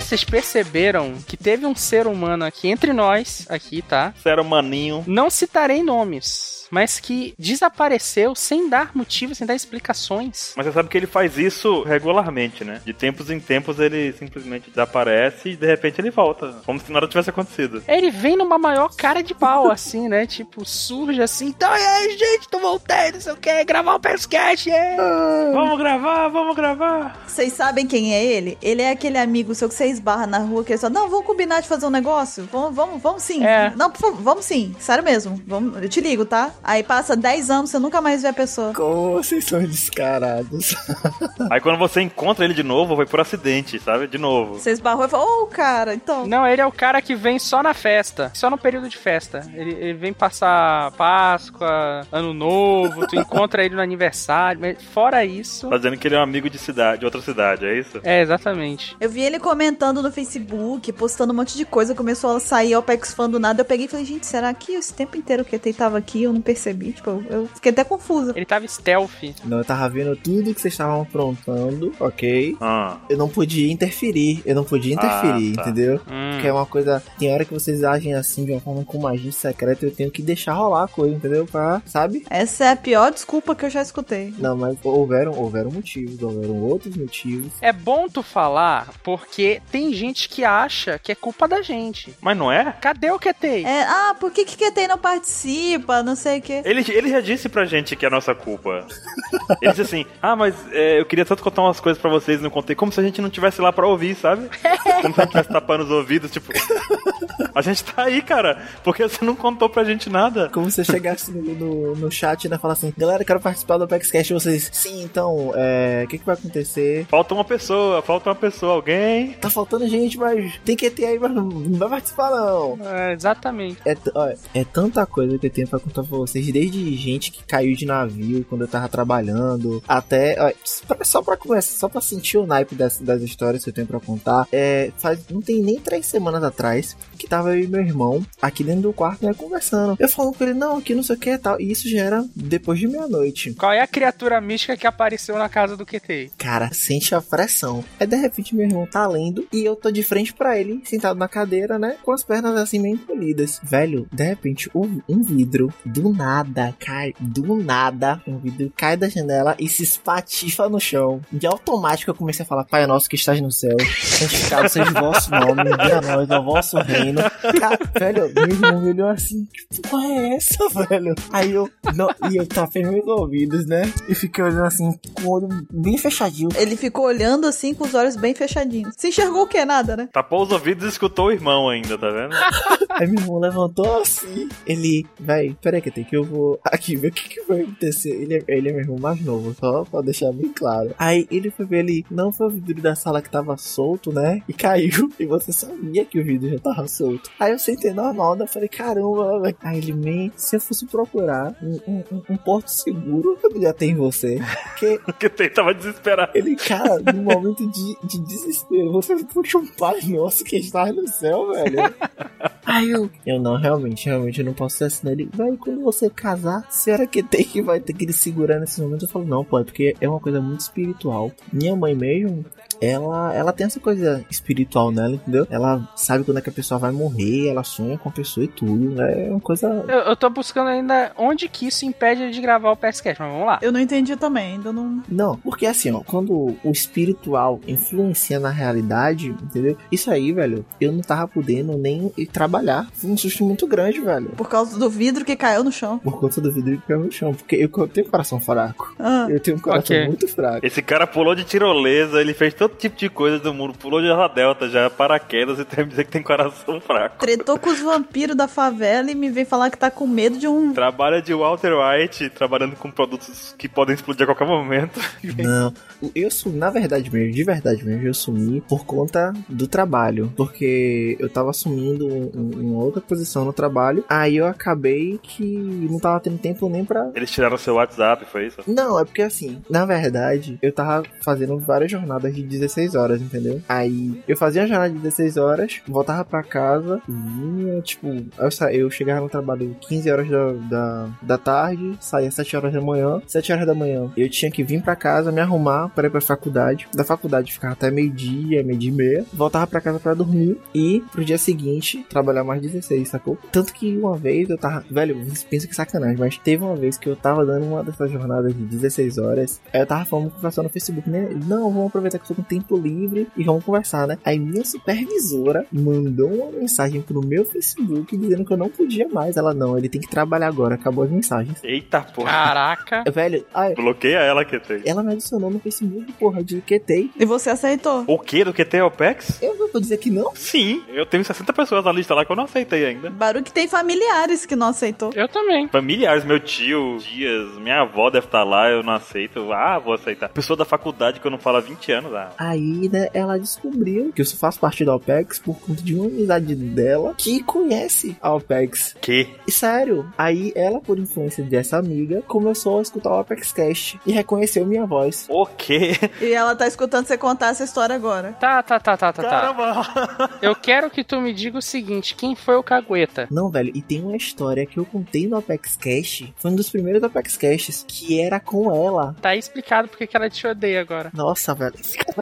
vocês perceberam que teve um ser humano aqui entre nós, aqui, tá? Ser humaninho. Não citarei nomes, mas que desapareceu sem dar motivo, sem dar explicações. Mas você sabe que ele faz isso regularmente, né? De tempos em tempos ele simplesmente desaparece e de repente ele volta. Como se nada tivesse acontecido. Ele vem numa maior cara de pau, assim, né? Tipo, surge assim, então, e aí, gente, tô voltando, não sei o que, gravar um podcast, Vamos gravar. Vocês sabem quem é ele? Ele é aquele amigo seu que você esbarra na rua, que ele só, não, vamos combinar de fazer um negócio? Vamos sim. É. Não, por favor, vamos sim. Sério mesmo. Eu te ligo, tá? Aí passa 10 anos, você nunca mais vê a pessoa. Como vocês são descarados. Aí quando você encontra ele de novo, foi por acidente, sabe? De novo. Você esbarrou e falou, cara, então... Não, ele é o cara que vem só na festa, só no período de festa. Ele vem passar Páscoa, Ano Novo, tu encontra ele no aniversário, mas fora isso... Tá dizendo que ele é um amigo de outra cidade, é isso? É, exatamente. Eu vi ele comentando no Facebook, postando um monte de coisa, começou a sair Opex Fan do nada, eu peguei e falei, gente, será que esse tempo inteiro que ele tava aqui eu não percebi? Tipo, eu fiquei até confusa. Ele tava stealth. Não, eu tava vendo tudo que vocês estavam aprontando, ok? Eu não podia interferir, tá. entendeu? Porque é uma coisa, tem hora que vocês agem assim, de uma forma com magia secreta, eu tenho que deixar rolar a coisa, entendeu? Pra, sabe? Essa é a pior desculpa que eu já escutei. Não, mas houveram motivos, houveram outros motivos. É bom tu falar, porque tem gente que acha que é culpa da gente. Mas não é? Cadê o QT? Por que QT não participa, não sei o que. Ele já disse pra gente que é nossa culpa. Ele disse assim, mas eu queria tanto contar umas coisas pra vocês, não contei, como se a gente não tivesse lá pra ouvir, sabe? Como se a gente estivesse tapando os ouvidos, tipo... A gente tá aí, cara, porque você não contou pra gente nada. Como se eu chegasse no chat, né, falar assim, galera, eu quero participar do ApexCast, e vocês, sim, então, o que vai acontecer? Falta uma pessoa, alguém? Tá faltando gente, mas tem que ter aí, mas não vai participar não. Exatamente. É tanta coisa que eu tenho pra contar pra vocês, desde gente que caiu de navio quando eu tava trabalhando, até, só pra começar, só pra sentir o naipe das histórias que eu tenho pra contar, não tem nem 3 semanas atrás, que tava eu e meu irmão aqui dentro do quarto, né, conversando. Eu falando com ele, não, aqui não sei o que e tal, e isso já era depois de meia-noite. Qual é a criatura mística que apareceu na casa do QT? Cara, sente a pressão. Aí de repente meu irmão tá lendo e eu tô de frente pra ele, sentado na cadeira, né, com as pernas assim meio encolhidas. Velho, de repente um vidro do nada cai da janela e se espatifa no chão. De automático eu comecei a falar, Pai nosso que estás no céu, santificado seja o vosso nome, venha a nós ao vosso reino. Cara, velho, meu irmão me olhou assim, que porra é essa, velho? Aí eu tapei meus ouvidos, né, e fiquei olhando assim, com o olho bem fechadinho. Ele ficou olhando assim, com os olhos bem fechadinhos. Se enxergou o que? Nada, né? Tapou os ouvidos e escutou o irmão ainda, tá vendo? Aí meu irmão levantou assim, véi, peraí que eu vou aqui ver o que vai acontecer. Ele é meu irmão mais novo, só pra deixar bem claro. Aí ele foi ver, não foi o vidro da sala que tava solto, né, e caiu, e você sabia que o vidro já tava solto. Aí eu sentei normal, né, falei, caramba, velho. Aí ele, se eu fosse procurar um porto seguro, eu já tenho você. Porque tava desesperado. Ele, cara, no momento de desespero, você puxa um Pai Nosso que está no céu, velho. Aí eu não, realmente eu não posso ser assim. Ele, vai, quando você casar, a senhora que vai ter que lhe segurar nesse momento. Eu falo, não, pô, é porque é uma coisa muito espiritual. Minha mãe mesmo, ela tem essa coisa espiritual nela, entendeu? Ela sabe quando é que a pessoa vai morrer, ela sonha com a pessoa e tudo. É uma coisa... Eu tô buscando ainda onde que isso impede de gravar o PSCast, mas vamos lá. Eu não entendi também, ainda não... Não, porque assim, ó, quando o espiritual influencia na realidade, entendeu? Isso aí, velho, eu não tava podendo nem ir trabalhar. Foi um susto muito grande, velho. Por causa do vidro que caiu no chão. Por conta do vidro que caiu no chão, porque eu tenho um coração fraco. Eu tenho um coração muito fraco. Esse cara pulou de tirolesa, ele fez todo tipo de coisa do mundo, pulou de asa delta já, paraquedas, e tem que dizer que tem coração fraco. Tretou com os vampiros da favela e me vem falar que tá com medo de um... Trabalha de Walter White, trabalhando com produtos que podem explodir a qualquer momento. Não, eu sumi, na verdade mesmo, de verdade mesmo, eu sumi por conta do trabalho, porque eu tava assumindo uma outra posição no trabalho, aí eu acabei que não tava tendo tempo nem pra... Eles tiraram seu WhatsApp, foi isso? Não, é porque assim, na verdade, eu tava fazendo várias jornadas de 16 horas, entendeu? Aí eu fazia a jornada de 16 horas, voltava pra casa, vinha, tipo, eu chegava no trabalho 15 horas da tarde, saía 7 horas da manhã. 7 horas da manhã eu tinha que vir pra casa, me arrumar pra ir pra faculdade. Da faculdade ficava até meio-dia, meio-dia e meia. Voltava pra casa pra dormir e pro dia seguinte trabalhar mais 16, sacou? Tanto que uma vez eu tava... Velho, vocês pensam que sacanagem, mas teve uma vez que eu tava dando uma dessas jornadas de 16 horas. Aí eu tava falando com o professor no Facebook, né? Não, vamos aproveitar que eu tô com tempo livre e vamos conversar, né? Aí minha supervisora mandou uma mensagem pro meu Facebook dizendo que eu não podia mais. Ela, não, ele tem que trabalhar agora, acabou as mensagens. Eita porra. Caraca. Velho, Bloqueia ela, QT. ela me adicionou no Facebook, porra, de QT. E você aceitou? O que do QT OPEX? Eu não vou dizer que não. Sim, eu tenho 60 pessoas na lista lá que eu não aceitei ainda. Baruque tem familiares que não aceitou. Eu também. Familiares, meu tio, Dias, minha avó deve estar lá, eu não aceito. Ah, vou aceitar. Pessoa da faculdade que eu não falo há 20 anos. Ah. Aí, né, ela descobriu que eu só faço parte da OPEX por conta de uma amizade dela que conhece a OPEX. Que? E sério, aí ela, por influência dessa amiga, começou a escutar o ApexCast e reconheceu minha voz. O quê? E ela tá escutando você contar essa história agora. Tá. Caramba! Eu quero que tu me diga o seguinte, quem foi o cagueta? Não, velho, e tem uma história que eu contei no ApexCast, foi um dos primeiros ApexCasts, que era com ela. Tá aí explicado porque que ela te odeia agora. Nossa, velho.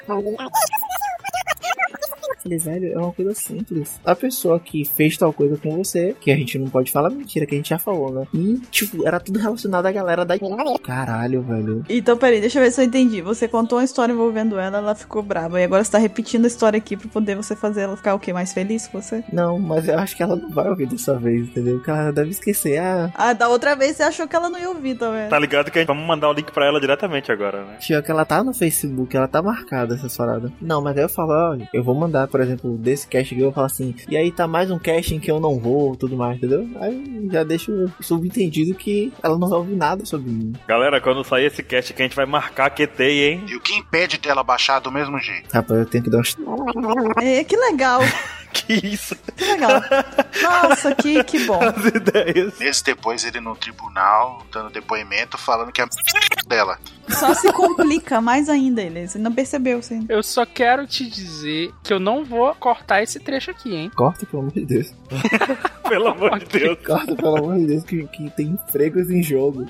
Falei, velho, é uma coisa simples. A pessoa que fez tal coisa com você, que a gente não pode falar mentira, que a gente já falou, né? E, tipo, era tudo relacionado à galera da... Caralho, velho. Então, peraí, deixa eu ver se eu entendi. Você contou uma história envolvendo ela, ela ficou brava. E agora você tá repetindo a história aqui pra poder você fazer ela ficar o quê? Mais feliz com você? Não, mas eu acho que ela não vai ouvir dessa vez, entendeu? Porque ela deve esquecer. Ah, da outra vez você achou que ela não ia ouvir também. Tá ligado que a gente vamos mandar o link pra ela diretamente agora, né? Pior que ela tá no Facebook, ela tá marcada essa parada. Não, mas aí eu falo, olha, eu vou mandar, por exemplo, desse casting que eu vou falar assim, e aí tá mais um casting que eu não vou, tudo mais, entendeu? Aí já deixo subentendido que ela não vai ouvir nada sobre mim. Galera, quando sair esse cast que a gente vai marcar QT, hein? E o que impede dela baixar do mesmo jeito? Rapaz, eu tenho que dar um... É, que legal. Que isso? Que legal. Nossa, que bom. As ideias. Meses depois ele no tribunal, dando depoimento, falando que é dela. Só se complica mais ainda ele. Você não percebeu, sim. Eu só quero te dizer que eu não vou cortar esse trecho aqui, hein? Corta, pelo amor de Deus. Pelo amor de Deus. Corta, pelo amor de Deus, que tem empregos em jogo.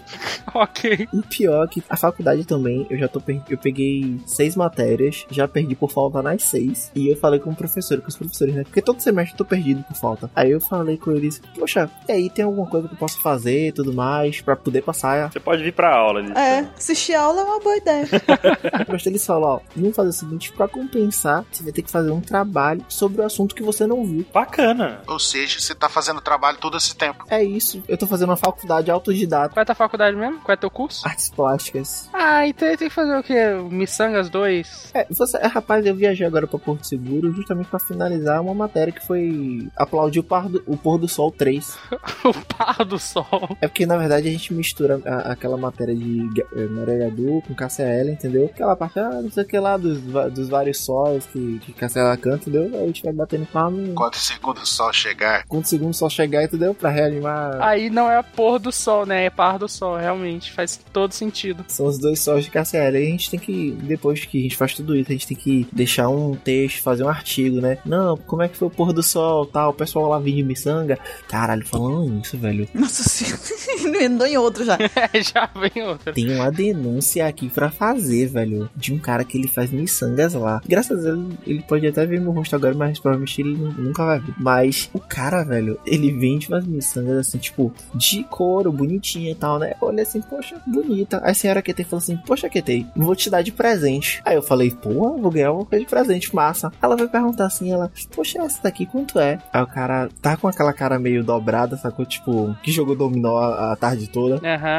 Ok. E pior que a faculdade também, eu peguei 6 matérias, já perdi por falta nas 6. E eu falei com o professor, com os professores, né? Porque todo semestre eu tô perdido por falta. Aí eu falei com eles, poxa, e aí tem alguma coisa que eu posso fazer e tudo mais, pra poder passar? Você pode vir pra aula, Liz. É, assistir a aula é uma boa ideia. Mas eles falam, ó, vamos fazer o seguinte, pra compensar, você vai ter que fazer um trabalho sobre o assunto que você não viu. Bacana. Ou seja, você tá fazendo trabalho todo esse tempo. É isso, eu tô fazendo uma faculdade autodidata. Qual é a tua faculdade mesmo? Qual é teu curso? Artes plásticas. Ah, então tem que fazer o quê? Missangas 2? Rapaz, eu viajei agora pra Porto Seguro justamente pra finalizar uma matéria que foi aplaudir o pôr do sol 3. O par do sol. É porque, na verdade, a gente mistura aquela matéria de Maria Gadu com KCL, entendeu? Aquela parte, não sei o que lá, dos vários sóis que KCL canta, entendeu? Aí a gente vai batendo palma. Quando o segundo sol chegar. Quando o segundo sol chegar, entendeu? Pra reanimar. Aí não é a pôr do sol, né? É par do sol, realmente. Faz todo sentido. São os dois sóis de KCL. Aí a gente tem que, depois que a gente faz tudo isso, a gente tem que deixar um texto, fazer um artigo, né? Não, como é que foi o pôr do sol, tal? O pessoal lá vindo de miçanga. Caralho, falando isso, velho. Nossa senhora. Não em outro já. Já vem outra. Tem uma denúncia aqui pra fazer, velho, de um cara que ele faz miçangas lá. Graças a Deus, ele pode até ver meu rosto agora, mas provavelmente ele nunca vai ver. Mas o cara, velho, ele vende umas miçangas assim, tipo, de couro, bonitinha e tal, né? Eu olhei assim, poxa, bonita. Aí a senhora QT falou assim, poxa, QT, vou te dar de presente. Aí eu falei, pô, vou ganhar uma coisa de presente, massa. Ela vai perguntar assim, ela, poxa, essa daqui quanto é? Aí o cara tá com aquela cara meio dobrada, sacou? Tipo, que jogou dominó a tarde toda. Aham.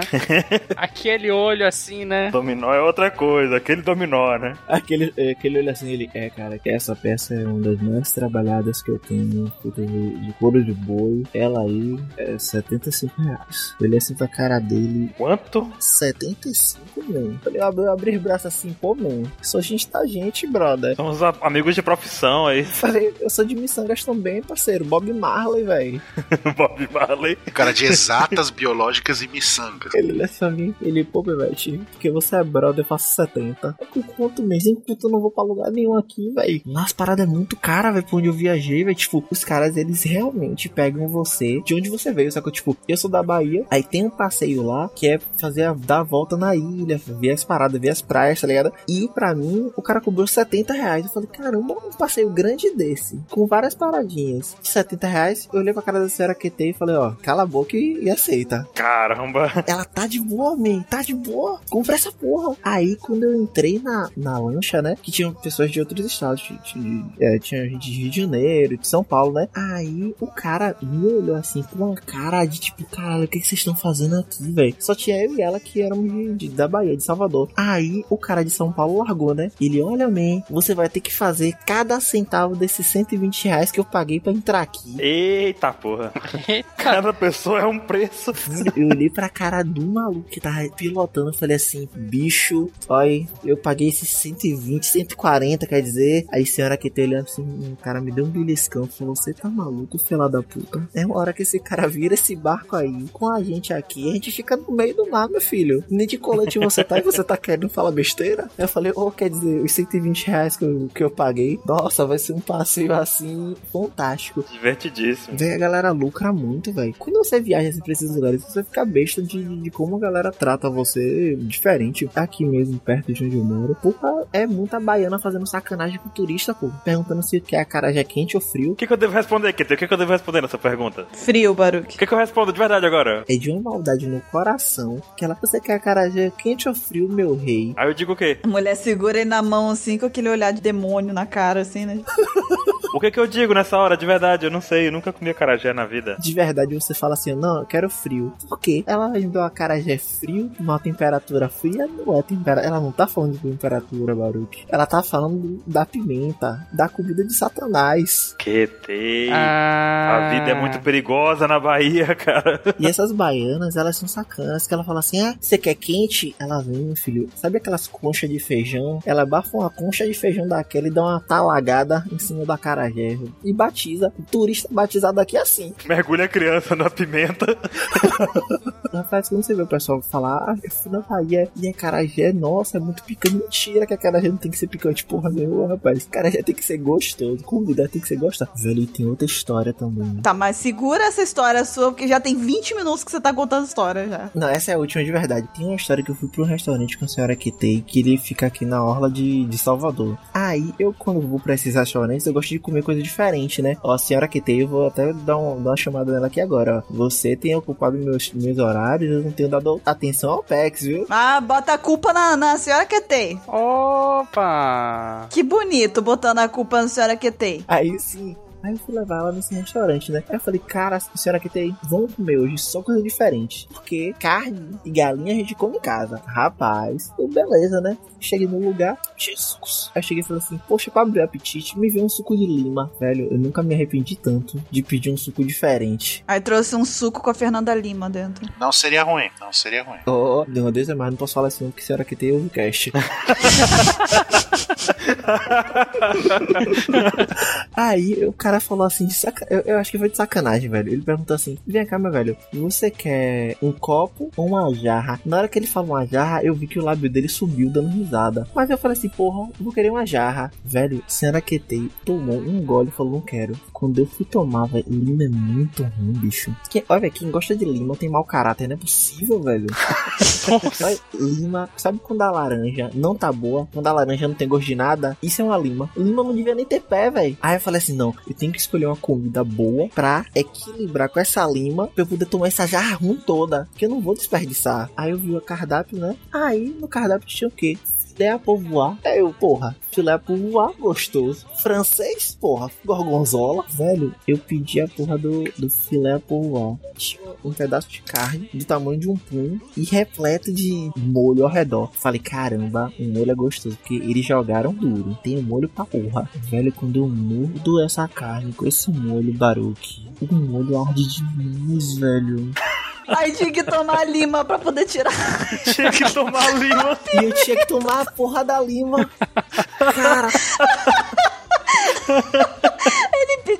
Aquele olho assim, né? Dominó é outra coisa, aquele dominó, né? Aquele olho assim, ele, cara, que essa peça é uma das mais trabalhadas que eu tenho, feita de couro de boi. Ela aí é R$75. Eu olhei assim pra cara dele. Quanto? 75, mano. Eu abri os braços assim, pô, mano. Só gente tá gente, brother. Somos amigos de profissão aí. Falei, eu sou de miçangas também, parceiro. Bob Marley, velho. Bob Marley. Cara de exatas biológicas ecológicas e miçangas. Ele olha pra mim, ele, pô, Bebete, porque você é brother, eu faço 70. É com quanto mês? Enquanto eu não vou pra lugar nenhum aqui, velho. Nossa, parada é muito cara, velho, pra onde eu viajei, velho. Tipo, os caras, eles realmente pegam você de onde você veio. Só que, tipo, eu sou da Bahia, aí tem um passeio lá que é dar a volta na ilha, ver as paradas, ver as praias, tá ligado? E pra mim, o cara cobrou R$70. Eu falei, caramba, um passeio grande desse, com várias paradinhas. R$70, eu olhei pra cara da senhora QT e falei, ó, cala a boca e aceita. Caramba. Ela tá de boa, man, tá de boa. Compra essa porra. Aí, quando eu entrei na lancha, né, que tinham pessoas de outros estados, tinha gente de Rio de Janeiro, de São Paulo, né? Aí, o cara me olhou assim, com uma cara de tipo, caralho, o que vocês estão fazendo aqui, velho? Só tinha eu e ela que éramos da Bahia, de Salvador. Aí, o cara de São Paulo largou, né? Ele, olha, man, você vai ter que fazer cada centavo desses R$120 que eu paguei pra entrar aqui. Eita porra. Cada pessoa é um preço. Eu olhei pra cara do maluco que tava pilotando e falei assim, bicho, olha, eu paguei esses 120, 140, quer dizer. Aí a senhora que tem olhando assim, o cara me deu um beliscão, falou, você tá maluco, filha da puta? É uma hora que esse cara vira esse barco aí, com a gente aqui, a gente fica no meio do mar, meu filho. Nem de colete você tá e você tá querendo falar besteira? Aí eu falei, quer dizer, os R$120 que eu paguei, nossa, vai ser um passeio assim, fantástico. Divertidíssimo. Véi, a galera lucra muito, velho. Quando você viaja assim, pra esses lugares, você fica besta de como a galera trata você diferente. Aqui mesmo, perto de onde eu moro, porra, é muita baiana fazendo sacanagem com turista, pô. Perguntando se quer acarajé quente ou frio. O que eu devo responder, Kitty? O que eu devo responder nessa pergunta? Frio, Baruch. O que eu respondo de verdade agora? É de uma maldade no coração que ela, você quer acarajé quente ou frio, meu rei? Aí eu digo o quê? A mulher segura ele na mão assim, com aquele olhar de demônio na cara, assim, né? O que eu digo nessa hora, de verdade? Eu não sei, eu nunca comi acarajé na vida. De verdade, você fala assim, não, eu quero frio. Por quê? Ela me deu acarajé frio, numa temperatura fria, não é temperatura. Ela não tá falando de temperatura, Baruch. Ela tá falando da pimenta, da comida de Satanás. QT. A vida é muito perigosa na Bahia, cara. E essas baianas, elas são sacanas, que ela fala assim, você quer quente? Ela vem, meu filho, sabe aquelas conchas de feijão? Ela abafa uma concha de feijão daquela e dá uma talagada em cima do acarajé e batiza. O turista batizado aqui assim. Mergulha a criança na pimenta. Rapaz, quando você vê o pessoal falar, eu fui na Bahia e acarajé, nossa, é muito picante. Mentira que acarajé não tem que ser picante, porra, meu, rapaz. Acarajé tem que ser gostoso, comida tem que ser gostosa. Velho, e tem outra história também. Tá, mas segura essa história sua, porque já tem 20 minutos que você tá contando história já. Não, essa é a última de verdade. Tem uma história que eu fui pra um restaurante com a senhora Kitei, que ele fica aqui na orla de Salvador. Aí, eu quando vou pra esses restaurantes, eu gosto de comer coisa diferente, né? Ó, a senhora Kitei, eu vou até dar uma chamada nela aqui agora, ó. Você tem ocupado meus horários, eu não tenho dado atenção ao PEX, viu? Ah, bota a culpa na senhora QT. Opa! Que bonito, botando a culpa na senhora QT. Aí sim. Aí eu fui levar ela nesse restaurante, né? Aí eu falei, cara, a senhora que tem, vamos comer hoje só coisa diferente. Porque carne e galinha a gente come em casa. Rapaz, beleza, né? Cheguei no lugar, Jesus. Aí cheguei e falei assim, poxa, pra abrir o apetite, me veio um suco de lima. Velho, eu nunca me arrependi tanto de pedir um suco diferente. Aí trouxe um suco com a Fernanda Lima dentro. Não seria ruim, não seria ruim. Oh, deu uma Deus, mas não posso falar assim, porque a senhora que tem o cast. Aí o cara falou assim, eu acho que foi de sacanagem, velho. Ele perguntou assim, vem cá, meu velho, você quer um copo ou uma jarra? Na hora que ele falou uma jarra, eu vi que o lábio dele subiu dando risada. Mas eu falei assim, porra, eu vou querer uma jarra. Velho, senhora Ketei tomou um gole e falou, não quero. Quando eu fui tomar, velho, lima é muito ruim, bicho. Olha, quem gosta de lima tem mau caráter, não é possível, velho. Olha, lima, sabe quando a laranja não tá boa? Quando a laranja não tem gosto de nada? Isso é uma lima. Lima não devia nem ter pé, velho. Aí eu falei assim, não, eu tenho que escolher uma comida boa pra equilibrar com essa lima, pra eu poder tomar essa jarra ruim toda, que eu não vou desperdiçar. Aí eu vi o cardápio, né? Aí no cardápio tinha o quê? Filé à povoar. É eu, porra, filé à povoar, gostoso. Francês, porra, gorgonzola. Velho, eu pedi a porra do filé à povoar. Tinha um pedaço de carne do tamanho de um punho e repleto de molho ao redor. Falei, caramba, o molho é gostoso, porque eles jogaram duro. Tem molho pra porra. Velho, quando eu mordo essa carne com esse molho, Baruch, o molho arde demais, velho. Aí tinha que tomar lima pra poder tirar. Tinha que tomar lima. E eu tinha que tomar a porra da lima. Cara. Ele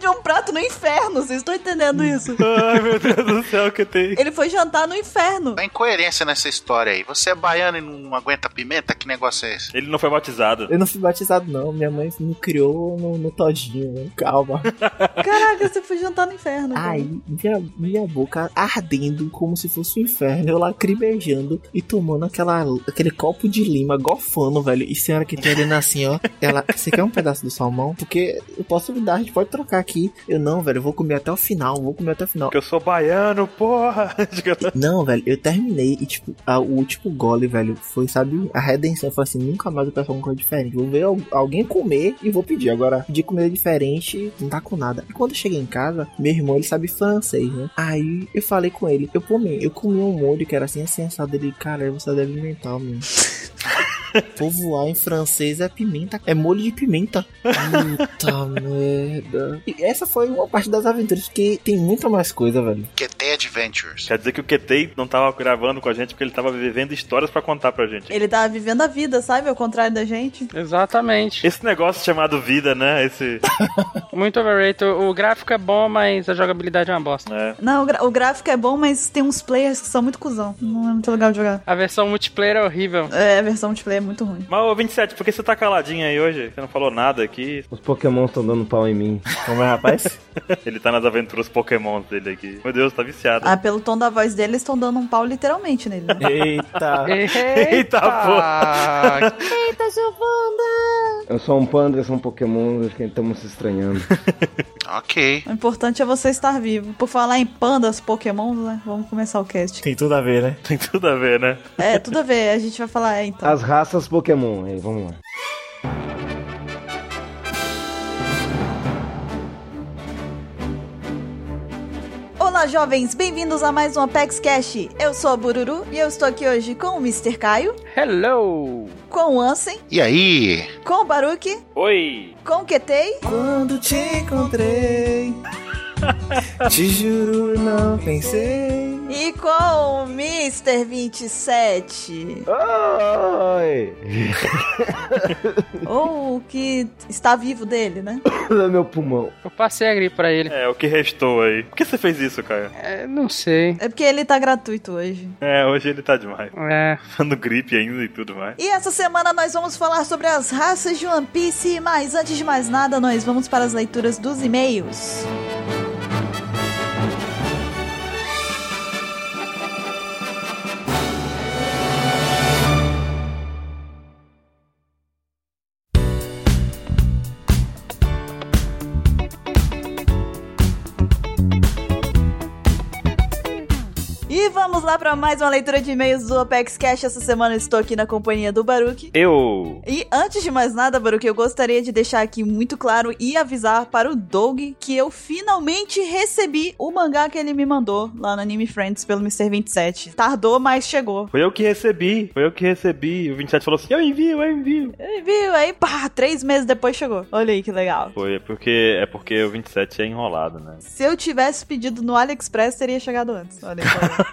pediu um prato no inferno, vocês estão entendendo isso? Ai, meu Deus do céu, que tem. Ele foi jantar no inferno. Tem incoerência nessa história aí. Você é baiano e não aguenta pimenta? Que negócio é esse? Ele não foi batizado. Eu não fui batizado, não. Minha mãe me criou no todinho, né? Calma. Caraca, você foi jantar no inferno. cara. Aí, minha boca ardendo como se fosse um inferno. Eu lacrimejando e tomando aquele copo de lima, gofando, velho. E senhora que tem olhando assim, ó. Ela, você quer um pedaço do salmão? Porque eu posso me dar, a gente pode trocar aqui. Eu não, velho, eu vou comer até o final. Porque eu sou baiano, porra. Não, velho, eu terminei e, tipo, o último gole, velho, foi, sabe, a redenção. Foi assim, nunca mais eu peço alguma coisa diferente. Vou ver alguém comer e vou pedir. Agora, pedir comida diferente, não tá com nada. E quando eu cheguei em casa, meu irmão, ele sabe francês, né? Aí, eu falei com ele, eu comi um molho que era assim, assado. Ele, cara, você deve alimentar, meu. Povoar em francês é pimenta, é molho de pimenta. Puta merda. E essa foi uma parte das aventuras, porque tem muita mais coisa, velho. QT Adventures. Quer dizer que o QT não tava gravando com a gente porque ele tava vivendo histórias pra contar pra gente. Ele tava vivendo a vida, sabe? Ao contrário da gente. Exatamente. Esse negócio chamado vida, né? Muito overrated. O gráfico é bom, mas a jogabilidade é uma bosta. É. Não, o gráfico é bom, mas tem uns players que são muito cuzão. Não é muito legal de jogar. A versão multiplayer é horrível. É, a versão multiplayer é muito ruim. Mas, ô 27, por que você tá caladinho aí hoje? Você não falou nada aqui. Os Pokémon estão dando pau em mim. Como é, rapaz? Ele tá nas aventuras Pokémon dele aqui. Meu Deus, tá viciado. Ah, pelo tom da voz dele, eles estão dando um pau literalmente nele. Né? Eita. Eita, porra. Eita, Giovanda! Eu sou um panda, eu sou um Pokémon, acho que estamos se estranhando. Ok. O importante é você estar vivo. Por falar em pandas, Pokémon, né? Vamos começar o cast. Tem tudo a ver, né? Tem tudo a ver, né? É, tudo a ver. A gente vai falar, então. As raças Pokémon, aí, vamos lá. Olá, jovens! Bem-vindos a mais um Apex Cash. Eu sou a Bururu e eu estou aqui hoje com o Mr. Caio, Hello! com o Ansem, E aí? com o Baruki, Oi! com o Ketei Quando te encontrei, te juro, não pensei. e com o Mr. 27. Oi! Ou o que está vivo dele, né? É meu pulmão. Eu passei a gripe pra ele. É, o que restou aí. Por que você fez isso, Caio? Não sei. É porque ele tá gratuito hoje. É, hoje ele tá demais. É. Dando gripe ainda e tudo mais. E essa semana nós vamos falar sobre as raças de One Piece, mas antes de mais nada, nós vamos para as leituras dos e-mails. E vamos lá para mais uma leitura de e-mails do Apex Cash. Essa semana eu estou aqui na companhia do Baruki. E antes de mais nada, Baruki, eu gostaria de deixar aqui muito claro e avisar para o Doug que eu finalmente recebi o mangá que ele me mandou lá no Anime Friends pelo Mr. 27. Tardou, mas chegou. Foi eu que recebi. O 27 falou assim, eu envio. Viu? Aí, pá, 3 meses depois chegou. Olha aí que legal. Foi, é porque o 27 é enrolado, né? Se eu tivesse pedido no AliExpress, teria chegado antes. Olha aí.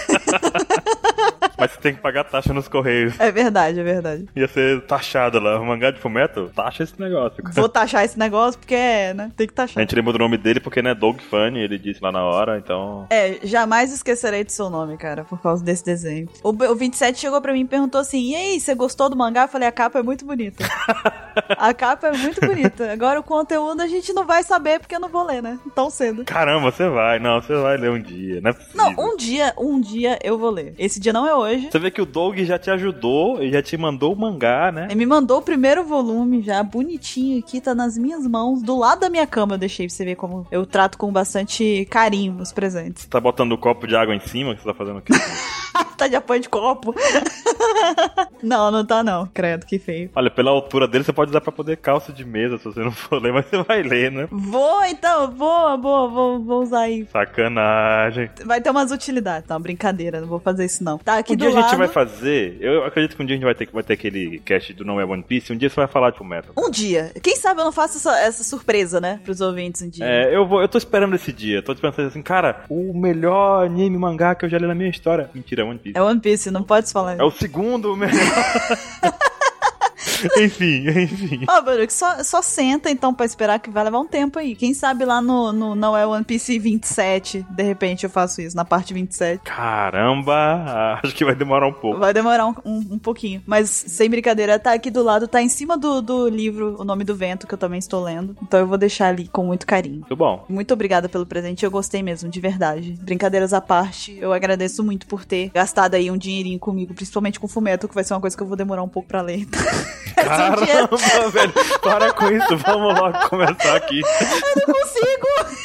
Mas você tem que pagar taxa nos correios. É verdade, é verdade. Ia ser taxado lá. O mangá de Fullmetal, taxa esse negócio. Vou taxar esse negócio porque é, né? Tem que A taxar. gente lembrou do nome dele porque, né, Doug Funny, ele disse lá na hora, então... É, jamais esquecerei do seu nome, cara, por causa desse desenho. O 27 chegou pra mim e perguntou assim, e aí, você gostou do mangá? Eu falei, a capa é muito bonita. A capa é muito bonita. Agora o conteúdo a gente não vai saber porque eu não vou ler, né? Tão cedo. Caramba, você vai ler um dia, não é possível. Não, um dia eu vou ler. Esse dia não é hoje. Você vê que o Doug já te ajudou e já te mandou o mangá, né? Ele me mandou o primeiro volume já, bonitinho aqui, tá nas minhas mãos, do lado da minha cama eu deixei pra você ver como eu trato com bastante carinho os presentes. Você tá botando o copo de água em cima, que você tá fazendo o quê? Tá de apoio de copo. Não tá não, credo, que feio. Olha, pela altura dele você pode usar pra poder calça de mesa, se você não for ler, mas você vai ler, né? Vou então, vou usar aí. Sacanagem. Vai ter umas utilidades, tá? Brincadeira, não vou fazer isso não. Tá aqui Um do dia lado. a gente vai fazer, eu acredito que um dia a gente vai ter aquele cast do Não É One Piece, um dia você vai falar de Fullmetal. Um dia. Quem sabe eu não faço essa surpresa, né? Pros ouvintes um dia. É, eu tô esperando esse dia, tô pensando assim, cara, o melhor anime mangá que eu já li na minha história. Mentira, é One Piece. É One Piece, não pode falar. É o segundo melhor. Enfim. Ó, Baruch, só senta então pra esperar, que vai levar um tempo aí. Quem sabe lá no Não é One Piece 27, de repente eu faço isso, na parte 27. Caramba, acho que vai demorar um pouco. Vai demorar um pouquinho. Mas, sem brincadeira, tá aqui do lado, tá em cima do livro O Nome do Vento, que eu também estou lendo. Então eu vou deixar ali com muito carinho. Muito bom. Muito obrigada pelo presente, eu gostei mesmo, de verdade. Brincadeiras à parte, eu agradeço muito por ter gastado aí um dinheirinho comigo, principalmente com Fullmetal, que vai ser uma coisa que eu vou demorar um pouco pra ler. Caramba, velho, para com isso, vamos logo começar aqui. Eu não consigo!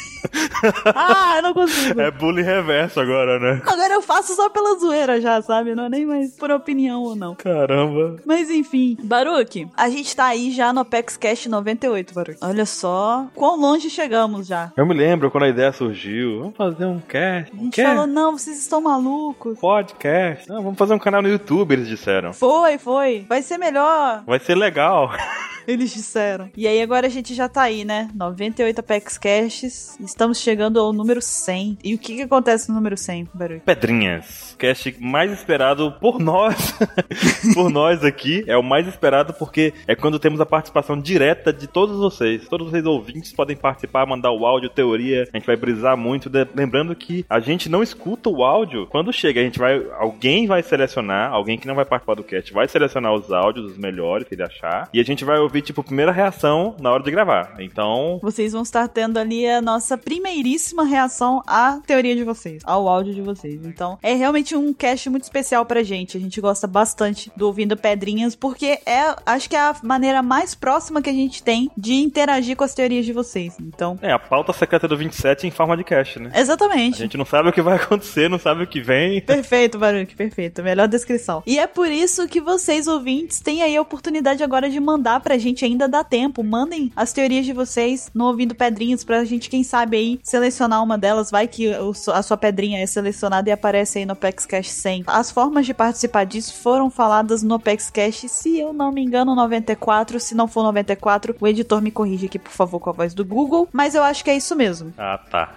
Eu não consigo. É bullying reverso agora, né? Agora eu faço só pela zoeira já, sabe? Não é nem mais por opinião ou não. Caramba. Mas enfim, Baruch, a gente tá aí já no Apex Cash 98, Baruch. Olha só quão longe chegamos já. Eu me lembro quando a ideia surgiu. Vamos fazer um cast. A gente falou, não, vocês estão malucos. Podcast. Não, vamos fazer um canal no YouTube, eles disseram. Foi. Vai ser melhor. Vai ser legal. Eles disseram. E aí agora a gente já tá aí, né? 98 Apex Casts. Estamos chegando ao número 100. E o que acontece no número 100, Baruch? Pedrinhas. Cast mais esperado por nós. Por nós aqui. É o mais esperado porque é quando temos a participação direta de todos vocês. Todos vocês ouvintes podem participar, mandar o áudio, teoria. A gente vai brisar muito. Lembrando que a gente não escuta o áudio quando chega. Alguém vai selecionar, alguém que não vai participar do cast vai selecionar os áudios, os melhores que ele achar. E a gente vai ouvir tipo, primeira reação na hora de gravar. Então... vocês vão estar tendo ali a nossa primeiríssima reação à teoria de vocês, ao áudio de vocês. Então, é realmente um cast muito especial pra gente. A gente gosta bastante do Ouvindo Pedrinhas, porque acho que é a maneira mais próxima que a gente tem de interagir com as teorias de vocês. Então... a pauta secreta do 27 em forma de cast, né? Exatamente. A gente não sabe o que vai acontecer, não sabe o que vem. Perfeito, Baruch, perfeito. Melhor descrição. E é por isso que vocês, ouvintes, têm aí a oportunidade agora de mandar pra gente, ainda dá tempo, mandem as teorias de vocês no Ouvindo Pedrinhas pra gente, quem sabe aí, selecionar uma delas, vai que a sua pedrinha é selecionada e aparece aí no Apex Cash 100. As formas de participar disso foram faladas no Apex Cash, se eu não me engano, 94, se não for 94, o editor me corrige aqui, por favor, com a voz do Google, mas eu acho que é isso mesmo. Ah, tá.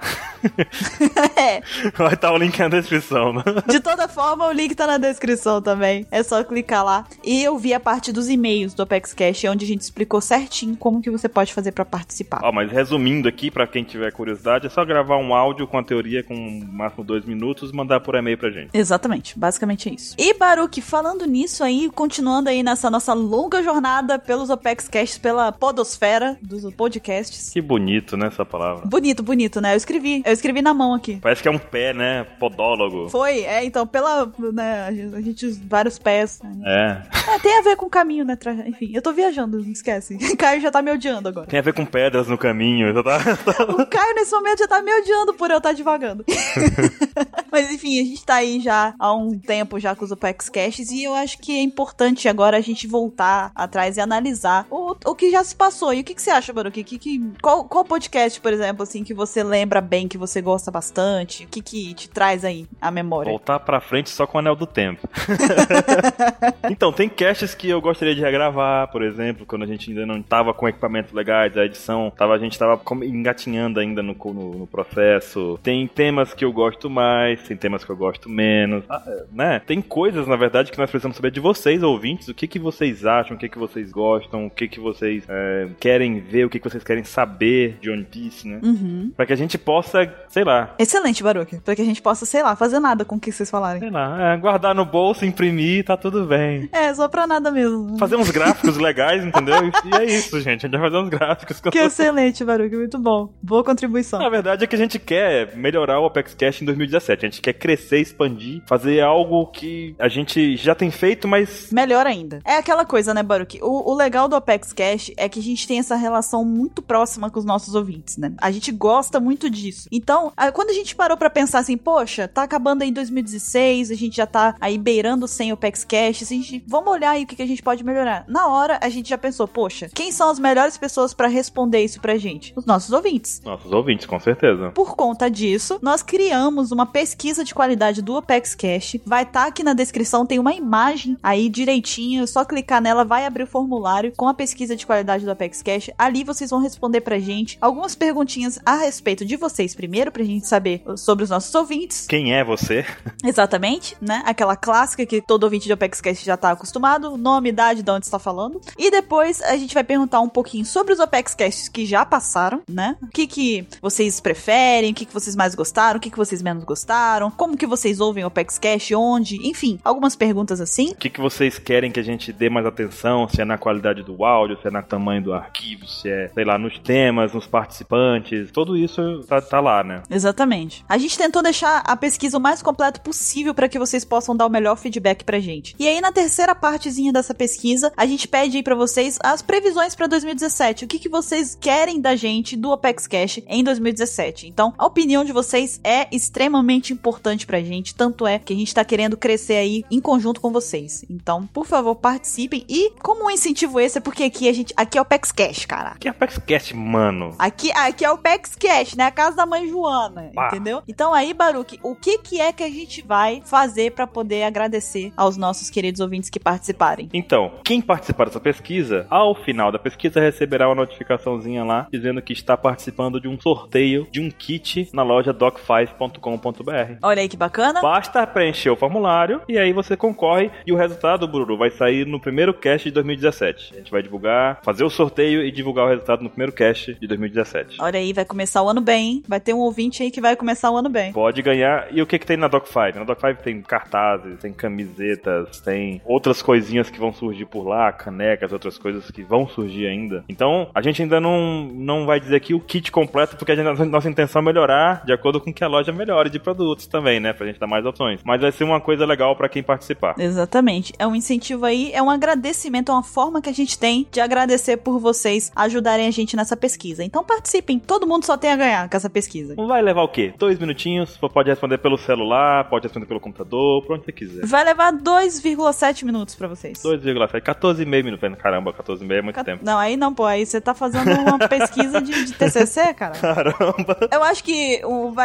Vai estar o link na descrição, né? De toda forma, o link tá na descrição também, é só clicar lá. E eu vi a parte dos e-mails do Apex Cash, onde a gente explicou certinho como que você pode fazer pra participar. Mas resumindo aqui, pra quem tiver curiosidade, é só gravar um áudio com a teoria com no máximo 2 minutos e mandar por e-mail pra gente. Exatamente, basicamente é isso. E Baruch, falando nisso aí, continuando aí nessa nossa longa jornada pelos Apex Casts, pela podosfera dos podcasts. Que bonito, né, essa palavra. Bonito, né? Eu escrevi na mão aqui. Parece que é um pé, né? Podólogo. Foi, então, né, a gente vários pés. Né? Tem a ver com o caminho, né? Enfim, eu tô viajando, não esquece. O Caio já tá me odiando agora. Tem a ver com pedras no caminho. O Caio, nesse momento, já tá me odiando por eu estar devagando. Mas, enfim, a gente tá aí já há um tempo já com os Apex Casts e eu acho que é importante agora a gente voltar atrás e analisar o que já se passou. E o que você acha, Baruch? Qual podcast, por exemplo, assim, que você lembra bem, que você gosta bastante? O que te traz aí a memória? Voltar pra frente só com o Anel do Tempo. Então, tem casts que eu gostaria de regravar, por exemplo, quando a gente ainda não tava com equipamentos legais, a edição, a gente tava engatinhando ainda no processo. Tem temas que eu gosto mais, tem temas que eu gosto menos, né? Tem coisas, na verdade, que nós precisamos saber de vocês, ouvintes, o que vocês acham, o que vocês gostam, o que vocês querem ver, o que vocês querem saber de One Piece, né? Uhum. Pra que a gente possa, sei lá... Excelente, Baruch. Pra que a gente possa, sei lá, fazer nada com o que vocês falarem. Sei lá, guardar no bolso, imprimir, tá tudo bem. Só pra nada mesmo. Fazer uns gráficos legais, entendeu? E é isso, gente. A gente vai fazer uns gráficos. Que excelente, Baruch. Muito bom. Boa contribuição. Na verdade é que a gente quer melhorar o Apex Cash em 2017. A gente quer crescer, expandir, fazer algo que a gente já tem feito, mas... melhor ainda. É aquela coisa, né, Baruch? O legal do Apex Cash é que a gente tem essa relação muito próxima com os nossos ouvintes, né? A gente gosta muito disso. Então, quando a gente parou pra pensar assim, poxa, tá acabando aí em 2016, a gente já tá aí beirando 100 Apex Cash, vamos olhar aí o que a gente pode melhorar. Na hora, a gente já pensou, poxa, quem são as melhores pessoas pra responder isso pra gente? Os nossos ouvintes. Nossos ouvintes, com certeza. Por conta disso, nós criamos uma pesquisa de qualidade do Apex Cash. Vai estar aqui na descrição, tem uma imagem aí direitinho, é só clicar nela, vai abrir o formulário com a pesquisa de qualidade do Apex Cash. Ali vocês vão responder pra gente algumas perguntinhas a respeito de vocês primeiro, pra gente saber sobre os nossos ouvintes. Quem é você? Exatamente, né? Aquela clássica que todo ouvinte de Apex Cash já tá acostumado, nome, idade, de onde está falando. E depois a gente vai perguntar um pouquinho sobre os Apex Casts que já passaram, né? O que vocês preferem, o que vocês mais gostaram, o que vocês menos gostaram, como que vocês ouvem o Apex Cash, onde, enfim, algumas perguntas assim. O que vocês querem que a gente dê mais atenção, se é na qualidade do áudio, se é no tamanho do arquivo, se é, sei lá, nos temas, nos participantes, tudo isso tá lá, né? Exatamente. A gente tentou deixar a pesquisa o mais completa possível para que vocês possam dar o melhor feedback pra gente. E aí, na terceira partezinha dessa pesquisa, a gente pede aí pra vocês as previsões pra 2017. O que vocês querem da gente do Apex Cash em 2017. Então, a opinião de vocês é extremamente importante pra gente, tanto é que a gente tá querendo crescer aí em conjunto com vocês. Então, por favor, participem. E como um incentivo extra, porque aqui é o Apex Cash, cara. Aqui é o Apex Cash, mano. Aqui é o Apex Cash, né? A casa da mãe Joana, entendeu? Então aí, Baruch, o que é que a gente vai fazer pra poder agradecer aos nossos queridos ouvintes que participarem? Então, quem participar dessa pesquisa, ao final da pesquisa receberá uma notificaçãozinha lá, dizendo que está participando de um sorteio de um kit na loja doc5.com.br. Olha aí que bacana. Basta preencher o formulário e aí você concorre e o resultado, Bururu, vai sair no primeiro cast de 2017. A gente vai divulgar, fazer o sorteio e divulgar o resultado no primeiro cast de 2017. Olha aí, vai começar o ano bem, hein? Vai ter um ouvinte aí que vai começar o ano bem. Pode ganhar. E o que tem na Doc5? Na Doc5 tem cartazes, tem camisetas, tem outras coisinhas que vão surgir por lá, canecas, outras coisas que vão surgir ainda. Então, a gente ainda não vai dizer aqui o kit completo, porque nossa intenção é melhorar de acordo com que a loja melhore de produtos também, né? Pra gente dar mais opções. Mas vai ser uma coisa legal pra quem participar. Exatamente. É um incentivo aí, é um agradecimento, é uma forma que a gente tem de agradecer por vocês ajudarem a gente nessa pesquisa. Então participem, todo mundo só tem a ganhar com essa pesquisa. Vai levar o quê? 2 minutinhos, pode responder pelo celular, pode responder pelo computador, por onde você quiser. Vai levar 2,7 minutos pra vocês. 2,7, 14,5 minutos. Caramba, 14,5 é muito tempo. Não, aí não, pô, aí você tá fazendo uma pesquisa de TCC, cara. Caramba. Eu acho que,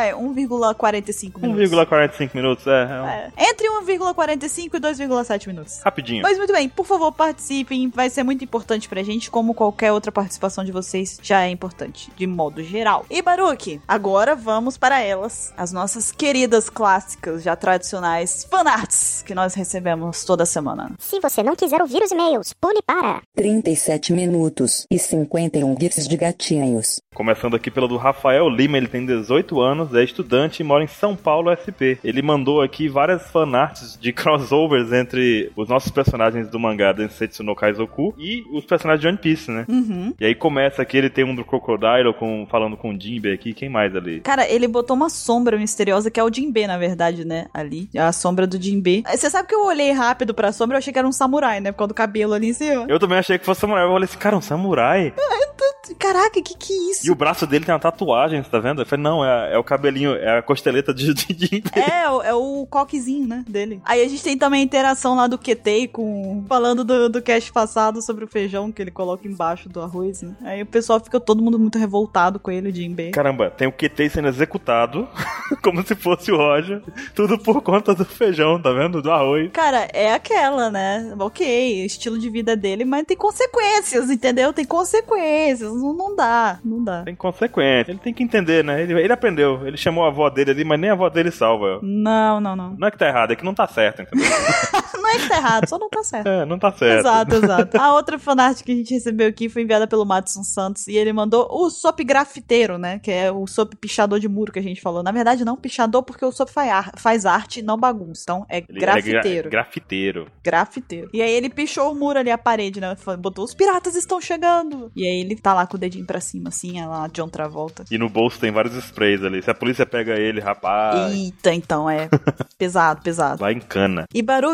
1,45 minutos. 1,45 minutos, Entre 1,45 e 2,7 minutos. Rapidinho. Mas muito bem, por favor, participem, vai ser muito importante pra gente, como qualquer outra participação de vocês já é importante, de modo geral. E Baruch, agora vamos para elas, as nossas queridas clássicas, já tradicionais, fanarts, que nós recebemos toda semana. Se você não quiser ouvir os e-mails, pule para 37 minutos e 51 gifs de gatinhos. Começando aqui pelo do Rafael Lima, ele tem 18 anos, é estudante e mora em São Paulo, SP. Ele mandou aqui várias fanarts de crossovers entre os nossos personagens do mangá Densetsu no Kaizoku e os personagens de One Piece, né? Uhum. E aí começa aqui, ele tem um do Crocodile falando com o Jinbe aqui, quem mais ali? Cara, ele botou uma sombra misteriosa que é o Jinbe, na verdade, né? Ali, a sombra do Jinbe. Você sabe que eu olhei rápido pra sombra e achei que era um samurai, né? Por causa do cabelo ali em cima. Eu também achei que fosse samurai, eu falei assim, cara, um samurai? Caraca, que é isso? E o braço dele tem uma tatuagem, você tá vendo? Eu falei, não, é o cabelinho, é a costeleta de Jinbe. É o coquezinho, né, dele. Aí a gente tem também a interação lá do Ketei falando do cast passado sobre o feijão que ele coloca embaixo do arroz, né? Aí o pessoal fica todo mundo muito revoltado com ele, o Jinbe. Caramba, tem o Ketei sendo executado, como se fosse o Roger, tudo por conta do feijão, tá vendo? Do arroz. Cara, é aquela, né? Ok, estilo de vida dele, mas tem consequências, entendeu? Tem consequências, não dá. Tem consequência, ele tem que entender, né? Ele aprendeu, ele chamou a avó dele ali, mas nem a avó dele salva. Não. Não é que tá errado, é que não tá certo, entendeu? Não é que tá errado, só não tá certo. Não tá certo. Exato. A outra fanart que a gente recebeu aqui foi enviada pelo Madison Santos e ele mandou o Sop grafiteiro, né? Que é o Sop pichador de muro que a gente falou. Na verdade, não pichador, porque o Sop faz arte, não bagunça. Então, é grafiteiro. Grafiteiro. E aí ele pichou o muro ali, a parede, né? Botou, os piratas estão chegando. E aí ele tá lá com o dedinho pra cima, assim, é lá John Travolta. E no bolso tem vários sprays ali. Se a polícia pega ele, rapaz... Eita, então, pesado. Vai em cana. E Baruch,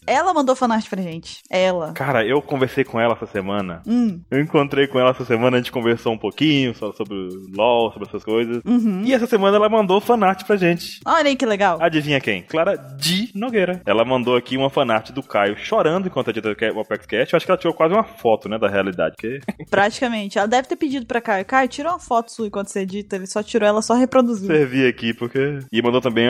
Ela mandou fanart pra gente. Ela. Cara, eu conversei com ela essa semana. Eu encontrei com ela essa semana, a gente conversou um pouquinho sobre o LOL, sobre essas coisas. E essa semana ela mandou fanart pra gente. Olha aí que legal. Adivinha quem? Clara de Nogueira. Ela mandou aqui uma fanart do Caio chorando enquanto edita o Apex Cash. Eu acho que ela tirou quase uma foto, né, da realidade. Que... Praticamente. Ela deve ter pedido pra Caio. Caio, tira uma foto sua enquanto você edita. Ele só tirou, ela só reproduziu. Servi aqui, porque... E mandou também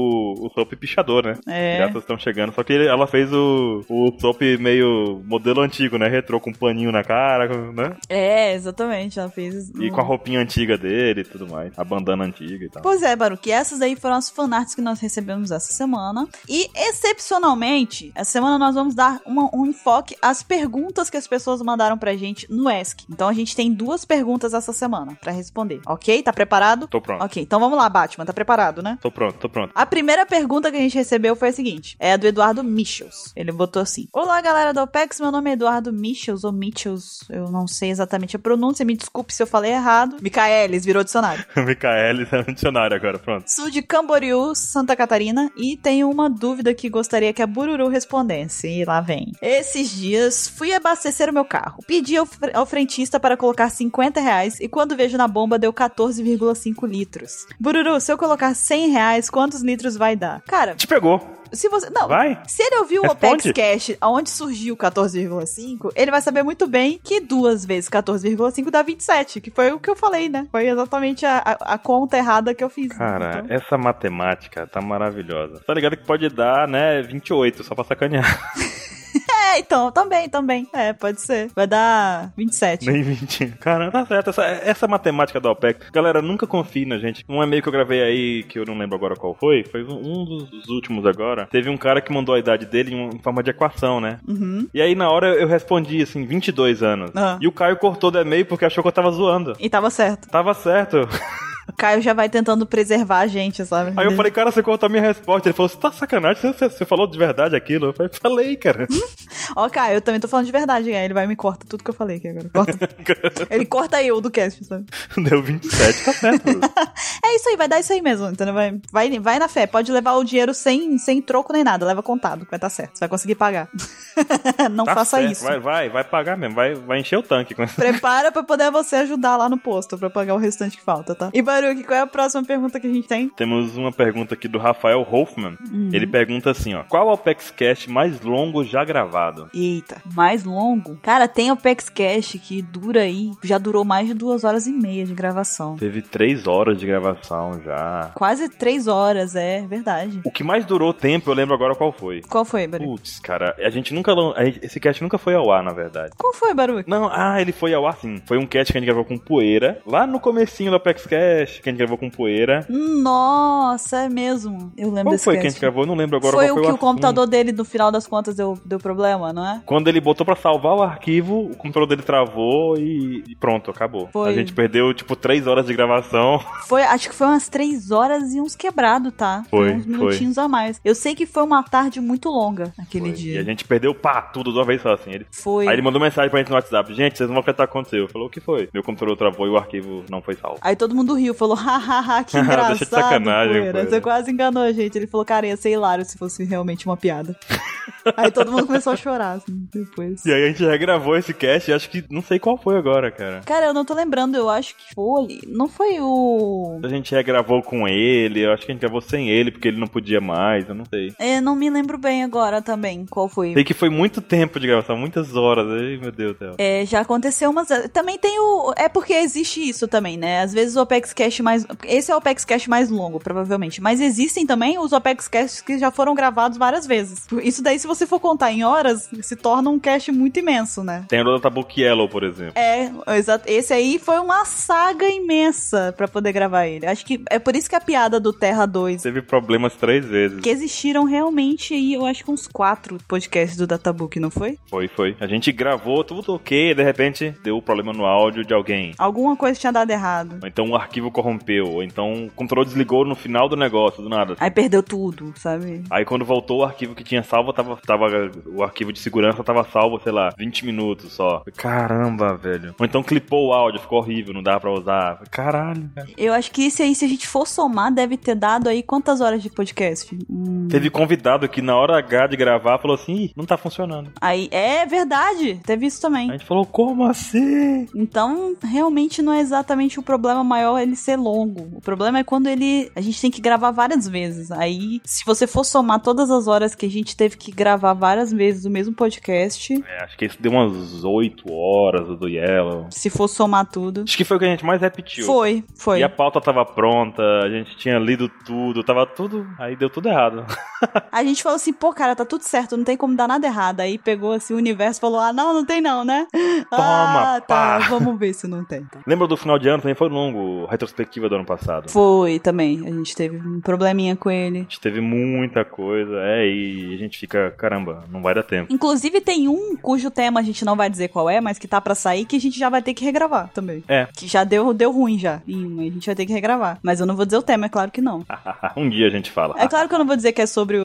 o soap pichador, né? É. As gatas estão chegando. Só que ela fez o soap meio modelo antigo, né? Retrô com um paninho na cara, né? É, exatamente. Ela fez... E com a roupinha antiga dele e tudo mais. A bandana antiga e tal. Pois é, Baruque. Essas aí foram as fanarts que nós recebemos essa semana. E, excepcionalmente, essa semana nós vamos dar um enfoque às perguntas que as pessoas mandaram pra gente no Ask. Então a gente tem 2 perguntas essa semana pra responder. Ok? Tá preparado? Tô pronto. Ok, então vamos lá, Batman. Tá preparado, né? Tô pronto. A primeira pergunta que a gente recebeu foi a seguinte. É a do Eduardo Michels. Ele botou assim: Olá, galera do OPEX. Meu nome é Eduardo Michels, ou Michels. Eu não sei exatamente a pronúncia. Me desculpe se eu falei errado. Micaelis, virou dicionário. Micaelis é um dicionário agora, pronto. Sou de Camboriú, Santa Catarina, e tenho uma dúvida que gostaria que a Bururu respondesse. E lá vem. Esses dias, fui abastecer o meu carro. Pedi ao frentista para colocar R$50 e quando vejo na bomba deu 14,5 litros. Bururu, se eu colocar R$100, quantos litros vai dar? Cara... Te pegou. Se você... Não, vai. Se ele ouviu o Opex Cash, onde surgiu 14,5, ele vai saber muito bem que 2 vezes 14,5 dá 27, que foi o que eu falei, né? Foi exatamente a conta errada que eu fiz. Cara, então... essa matemática tá maravilhosa. Tá ligado que pode dar, né, 28, só pra sacanear. É, então, também. É, pode ser. Vai dar 27. Nem 20. Cara, tá certo. Essa matemática da OPEX, galera, nunca confie na gente. Um e-mail que eu gravei aí, que eu não lembro agora qual foi um dos últimos agora. Teve um cara que mandou a idade dele em forma de equação, né? E aí, na hora, eu respondi, assim, 22 anos. E o Caio cortou do e-mail porque achou que eu tava zoando. E tava certo. Tava certo. O Caio já vai tentando preservar a gente, sabe? Aí eu falei, cara, você cortou a minha resposta. Ele falou, você tá sacanagem? Você falou de verdade aquilo? Eu falei, cara. Ó, Caio, eu também tô falando de verdade. Aí ele vai e me corta tudo que eu falei aqui agora. Ele corta eu do cast, sabe? Deu 27, tá certo. É isso aí, vai dar isso aí mesmo, entendeu? Vai na fé. Pode levar o dinheiro sem troco nem nada. Leva contado, vai tá certo. Você vai conseguir pagar. Não tá faça certo. isso. Vai pagar mesmo. Vai encher o tanque com isso. Prepara pra poder você ajudar lá no posto, pra pagar o restante que falta, tá? E Baruque, qual é a próxima pergunta que a gente tem? Temos uma pergunta aqui do Rafael Hoffman. Ele pergunta assim, ó. Qual Opex Cash mais longo já gravado? Eita, mais longo? Cara, tem Opex Cash que dura aí, já durou mais de 2h30 de gravação. Teve 3 horas de gravação já. Quase 3 horas, é verdade. O que mais durou tempo, eu lembro agora qual foi. Qual foi, Baruque? Putz, cara, a gente nunca... Esse cast nunca foi ao ar, na verdade. Qual foi, Baruque? Não, ele foi ao ar sim. Foi um cast que a gente gravou com Poeira, lá no comecinho do Opex Cash, que a gente gravou com Poeira. Nossa, é mesmo. Eu lembro desse Qual foi cast. que a gente gravou? Eu não lembro agora foi qual foi o que o o computador dele, no final das contas, deu problema, não é? Quando ele botou pra salvar o arquivo, o computador dele travou e pronto, acabou. Foi. A gente perdeu, 3 horas de gravação. Acho que foi umas 3 horas e uns quebrados, tá? Foi, uns minutinhos a mais. Eu sei que foi uma tarde muito longa aquele dia. E a gente perdeu, tudo de uma vez só, assim. Foi. Aí ele mandou mensagem pra gente no WhatsApp. Gente, vocês não vão acreditar o que aconteceu. Falou, o que foi? Meu computador travou e o arquivo não foi salvo. Aí todo mundo riu, falou, hahaha, que engraçado. Deixa de sacanagem, Poeira. Você quase enganou a gente. Ele falou, cara, ia ser hilário se fosse realmente uma piada. Aí todo mundo começou a chorar, assim, depois. E aí a gente regravou esse cast e acho que não sei qual foi agora, cara. Cara, eu não tô lembrando, eu acho que foi... Não foi o... A gente regravou com ele, eu acho que a gente gravou sem ele, porque ele não podia mais, eu não sei. Não me lembro bem agora também, qual foi. Sei que foi muito tempo de gravação, muitas horas, ai meu Deus do céu. Já aconteceu umas... Também tem o... É porque existe isso também, né? Às vezes o Opex Cash mais... Esse é o Opex Cash mais longo, provavelmente. Mas existem também os Opex Cash que já foram gravados várias vezes. Isso daí, se você for contar em horas, se torna um cache muito imenso, né? Tem o da Tabuki Yellow, por exemplo. Exato. Esse aí foi uma saga imensa pra poder gravar ele. Acho que é por isso que a piada do Terra 2... Teve problemas 3 vezes. Que existiram realmente aí, eu acho que uns 4 podcasts do Databook, não foi? Foi. A gente gravou tudo ok, de repente deu problema no áudio de alguém. Alguma coisa tinha dado errado. Ou então o arquivo corrompeu, ou então o computador desligou no final do negócio, do nada. Aí perdeu tudo, sabe? Aí quando voltou o arquivo que tinha salvo tava o arquivo de segurança tava salvo, sei lá, 20 minutos só. Caramba, velho. Ou então clipou o áudio, ficou horrível, não dá pra usar. Caralho, velho. Eu acho que isso aí, se a gente for somar, deve ter dado aí quantas horas de podcast? Teve convidado que na hora H de gravar falou assim, ih, não tá funcionando. Aí, é verdade, teve isso também. A gente falou, como assim? Então, realmente não é exatamente o problema maior ele ser longo. O problema é quando a gente tem que gravar várias vezes. Aí, se você for somar todas as horas que a gente teve que gravar várias vezes o mesmo podcast... acho que isso deu umas 8 horas do Yellow. Se for somar tudo. Acho que foi o que a gente mais repetiu. Foi. E a pauta tava pronta, a gente tinha lido tudo, tava tudo... Aí deu tudo errado. A gente falou assim, pô, cara, tá tudo certo, não tem como dar nada errado. Aí pegou assim o universo e falou, não tem não, né? Toma, tá, vamos ver se não tem. Lembra do final de ano? Também foi longo, retrospectiva do ano passado. Foi, também. A gente teve um probleminha com ele. A gente teve muita coisa, e a gente fica, caramba, não vai dar tempo. Inclusive tem um cujo tema a gente não vai dizer qual é, mas que tá pra sair, que a gente já vai ter que regravar também. Que já deu ruim já. E a gente vai ter que regravar. Mas eu não vou dizer o tema, é claro que não. Um dia a gente fala. É claro que eu não vou dizer que é sobre o...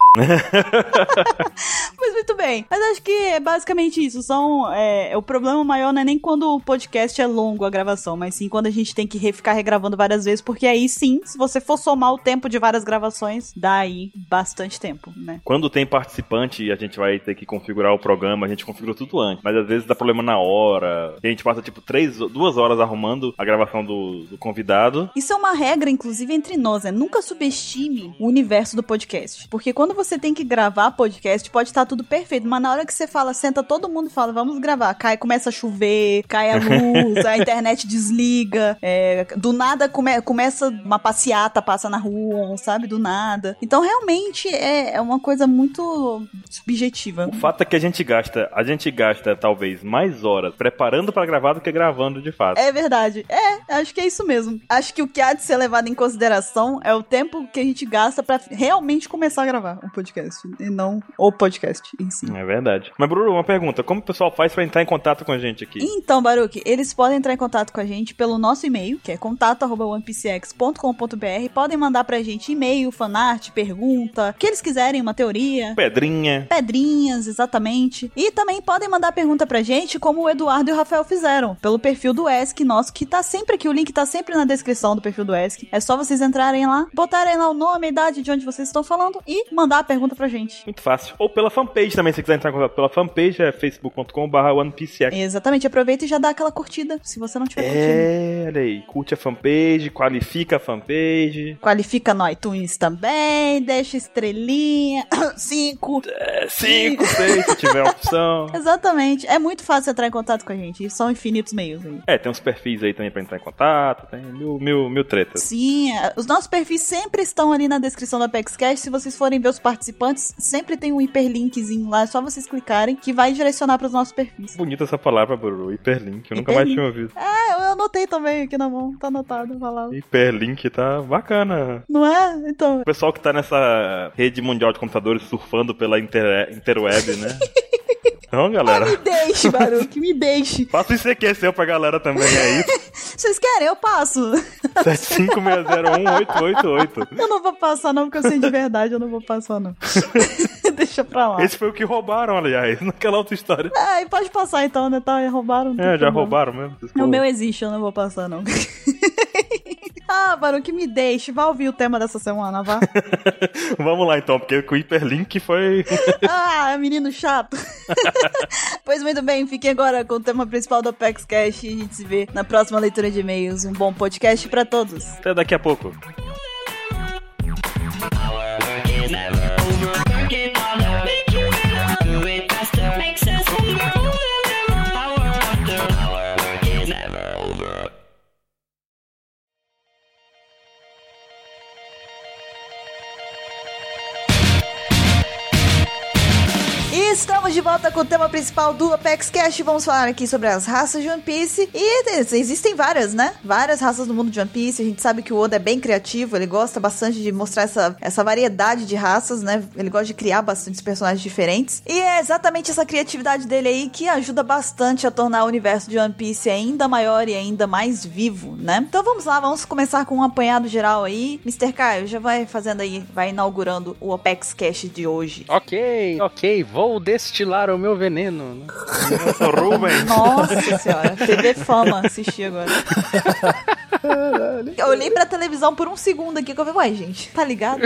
Mas muito bem. Mas acho que é basicamente isso. O problema maior não é nem quando o podcast é longo a gravação, mas sim quando a gente tem que ficar regravando várias vezes, porque aí sim, se você for somar o tempo de várias gravações, dá aí bastante tempo, né? Quando tem participante e a gente vai ter que configurar o programa, a gente configura tudo antes. Mas às vezes dá problema na hora. E a gente passa tipo 2 horas arrumando a gravação do convidado. Isso é uma regra, inclusive, entre nós, né? Nunca subestime o universo do podcast. Porque quando você tem que gravar podcast, pode estar tudo perfeito, mas na hora que você fala, senta todo mundo e fala, vamos gravar, começa a chover, cai a luz, a internet desliga, do nada começa uma passeata, passa na rua, sabe? Do nada. Então, realmente, é uma coisa muito subjetiva. O fato é que a gente gasta talvez mais horas preparando pra gravar do que gravando de fato. É verdade. Acho que é isso mesmo. Acho que o que há de ser levado em consideração é o tempo que a gente gasta pra realmente começar a gravar um podcast, e não o podcast em si. É verdade. Mas, Bruno, uma pergunta. Como o pessoal faz pra entrar em contato com a gente aqui? Então, Baruch, eles podem entrar em contato com a gente pelo nosso e-mail, que é contato@onepcx.com.br. Podem mandar pra gente e-mail, fanart, pergunta, o que eles quiserem, uma teoria. Pedrinhas, exatamente. E também podem mandar pergunta pra gente, como o Eduardo e o Rafael fizeram, pelo perfil do ESC nosso, que tá sempre aqui, o link tá sempre na descrição do perfil do ESC. É só vocês entrarem lá, botarem lá o nome, a idade de onde vocês estão falando e mandar a pergunta pra gente. Muito fácil. Ou pela fanpage também, se quiser entrar em contato pela fanpage, é facebook.com/onepcx. Exatamente, aproveita e já dá aquela curtida, se você não tiver curtindo. Olha aí, curte a fanpage, qualifica a fanpage. Qualifica no iTunes também, deixa estrelinha, 5. 5, 6, se tiver opção. Exatamente, é muito fácil entrar em contato com a gente, e são infinitos meios aí. Tem uns perfis aí também pra entrar em contato, tem mil tretas. Sim, os nossos perfis sempre estão ali na descrição do ApexCast, se vocês forem ver os participantes, sempre tem um hiperlinkzinho lá, é só vocês clicarem, que vai direcionar pros nossos perfis. Bonita essa palavra, Buru, hiperlink, eu nunca mais tinha ouvido. Eu anotei também aqui na mão, tá anotado a palavra. Hiperlink tá bacana. Não é? Então... O pessoal que tá nessa rede mundial de computadores surfando pela interweb, né? Não, galera. Me deixe, Baruch, me deixe. Passa o ICQ seu pra galera também, é isso? Vocês querem? Eu passo. 756018888. Eu não vou passar não, porque eu sei de verdade, eu não vou passar não. Deixa pra lá. Esse foi o que roubaram, aliás, naquela outra história. E pode passar então, né? Roubaram. Já roubaram mesmo. O meu existe, eu não vou passar não. Baruch, me deixe. Vai ouvir o tema dessa semana, vá. Vamos lá então, porque o hiperlink foi... menino chato. Pois muito bem, fiquem agora com o tema principal do ApexCast e a gente se vê na próxima leitura de e-mails. Um bom podcast pra todos. Até daqui a pouco. Estamos de volta com o tema principal do ApexCast. Vamos falar aqui sobre as raças de One Piece. E existem várias, né? Várias raças no mundo de One Piece. A gente sabe que o Oda é bem criativo. Ele gosta bastante de mostrar essa variedade de raças, né? Ele gosta de criar bastantes personagens diferentes. E é exatamente essa criatividade dele aí que ajuda bastante a tornar o universo de One Piece ainda maior e ainda mais vivo, né? Então vamos lá, vamos começar com um apanhado geral aí. Mr. Caio, já vai fazendo aí, vai inaugurando o ApexCast de hoje. Ok, vou Vou destilar o meu veneno. Rubem. Nossa senhora, TV Fama, assisti agora. Eu olhei pra televisão por um segundo aqui que eu falei, uai, gente, tá ligado?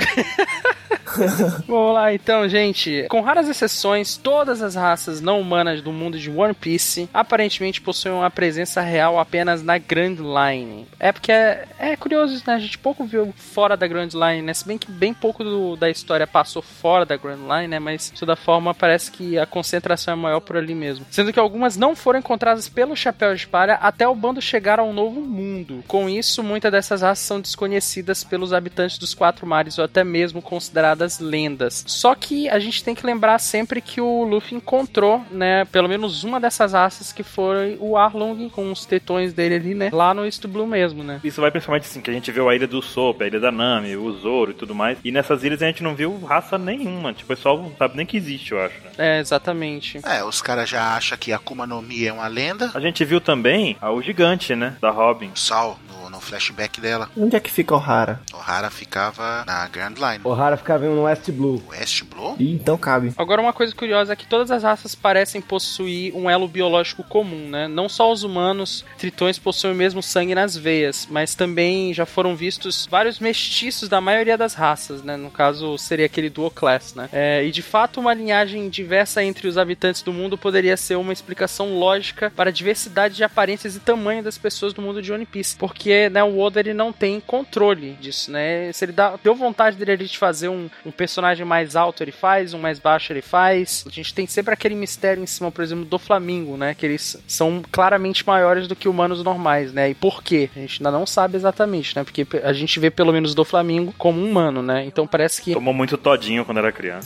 Vamos lá então, gente. Com raras exceções, todas as raças não humanas do mundo de One Piece aparentemente possuem uma presença real apenas na Grand Line. É porque é curioso, né? A gente pouco viu fora da Grand Line, né? Se bem que bem pouco da história passou fora da Grand Line, né? Mas de toda forma parece que a concentração é maior por ali mesmo. Sendo que algumas não foram encontradas pelo Chapéu de Palha até o bando chegar a um novo mundo. Com isso, muitas dessas raças são desconhecidas pelos habitantes dos Quatro Mares ou até mesmo consideradas lendas. Só que a gente tem que lembrar sempre que o Luffy encontrou, né, pelo menos uma dessas raças, que foi o Arlong com os tetões dele ali, né, lá no East Blue mesmo, né. Isso vai principalmente assim, que a gente viu a ilha do Usopp, a ilha da Nami, o Zoro e tudo mais, e nessas ilhas a gente não viu raça nenhuma, tipo, o pessoal não sabe nem que existe, eu acho, né. É, exatamente. Os caras já acham que a Akuma no Mi é uma lenda. A gente viu também o gigante, né, da Robin. Sol, no flashback dela. Onde é que fica Ohara? Ohara ficava na Grand Line. Ohara ficava no West Blue. West Blue? Ih, então cabe. Agora, uma coisa curiosa é que todas as raças parecem possuir um elo biológico comum, né? Não só os humanos, tritões possuem o mesmo sangue nas veias, mas também já foram vistos vários mestiços da maioria das raças, né? No caso, seria aquele Dual Class, né? E de fato, uma linhagem diversa entre os habitantes do mundo poderia ser uma explicação lógica para a diversidade de aparências e tamanho das pessoas do mundo de One Piece, porque, né, o Oda ele não tem controle disso, né? Se ele deu vontade dele de fazer um personagem mais alto, ele faz, um mais baixo ele faz. A gente tem sempre aquele mistério em cima, por exemplo, do Flamingo, né? Que eles são claramente maiores do que humanos normais, né? E por quê? A gente ainda não sabe exatamente, né? Porque a gente vê pelo menos do Flamingo como um humano, né? Então parece que... Tomou muito todinho quando era criança.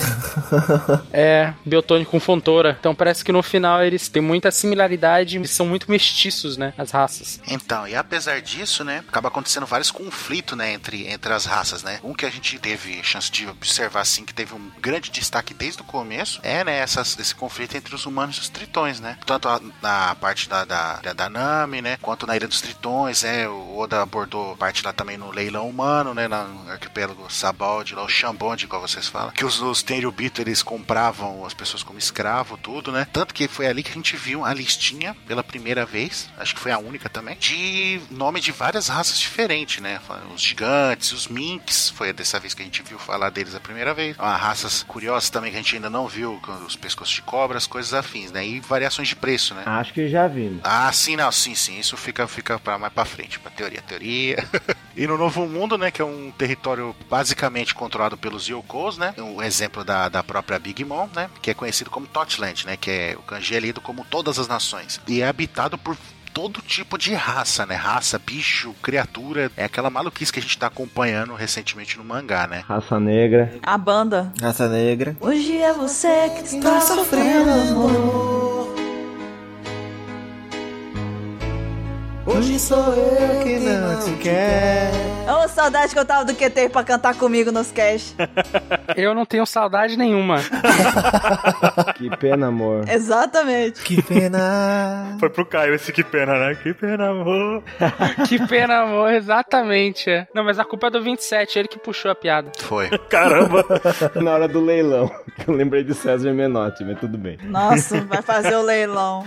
Biotônico com Fontoura. Então parece que no final eles têm muita similaridade e são muito mestiços, né? As raças. Então, e apesar disso, né? Acaba acontecendo vários conflitos, né? Entre as raças, né? Um que a gente teve chance de observar, assim, que teve um grande destaque desde o começo, né? Esse conflito entre os humanos e os tritões, né? Tanto na parte da Nami, né? Quanto na Ilha dos Tritões, o Oda abordou parte lá também no leilão humano, né? No arquipélago Sabaldi, lá o Chambonde, igual vocês falam, que os Tenryubito, eles compravam as pessoas como escravo, tudo, né? Tanto que foi ali que a gente viu a listinha pela primeira vez, acho que foi a única também, de nome de várias raças diferentes, né? Os gigantes, os minks, foi dessa vez que a gente viu falar deles a primeira vez. Raças curiosas também que a gente ainda não viu, os pescoços de cobra, as coisas afins, né? E variações de preço, né? Acho que já vimos. Sim, isso fica mais pra frente, pra teoria. E no Novo Mundo, né, que é um território basicamente controlado pelos Yokos, né? Um exemplo da própria Big Mom, né? Que é conhecido como Totland, né? Que é o kanji é lido como todas as nações. E é habitado por todo tipo de raça, né? Raça, bicho, criatura. É aquela maluquice que a gente tá acompanhando recentemente no mangá, né? Raça negra. A banda. Raça negra. Hoje é você que está sofrendo, amor. Hoje sou eu que não te quero. Ô, saudade que eu tava do QT pra cantar comigo nos cash. Eu não tenho saudade nenhuma. Que pena, amor. Exatamente. Que pena. Foi pro Caio esse que pena, né? Que pena, amor. Que pena, amor, exatamente. Não, mas a culpa é do 27, ele que puxou a piada. Foi. Caramba. Na hora do leilão. Eu lembrei de César Menotti, mas tudo bem. Nossa, vai fazer o leilão.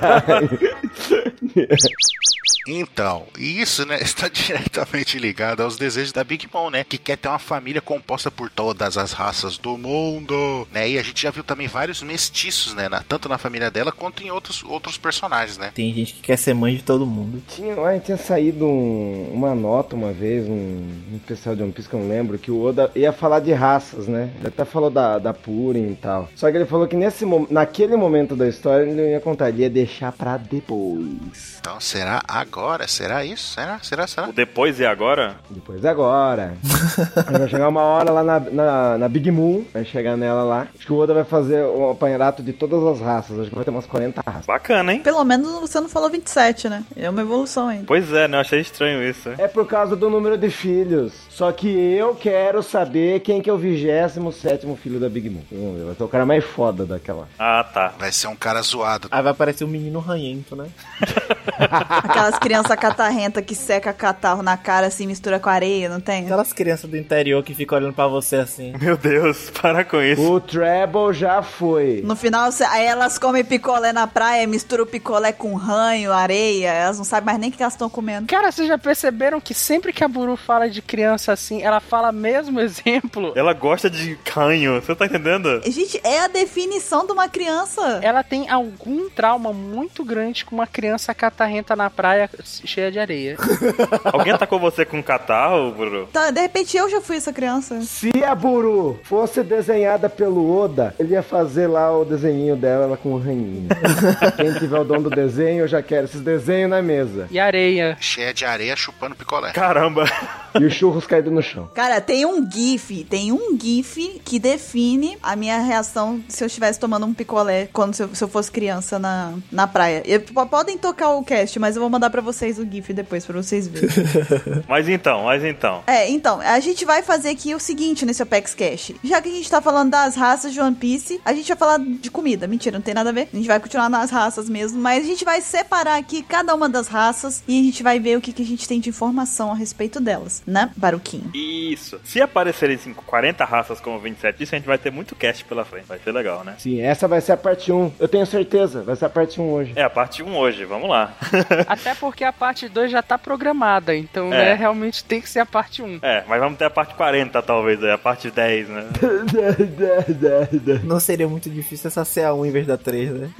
Então, isso, né, está diretamente ligado aos desejos da Big Mom, né, que quer ter uma família composta por todas as raças do mundo, né, e a gente já viu também vários mestiços, né, tanto na família dela quanto em outros personagens, né. Tem gente que quer ser mãe de todo mundo. Tinha saído uma nota uma vez, um especial de One Piece que eu não lembro, que o Oda ia falar de raças, né, ele até falou da Purim e tal, só que ele falou que naquele momento da história ele não ia contar, ele ia deixar pra depois. Então, será agora? Será isso? Será? O depois e agora? Depois e agora. Aí vai chegar uma hora lá na Big Moon, vai chegar nela lá. Acho que o Oda vai fazer o apanhadato de todas as raças. Acho que vai ter umas 40 raças. Bacana, hein? Pelo menos você não falou 27, né? É uma evolução ainda. Pois é, né? Eu achei estranho isso. É por causa do número de filhos. Só que eu quero saber quem que é o 27º filho da Big Moon. Vamos ver, vai ser o cara mais foda daquela. Ah, tá. Vai ser um cara zoado. Aí vai aparecer um menino ranhento, né? Aquelas criança catarrenta que seca catarro na cara assim, mistura com areia, não tem? Aquelas crianças do interior que ficam olhando pra você assim. Meu Deus, para com isso. O Treble já foi. No final, aí elas comem picolé na praia, misturam o picolé com ranho, areia, elas não sabem mais nem o que elas estão comendo. Cara, vocês já perceberam que sempre que a Buru fala de criança assim, ela fala mesmo exemplo? Ela gosta de canho, você tá entendendo? Gente, é a definição de uma criança. Ela tem algum trauma muito grande com uma criança catarrenta na praia cheia de areia. Alguém atacou você com um catarro, Buru? Tá, de repente eu já fui essa criança. Se a Buru fosse desenhada pelo Oda, ele ia fazer lá o desenhinho dela, ela com um raninho. Quem tiver o dom do desenho, eu já quero esses desenhos na mesa. E areia. Cheia de areia chupando picolé. Caramba. E os churros caídos no chão. Cara, tem um gif que define a minha reação se eu estivesse tomando um picolé quando se eu fosse criança na praia. Podem tocar o cast, mas eu vou mandar pra vocês o gif depois, pra vocês verem. Mas então. Então, a gente vai fazer aqui o seguinte nesse Apex Cash. Já que a gente tá falando das raças de One Piece, a gente vai falar de comida. Mentira, não tem nada a ver. A gente vai continuar nas raças mesmo, mas a gente vai separar aqui cada uma das raças e a gente vai ver o que a gente tem de informação a respeito delas, né, Baruquinho? Isso. Se aparecerem 40 raças como o 27 disse, a gente vai ter muito cast pela frente. Vai ser legal, né? Sim, essa vai ser a parte 1. Eu tenho certeza, vai ser a parte 1 hoje. É a parte 1 hoje, vamos lá. Até porque a parte 2 já tá programada, então, né, realmente tem que ser a parte 1. Mas vamos ter a parte 40, talvez, a parte 10, né? Não seria muito difícil essa ser a 1 em vez da 3, né?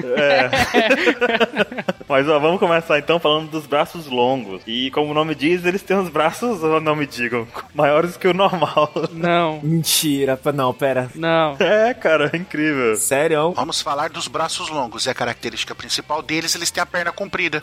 Mas, ó, vamos começar então falando dos braços longos. E como o nome diz, eles têm os braços, não me digam, maiores que o normal. Não. Mentira, não, pera. Não. Cara, é incrível. Sério? Vamos falar dos braços longos. E a característica principal deles, eles têm a perna comprida.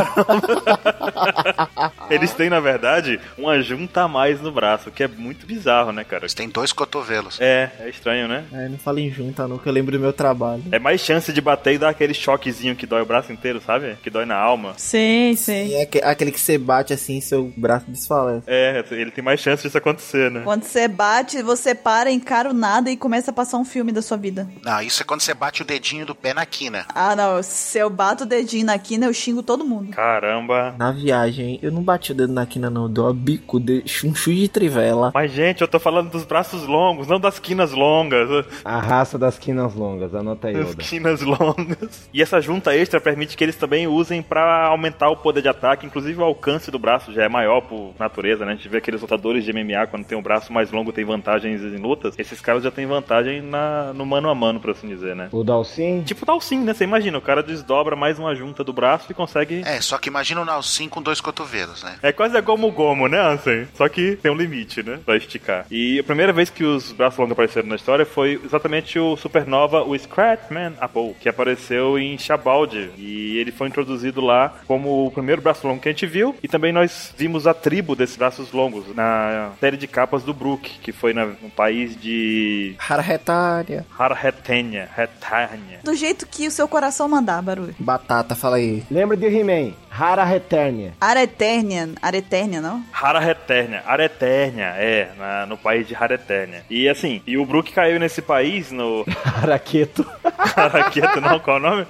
Eles têm, na verdade, uma junta a mais no braço, que é muito bizarro, né, cara? Eles têm 2 cotovelos. É estranho, né? Não falo em junta não, que eu lembro do meu trabalho. É mais chance de bater e dar aquele choquezinho que dói o braço inteiro, sabe? Que dói na alma. Sim. E é aquele que você bate assim, seu braço desfalece. Ele tem mais chance disso acontecer, né? Quando você bate, você para, encara o nada e começa a passar um filme da sua vida. Não, isso é quando você bate o dedinho do pé na quina. Ah, não. Se eu bato o dedinho na quina, eu xingo todo mundo. Caramba. Na viagem, eu não bati o dedo na quina não, eu dou a bico de um chute de trivela. Mas, gente, eu tô falando dos braços longos, não das quinas longas. A raça das quinas longas, anota aí, As Oda. quinas longas. E essa junta extra permite que eles também usem pra aumentar o poder de ataque, inclusive o alcance do braço já é maior por natureza, né? A gente vê aqueles lutadores de MMA, quando tem um braço mais longo, tem vantagens em lutas. Esses caras já têm vantagem no mano a mano, por assim dizer, né? O Dalsin? Tipo o Dalsin, né? Você imagina, o cara desdobra mais uma junta do braço e consegue... Só que imagina o Dalsin com 2 cotovelos, né? É quase a Gomu, né, Ansem? Só que tem um limite, né? Pra esticar. E a primeira vez que os braços longos apareceram na história foi exatamente o Supernova, o Scratman Apple, que apareceu em Shabaldi. E ele foi introduzido lá como o primeiro braço longo que a gente viu. E também nós vimos a tribo desses braços longos na série de capas do Brook, que foi no país de... Harretania. Retânia. Do jeito que o seu coração mandar, Barulho. Batata, fala aí. Lembra de He-Man? Hara Reternia. Areternia, não? Areternia, no país de Hareternia. E assim, o Brook caiu nesse país no... Araqueto. Araqueto, não, qual é o nome?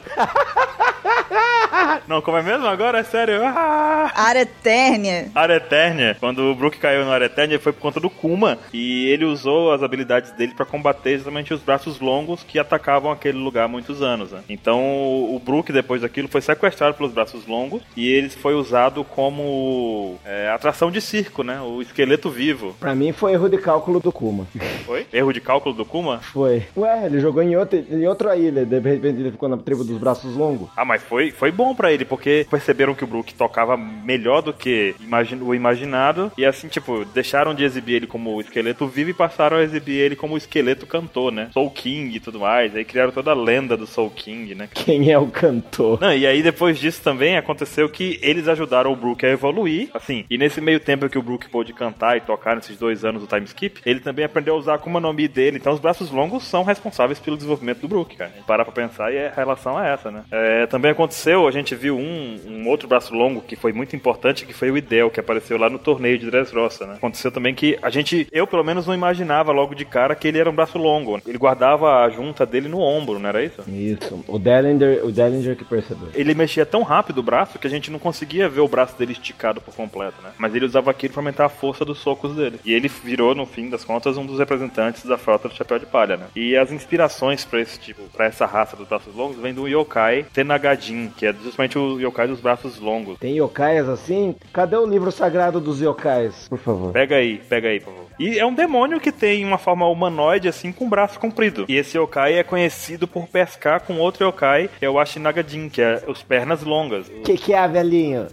Não, como é mesmo agora? É sério? Areternia. Quando o Brook caiu no Areternia, foi por conta do Kuma. E ele usou as habilidades dele pra combater exatamente os braços longos que atacavam aquele lugar há muitos anos, né? Então o Brook, depois daquilo, foi sequestrado pelos braços longos. E ele foi usado como atração de circo, né? O esqueleto vivo. Pra mim foi erro de cálculo do Kuma. Foi? Erro de cálculo do Kuma? Foi. Ué, ele jogou em outra ilha. De repente ele ficou na tribo dos braços longos. Ah, mas foi bom pra ele, porque perceberam que o Brook tocava melhor do que o imaginado. E assim, tipo, deixaram de exibir ele como o esqueleto vivo e passaram a exibir ele como o esqueleto cantor, né? Soul King e tudo mais. Aí criaram toda a lenda do Soul King, né? Quem é o cantor? Não, e aí depois disso também aconteceu que eles ajudaram o Brook a evoluir, assim, e nesse meio tempo que o Brook pôde cantar e tocar nesses 2 anos do time skip, ele também aprendeu a usar a Akuma no Mi dele. Então os braços longos são responsáveis pelo desenvolvimento do Brook, cara. Parar pra pensar e a relação é essa, né? Também aconteceu, gente viu um outro braço longo que foi muito importante, que foi o Idel, que apareceu lá no torneio de Dressrosa, né? Aconteceu também que eu pelo menos não imaginava logo de cara que ele era um braço longo. Ele guardava a junta dele no ombro, não era isso? Isso. O Dellinger que percebeu. Ele mexia tão rápido o braço que a gente não conseguia ver o braço dele esticado por completo, né? Mas ele usava aquilo pra aumentar a força dos socos dele. E ele virou, no fim das contas, um dos representantes da frota do Chapéu de Palha, né? E as inspirações pra essa raça dos braços longos vem do yokai Tenagadin, que é justamente o yokai dos braços longos. Tem yokais assim? Cadê o livro sagrado dos yokais, por favor? Pega aí, por favor. E é um demônio que tem uma forma humanoide, assim, com braço comprido. E esse yokai é conhecido por pescar com outro yokai, que é o Ashinagadin, que é os pernas longas. Que é, velhinho?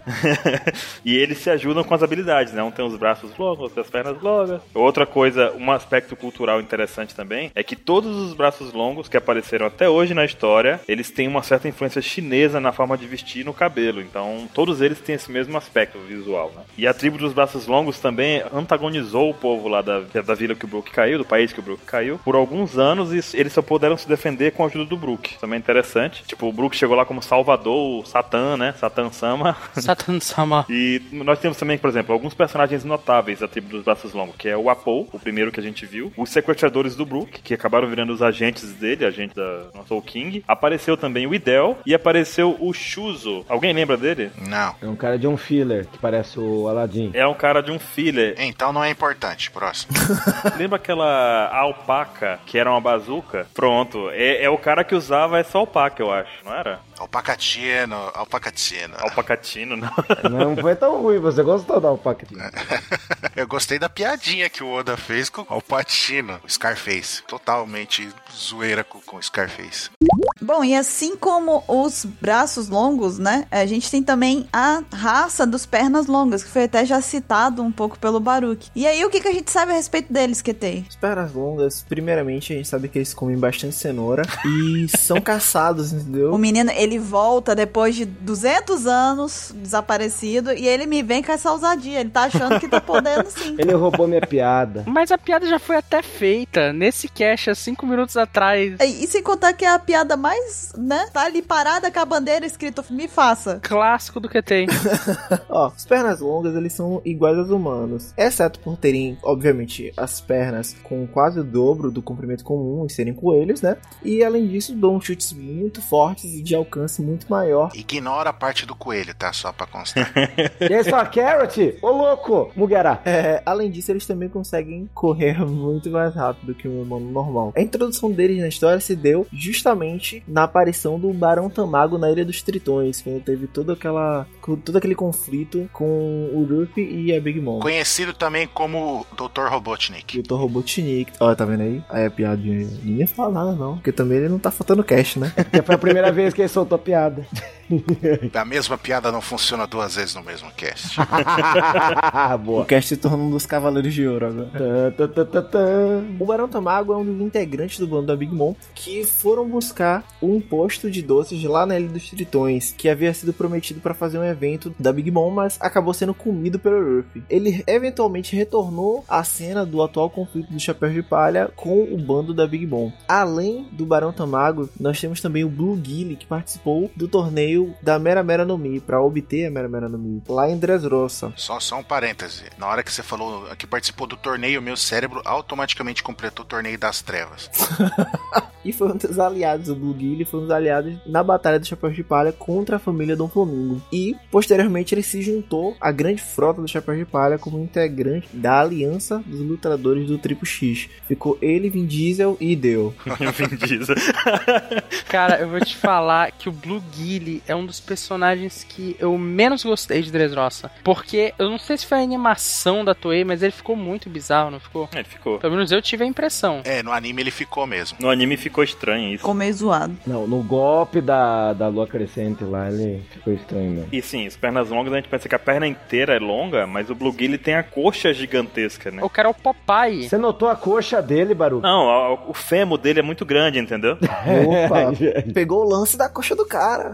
E eles se ajudam com as habilidades, né? Um tem os braços longos, outro tem as pernas longas. Outra coisa, um aspecto cultural interessante também, é que todos os braços longos que apareceram até hoje na história, eles têm uma certa influência chinesa na forma de vestir e no cabelo. Então, todos eles têm esse mesmo aspecto visual, né? E a tribo dos braços longos também antagonizou o povo lá da vila que o Brook caiu, do país que o Brook caiu, por alguns anos, e eles só puderam se defender com a ajuda do Brook. Também é interessante. Tipo, o Brook chegou lá como salvador, o Satã, né? Satã-sama. Satã-sama. E nós temos também, por exemplo, alguns personagens notáveis da tribo dos braços longos, que é o Apo, o primeiro que a gente viu, os sequestradores do Brook, que acabaram virando os agentes dele, agente da Soul King. Apareceu também o Idel e apareceu o Shuzo. Alguém lembra dele? Não. É um cara de um filler, que parece o Aladdin. É um cara de um filler. Então não é importante. Próximo. Lembra aquela alpaca que era uma bazuca? Pronto. É o cara que usava essa alpaca, eu acho, não era? Alpacatino. Alpacatino, não. Não foi tão ruim, você gostou da Alpacatino. Eu gostei da piadinha que o Oda fez com o Alpatino, o Scarface. Totalmente zoeira com o Scarface. Bom, e assim como os braços longos, né? A gente tem também a raça dos pernas longas, que foi até já citado um pouco pelo Baruch. E aí, o que a gente sabe a respeito deles, QT? As pernas longas, primeiramente, a gente sabe que eles comem bastante cenoura e são caçados, entendeu? O menino, ele volta depois de 200 anos desaparecido e ele me vem com essa ousadia. Ele tá achando que tá podendo sim. Ele roubou minha piada. Mas a piada já foi até feita nesse cast há 5 minutos atrás. E sem contar que é a piada mais, né? Tá ali parada com a bandeira escrito me faça. Clássico do que tem. Ó, as pernas longas, eles são iguais aos humanos, exceto por terem, obviamente, as pernas com quase o dobro do comprimento comum e serem coelhos, né? E além disso, dão chutes muito fortes e de alcance muito maior. Ignora a parte do coelho, tá? Só pra constar. E aí, só Carrot? Ô louco, Mugiará. Além disso, eles também conseguem correr muito mais rápido que um humano normal. A introdução deles na história se deu justamente na aparição do Barão Tamago na Ilha dos Tritões, quando teve todo aquele conflito com o Luffy e a Big Mom. Conhecido também como Dr. Robotnik. Dr. Robotnik. Ó, tá vendo aí? Aí a piadinha. Ninguém fala nada, não. Porque também ele não tá faltando cash, né? Porque foi a primeira vez que ele soltou a piada. A mesma piada não funciona 2 vezes no mesmo cast. Boa. O cast se tornou um dos Cavaleiros de Ouro agora. O Barão Tamago é um dos integrantes do bando da Big Mom que foram buscar um imposto de doces lá na Ilha dos Tritões, que havia sido prometido para fazer um evento da Big Mom, mas acabou sendo comido pelo Luffy. Ele eventualmente retornou à cena do atual conflito do Chapéu de Palha com o bando da Big Mom. Além do Barão Tamago, nós temos também o Blue Gilly, que participou do torneio da Mera Mera no Mi, para obter a Mera Mera no Mi, lá em Dressrosa. Só um parêntese. Na hora que você falou que participou do torneio, meu cérebro automaticamente completou o torneio das trevas. E foi um dos aliados, o Blue Gilly foi um dos aliados na Batalha do Chapéu de Palha contra a família Dom Flamingo. E, posteriormente, ele se juntou à grande frota do Chapéu de Palha como integrante da Aliança dos Lutadores do Triplo X. Ficou ele, Vin Diesel e Ideo. Vin Diesel. Cara, eu vou te falar que o Blue Gilly é um dos personagens que eu menos gostei de Dressrosa. Porque, eu não sei se foi a animação da Toei, mas ele ficou muito bizarro, não ficou? Ele ficou. Pelo menos eu tive a impressão. No anime ele ficou mesmo. No anime ficou estranho isso. Ficou meio zoado. Não, no golpe da lua crescente lá, ele ficou estranho mesmo. E sim, as pernas longas, a gente pensa que a perna inteira é longa, mas o Blue Gilly tem a coxa gigantesca, né? O cara é o Popeye. Você notou a coxa dele, Baru? Não, o fêmur dele é muito grande, entendeu? Opa, pegou o lance da coxa do cara. Ei!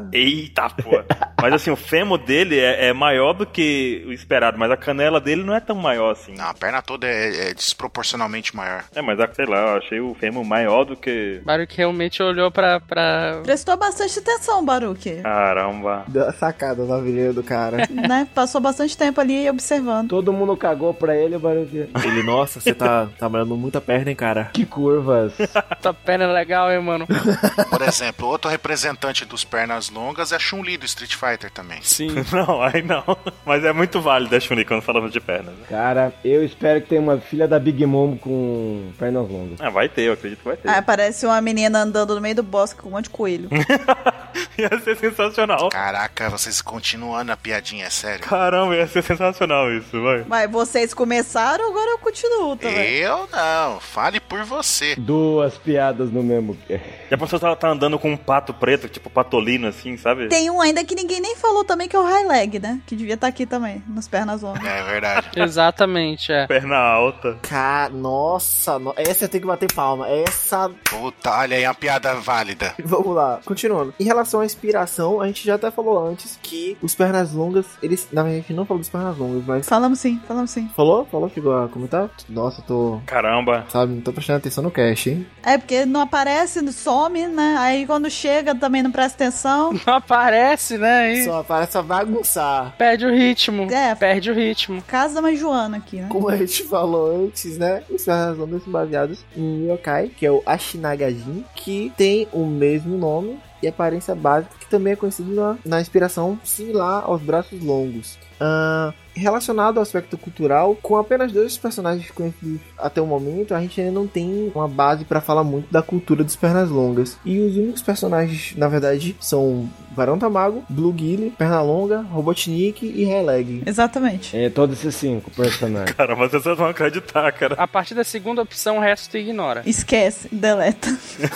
Eita, pô. Mas assim, o fêmur dele é maior do que o esperado, mas a canela dele não é tão maior assim. Não, a perna toda é desproporcionalmente maior. Mas sei lá, eu achei o fêmur maior do que... Baruch realmente olhou pra... Prestou bastante atenção, Baruch. Caramba. Deu a sacada na virilha do cara. Né? Passou bastante tempo ali observando. Todo mundo cagou pra ele, o Baruch. Ele, nossa, você tá trabalhando muita perna, hein, cara? Que curvas. Tua perna é legal, hein, mano? Por exemplo, outro representante dos pernas longas é a Chun-Li do Street Fighter também. Sim. Não, aí não. Mas é muito válido a Chun-Li quando falamos de pernas. Né? Cara, eu espero que tenha uma filha da Big Mom com pernas longas. Vai ter, eu acredito que vai ter. Parece uma menina andando no meio do bosque com um monte de coelho. Ia ser sensacional. Caraca, vocês continuando a piadinha, é sério? Caramba, ia ser sensacional isso, vai. Mas vocês começaram, agora eu continuo também. Eu não, fale por você. 2 piadas no mesmo. Já pensou se ela tá andando com um pato preto, tipo patolino assim, sabe? Tem um ainda que ninguém nem falou também, que é o high leg, né? Que devia estar aqui também, nas pernas longas. É verdade. Exatamente, Perna alta. Nossa, essa eu tenho que bater palma. Essa... Puta, olha aí, uma piada válida. Vamos lá, continuando. Em relação à inspiração, a gente já até falou antes que os pernas longas, eles... Na verdade, a gente não falou dos pernas longas, mas... Falamos sim. Falou? Chegou a comentar? Nossa, tô... Caramba. Sabe, não tô prestando atenção no cast, hein? É, porque não aparece, some, né? Aí quando chega também não presta atenção. Não aparece, né? E Só aparece pra bagunçar. perde o ritmo. Perde o ritmo. Casa da mãe Joana aqui, né? Como a gente falou antes, né? Os pernas longas são baseados em um yokai, que é o Ashinagajin, que tem o mesmo nome e aparência básica, que também é conhecido na inspiração similar aos braços longos. Relacionado ao aspecto cultural, com apenas 2 personagens conhecidos até o momento, a gente ainda não tem uma base para falar muito da cultura dos pernas longas. E os únicos personagens, na verdade, são Barão Tamago, Blue Gilly, Pernalonga, Robotnik e Releg. Exatamente. Todos esses 5 personagens. Caramba, vocês vão acreditar, cara. A partir da segunda opção, o resto tu ignora. Esquece, deleta.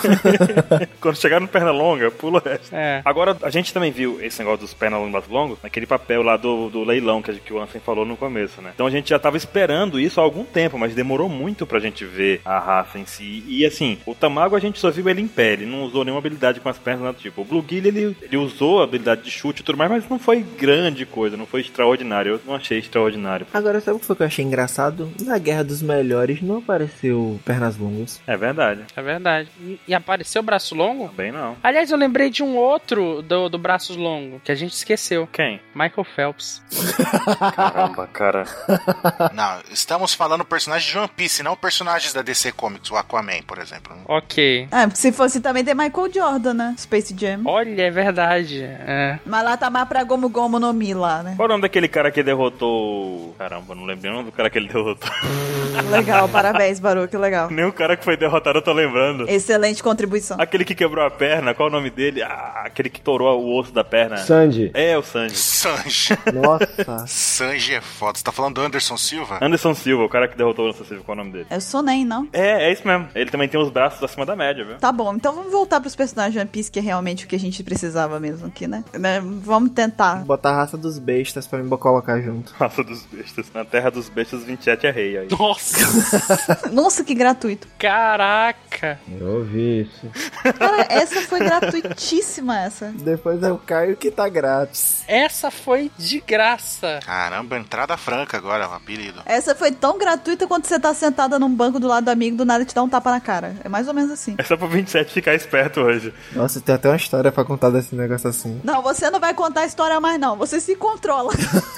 Quando chegar no perna longa, pula o resto. É. Agora, a gente também viu esse negócio dos pernas longos naquele papel lá do leilão que o Ansem falou no começo, né? Então a gente já tava esperando isso há algum tempo, mas demorou muito pra gente ver a raça em si. E assim, o Tamago a gente só viu ele em pé, ele não usou nenhuma habilidade com as pernas, nada do tipo. O Blue Gilly, ele usou a habilidade de chute e tudo mais, mas não foi grande coisa, não foi extraordinário. Eu não achei extraordinário. Agora, sabe o que foi que eu achei engraçado? Na Guerra dos Melhores não apareceu pernas longas. É verdade. É verdade. E apareceu o braço longo? Bem não. Aliás, eu lembrei de um outro do braços longo, que a gente esqueceu. Quem? Michael Phelps. Caramba, cara. Não, estamos falando personagens de One Piece, não personagens da DC Comics, o Aquaman, por exemplo. Ok. Se fosse também tem Michael Jordan, né? Space Jam. Olha, é verdade. É. Mas lá tá mais pra Gomu Gomu no Mi lá, né? Qual o nome daquele cara que derrotou... Caramba, não lembro o nome do cara que ele derrotou. Legal, parabéns, Baruch, legal. Nem o cara que foi derrotado eu tô lembrando. Excelente contribuição. Aquele que quebrou a perna, qual o nome dele? Aquele que torou o osso da perna. Sanji. É, o Sanji. Sanji. Nossa. Sanji é foda. Você tá falando do Anderson Silva? Anderson Silva, o cara que derrotou o Anderson Silva, qual é o nome dele? É o Sonen, não? É isso mesmo. Ele também tem os braços acima da média, viu? Tá bom, então vamos voltar pros personagens de One Piece, que é realmente o que a gente precisava mesmo aqui, né? Vamos tentar. Botar a raça dos bestas pra me colocar junto. Raça dos bestas. Na terra dos bestas, 27 é rei aí. Nossa! Nossa, que gratuito. Caraca! Eu ouvi isso. Cara, essa foi gratuitíssima, essa. Depois é o Caio que tá grátis. Essa foi de graça. Caramba, entrada franca agora, o apelido. Essa foi tão gratuita quanto você tá sentada num banco do lado do amigo, do nada te dá um tapa na cara. É mais ou menos assim. É só pro 27 ficar esperto hoje. Nossa, tem até uma história pra contar desse negócio assim. Não, você não vai contar a história mais, não. Você se controla.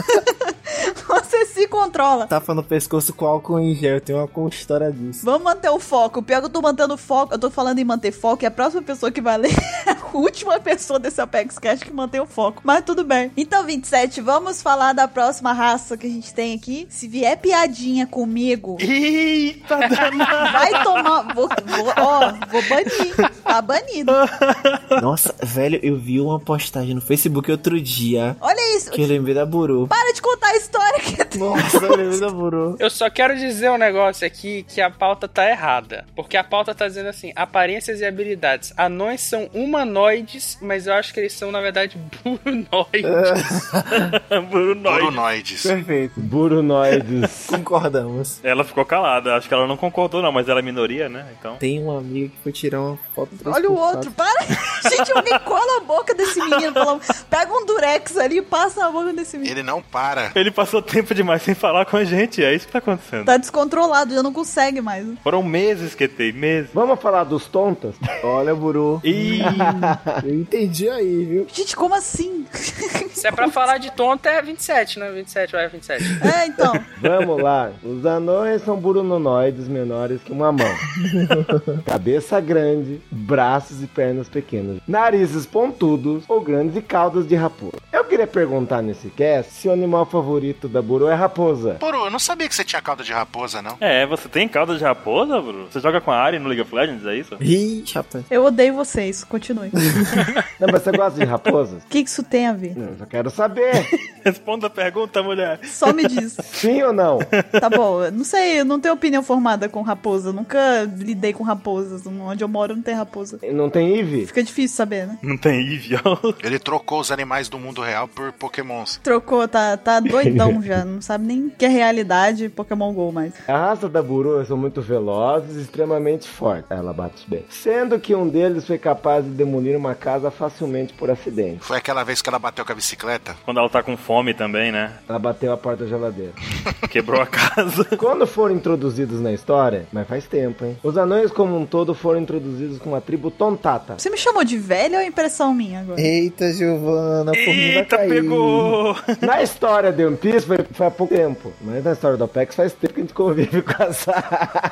Você se controla. Tapa no pescoço com álcool em gel. Tem uma história disso. Vamos manter o foco. O pior que eu tô mantendo o foco. Eu tô falando em manter foco. E a próxima pessoa que vai ler é a última pessoa desse Apex Cash que mantém o foco. Mas tudo bem. Então, 27, vamos falar da próxima raça que a gente tem aqui. Se vier piadinha comigo... Eita, danado. Vai tomar... Vou banir. Tá banido. Nossa, velho, eu vi uma postagem no Facebook outro dia. Olha isso. Que eu lembrei da Buru. Para de contar a história que... Nossa, eu lembrei da Buru. Eu só quero dizer um negócio aqui, que a pauta tá errada. Porque a pauta tá dizendo assim, aparências e habilidades. Anões são humanoides, mas eu acho que eles são, na verdade, burunoides. Burunoides. Perfeito. Burunoides. Concordamos. Ela ficou calada. Acho que ela não concordou, não, mas ela é minoria, né? Então. Tem uma amiga que foi tirar uma foto. Olha o outro. Para. Gente, alguém cola a boca desse menino. menino, pega um durex ali e passa na boca desse menino. Ele não para. Ele passou tempo demais sem falar com a gente, é isso que tá acontecendo. Tá descontrolado, já não consegue mais. Foram meses que tem, meses. Vamos falar dos tontas? Olha, Buru. Ih, Eu entendi aí, viu? Gente, como assim? Se é pra falar de tonto, é 27, né? 27, vai, 27. É, então. Vamos lá. Os anões são burunonoides menores que uma mão. Cabeça grande, braços e pernas pequenas. Narizes pontudos ou grandes e caudas de raposa. Eu queria perguntar nesse cast se o animal favorito da Buru é raposa. Buru, eu não sabia que você tinha cauda de raposa, não. você tem cauda de raposa, Bruno? Você joga com a Ari no League of Legends, é isso? Ih, rapaz. Eu odeio vocês, continue. Não, mas você gosta de raposas? O que isso tem a ver? Eu só quero saber. Responda a pergunta, mulher. Só me diz. Sim ou não? Tá bom, eu não sei, eu não tenho opinião formada com raposa. Eu nunca lidei com raposas. Onde eu moro não tem raposa. Não tem Eve? Fica difícil saber, né? Não tem Eve, Ele trocou os animais do mundo real por pokémons. Trocou, tá doidão já. Não sabe nem o que é realidade Pokémon GO mais. A raça da Buru são muito velozes e extremamente fortes. Ela bate bem. Sendo que um deles foi capaz de demolir uma casa facilmente por acidente. Foi aquela vez que ela bateu com a bicicleta? Quando ela tá com fome também, né? Ela bateu a porta da geladeira. Quebrou a casa. Quando foram introduzidos na história, mas faz tempo, hein? Os anões como um todo foram introduzidos com a tribo Tontata. Você me chamou de velho ou é impressão minha agora? Eita, Giovana, por mim vai cair. Pegou! Na história de One Piece foi há pouco tempo, mas na história do Apex faz tempo que a gente convive com essa.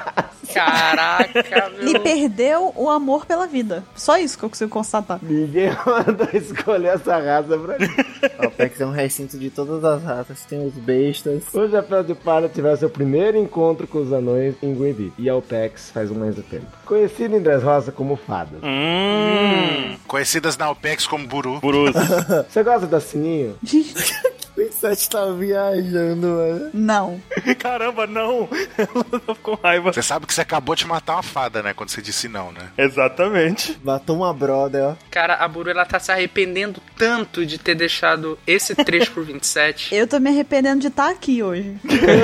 Caraca, meu. Ele perdeu o amor pela vida. Só isso que eu consigo constatar. Ninguém mandou escolher essa raça pra mim. O Apex é um recinto de todas as raças. Tem os bestas. O Chapéu de Palha tiver seu primeiro encontro com os anões em Green e a Apex faz um mês de tempo. Conhecido em Dressrosa como fadas. Conhecidas na OPEX como Buru. Burus. Você gosta da Sininho? O 27 tá viajando, mano. Não. Caramba, não! Ela tá com raiva. Você sabe que você acabou de matar uma fada, né? Quando você disse não, né? Exatamente. Matou uma brother, ó. Cara, a Buru, ela tá se arrependendo tanto de ter deixado esse trecho pro 27. Eu tô me arrependendo de estar aqui hoje.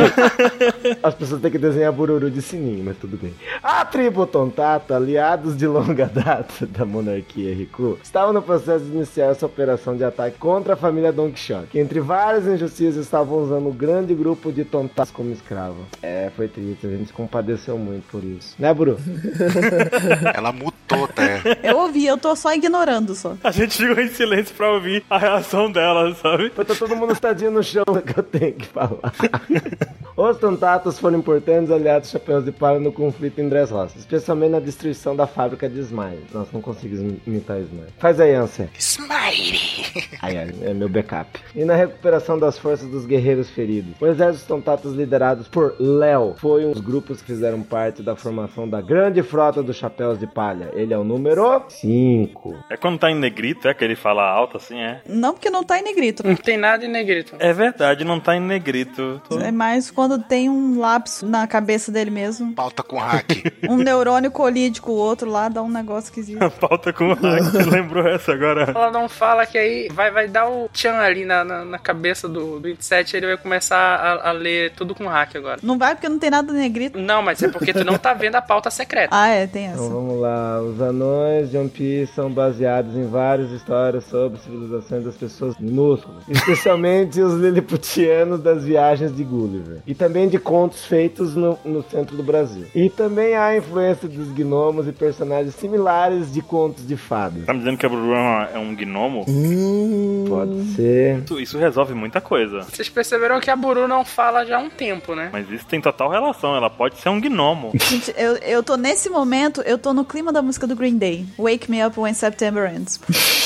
As pessoas têm que desenhar Bururu de Sininho, mas tudo bem. A tribo Tontata, aliados de longa data da monarquia Riku, estavam no processo de iniciar essa operação de ataque contra a família Don Quixote, que entre várias injustiças estavam usando um grande grupo de Tontatas como escravo. É, foi triste, a gente compadeceu muito por isso. Né, Buru? Ela mutou, tá? Eu ouvi, eu tô só ignorando só. A gente ficou em silêncio pra ouvir a reação dela, sabe? Tá todo mundo estadinho no chão que eu tenho que falar. Os Tontatas foram importantes aliados Chapéus de Palha no conflito em Dressrosa, especialmente na destruição da fábrica de Smile. Nossa, não consigo imitar Smile. Faz aí, Ansem. Smiley! Ai, é meu backup. E na recuperação das forças dos guerreiros feridos. O exército Tontatas liderados por Léo foi um dos grupos que fizeram parte da formação da grande frota dos Chapéus de Palha. Ele é o número 5. É quando tá em negrito, é que ele fala alto assim, é? Não, porque não tá em negrito. Não tem nada em negrito. É verdade, não tá em negrito. É mais quando tem um lapso na cabeça dele mesmo. Pauta com hack. Um neurônio colide com o outro lá, dá um negócio esquisito. A pauta com o hack, você lembrou essa agora? Ela não fala que aí vai dar o tchan ali na cabeça do 27, ele vai começar a ler tudo com hack agora. Não vai porque não tem nada em negrito. Não, mas é porque tu não tá vendo a pauta secreta. Ah, é, tem essa. Então vamos lá, os anões de One Piece são baseados em várias histórias sobre civilizações das pessoas minúsculas, especialmente os liliputianos das viagens de Gulliver, e também de contos feitos no centro do Brasil. E também há a influência dos gnomos e personagens similares de contos de fadas. Tá me dizendo que a Buru é um gnomo? Pode ser. Isso resolve muita coisa. Vocês perceberam que a Buru não fala já há um tempo, né? Mas isso tem total relação, ela pode ser um gnomo. Gente, eu tô nesse momento, eu tô no clima da música do Green Day. Wake Me Up When September Ends.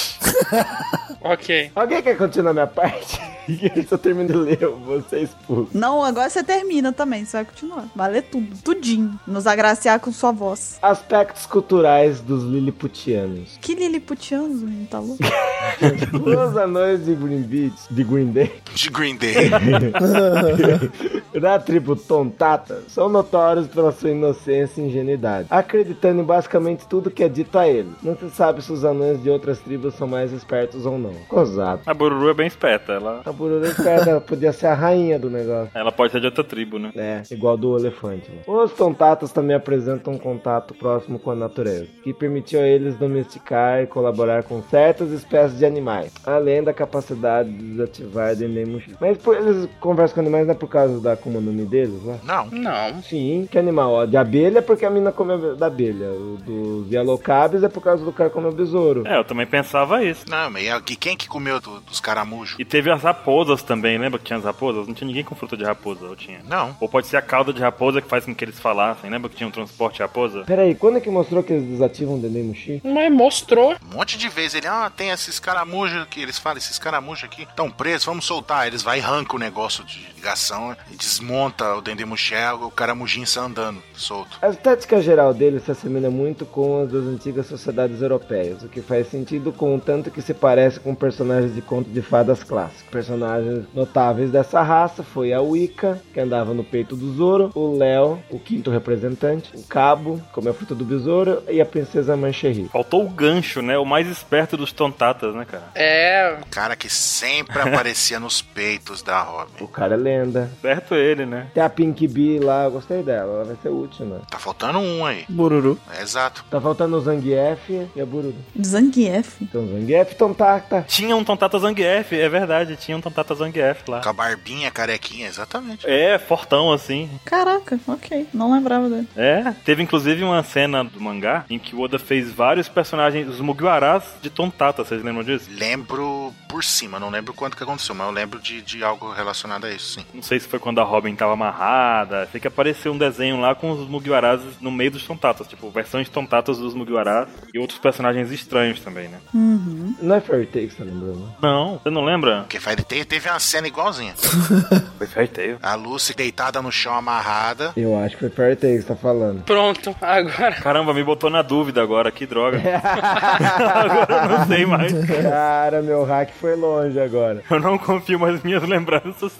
Ok. Alguém quer continuar minha parte? Se eu termino de ler, eu vou ser expulso. Não, agora você termina também, você vai continuar. Vai ler tudo, tudinho. Nos agraciar com sua voz. Aspectos culturais dos liliputianos. Que liliputianos, menino, tá louco? Os anões de Green Day De Green Day. da tribo Tontata são notórios pela sua inocência e ingenuidade, acreditando em basicamente tudo que é dito a eles. Não se sabe se os anões de outras tribos são mais espertos ou não. Gozado. A Bururu é bem esperta, ela... A Bururu é esperta, ela podia ser a rainha do negócio. Ela pode ser de outra tribo, né? É, igual do elefante. Né? Os tontatas também apresentam um contato próximo com a natureza, que permitiu a eles domesticar e colaborar com certas espécies de animais, além da capacidade de desativar Dendemushi. Mas eles conversam com animais não é por causa da Akuma no Mi deles, né? Não. Sim, que animal? Ó, de abelha é porque a mina come da abelha. O dos Yellow Cabs é por causa do cara comer o besouro. Eu também pensava isso. Não, mas quem que comeu dos caramujos? E teve as raposas também, lembra que tinha as raposas? Não tinha ninguém com fruta de raposa, ou tinha? Não. Ou pode ser a cauda de raposa que faz com que eles falassem, lembra que tinha um transporte de raposa? Peraí, quando é que mostrou que eles desativam o Dendemushi? Mas mostrou. Um monte de vezes ele, tem esses caramujos aqui, eles falam, esses caramujos aqui estão presos, vamos soltar. Eles vai e arrancam o negócio de ligação e desmonta o Dendemushi, o caramujinho sai andando, solto. A estética geral dele se assemelha muito com as das antigas sociedades europeias, o que faz sentido com o tanto que se parece com personagens de conto de fadas clássicos. Personagens notáveis dessa raça foi a Wicca, que andava no peito do Zoro, o Léo, o quinto representante, o Cabo, que comeu a fruta do besouro, e a princesa Mancherry. Faltou o gancho, né? O mais esperto dos tontatas, né, cara? O cara que sempre aparecia nos peitos da Robin. O cara é lenda. Esperto ele, né? Tem a Pink Bee lá, eu gostei dela, ela vai ser útil, né? Tá faltando um aí. Bururu. Exato. Tá faltando o Zangief e a Bururu. Zangief? Então, Zangief, Tontata. Tinha um Tontata Zangief, é verdade, tinha um Tontata Zangief lá. Com a barbinha, carequinha, exatamente. É, fortão assim. Caraca, ok. Não lembrava dele. Teve inclusive uma cena do mangá em que o Oda fez vários personagens, os Mugiwaras de Tontata, vocês lembram disso? Lembro por cima, não lembro quanto que aconteceu, mas eu lembro de algo relacionado a isso, sim. Não sei se foi quando a Robin tava amarrada, sei que apareceu um desenho lá com os Mugiwaras no meio dos Tontatas, tipo, versões de Tontatas dos Mugiwaras e outros personagens estranhos também, né? Uhum. Não é Fairy Tail que você tá lembrando? Não, você não lembra? Porque Fairy Tail teve uma cena igualzinha. Foi Fairy Tail. A Lucy deitada no chão, amarrada. Eu acho que foi Fairy Tail que você tá falando. Pronto, agora. Caramba, me botou na dúvida agora, que droga. Agora eu não sei mais. Cara, meu hack foi longe agora. Eu não confio mais nas minhas lembranças.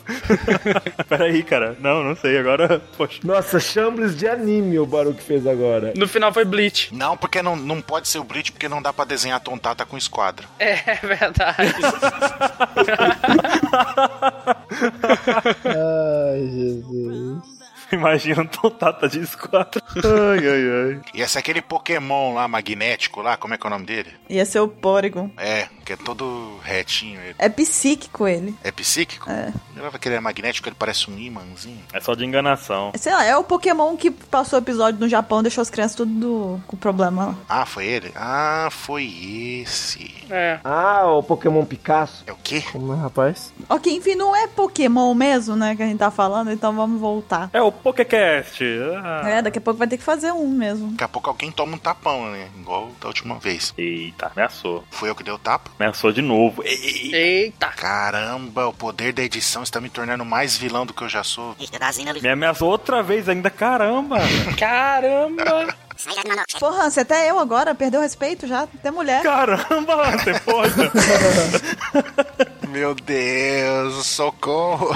Peraí, cara. Não sei, agora... Poxa. Nossa, Shambles de anime o Baruch fez agora. No final foi Bleach. Não, porque não pode ser o Bleach, porque não dá pra desenhar Tontata com esquadra. É verdade. Ai, Jesus. Imagina um Tontata de esquadra. Ai. Ia ser aquele Pokémon lá, magnético lá, como é que é o nome dele? Ia ser o Porygon. Que é todo retinho ele. É psíquico ele. É psíquico? É. Eu achava que ele é magnético, ele parece um imãzinho. É só de enganação. Sei lá, é o Pokémon que passou o episódio no Japão e deixou as crianças tudo com problema lá. Ah, foi ele? Ah, foi esse. O Pokémon Picasso. É o quê? Como é, rapaz? Ok, enfim, não é Pokémon mesmo, né, que a gente tá falando, então vamos voltar. É o Pokécast. Daqui a pouco vai ter que fazer um mesmo. Daqui a pouco alguém toma um tapão, né? Igual da última vez. Eita, ameaçou. Fui eu que dei o tapa? Ameaçou de novo. Eita. Caramba, o poder da edição está me tornando mais vilão do que eu já sou. Me ameaçou outra vez ainda, caramba. Caramba. Porra, você até eu agora, perdeu o respeito já, até mulher. Caramba, você pode. Meu Deus, socorro.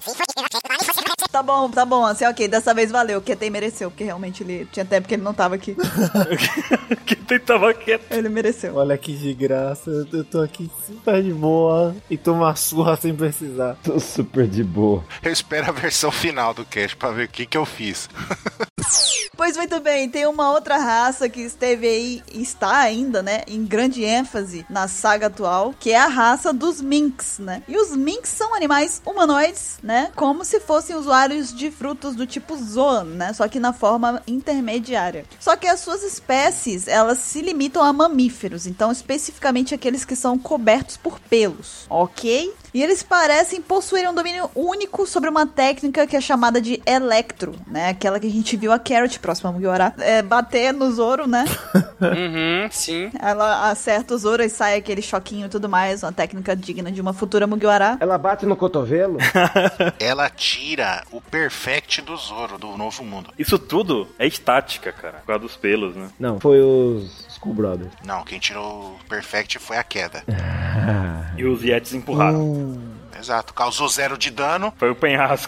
Tá bom, assim, ok, dessa vez valeu, que até mereceu, porque realmente ele tinha tempo que ele não tava aqui. Quem tava quieto. Ele mereceu. Olha que de graça, eu tô aqui super de boa e tomo uma surra sem precisar. Tô super de boa. Eu espero a versão final do cast pra ver o que eu fiz. Pois muito bem, tem uma outra raça que esteve aí, está ainda, né, em grande ênfase na saga atual, que é a raça dos Minks, né? E os Minks são animais humanoides, né, como se fossem usuários de frutos do tipo Zoan, né, só que na forma intermediária. Só que as suas espécies, elas se limitam a mamíferos, então especificamente aqueles que são cobertos por pelos, ok? E eles parecem possuir um domínio único sobre uma técnica que é chamada de Electro, né? Aquela que a gente viu a Carrot, próxima Mugiwara, bater no Zoro, né? Sim. Ela acerta o Zoro e sai aquele choquinho e tudo mais, uma técnica digna de uma futura Mugiwara. Ela bate no cotovelo? Ela tira o Perfect do Zoro, do Novo Mundo. Isso tudo é estática, cara, por causa dos pelos, né? Não, foi os Skull Brothers. Não, quem tirou o Perfect foi a queda. E os Yetis empurraram. Exato, causou 0 de dano. Foi o penhasco.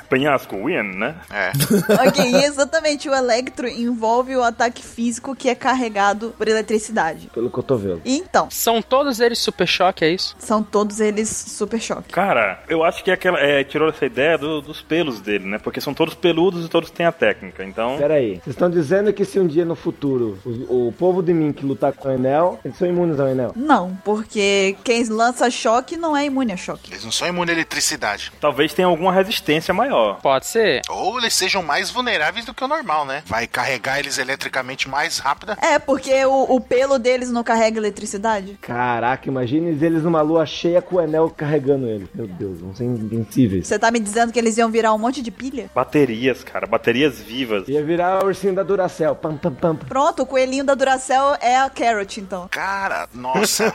Penhasco win, né? É. Ok, e exatamente, o Electro envolve o ataque físico que é carregado por eletricidade. Pelo cotovelo. Então, São todos eles Super Choque, é isso? são todos eles Super Choque. Cara, eu acho que tirou essa ideia dos pelos dele, né? Porque são todos peludos e todos têm a técnica, então... Pera aí, vocês estão dizendo que se um dia no futuro o povo de Mink lutar com o Enel, eles são imunes ao Enel? Não, porque quem lança choque não é imune a choque. Eles não são imunes à eletricidade. Talvez tenha alguma resistência maior. Pode ser. Ou eles sejam mais vulneráveis do que o normal, né? Vai carregar eles eletricamente mais rápida. É, porque o pelo deles não carrega eletricidade. Caraca, imagine eles numa lua cheia com o Enel carregando ele. Meu Deus, vão ser invencíveis. Você tá me dizendo que eles iam virar um monte de pilha? Baterias, cara, baterias vivas. Ia virar o ursinho da Duracell. Pam, pam, pam. Pronto, o coelhinho da Duracell é a Carrot, então. Cara, nossa.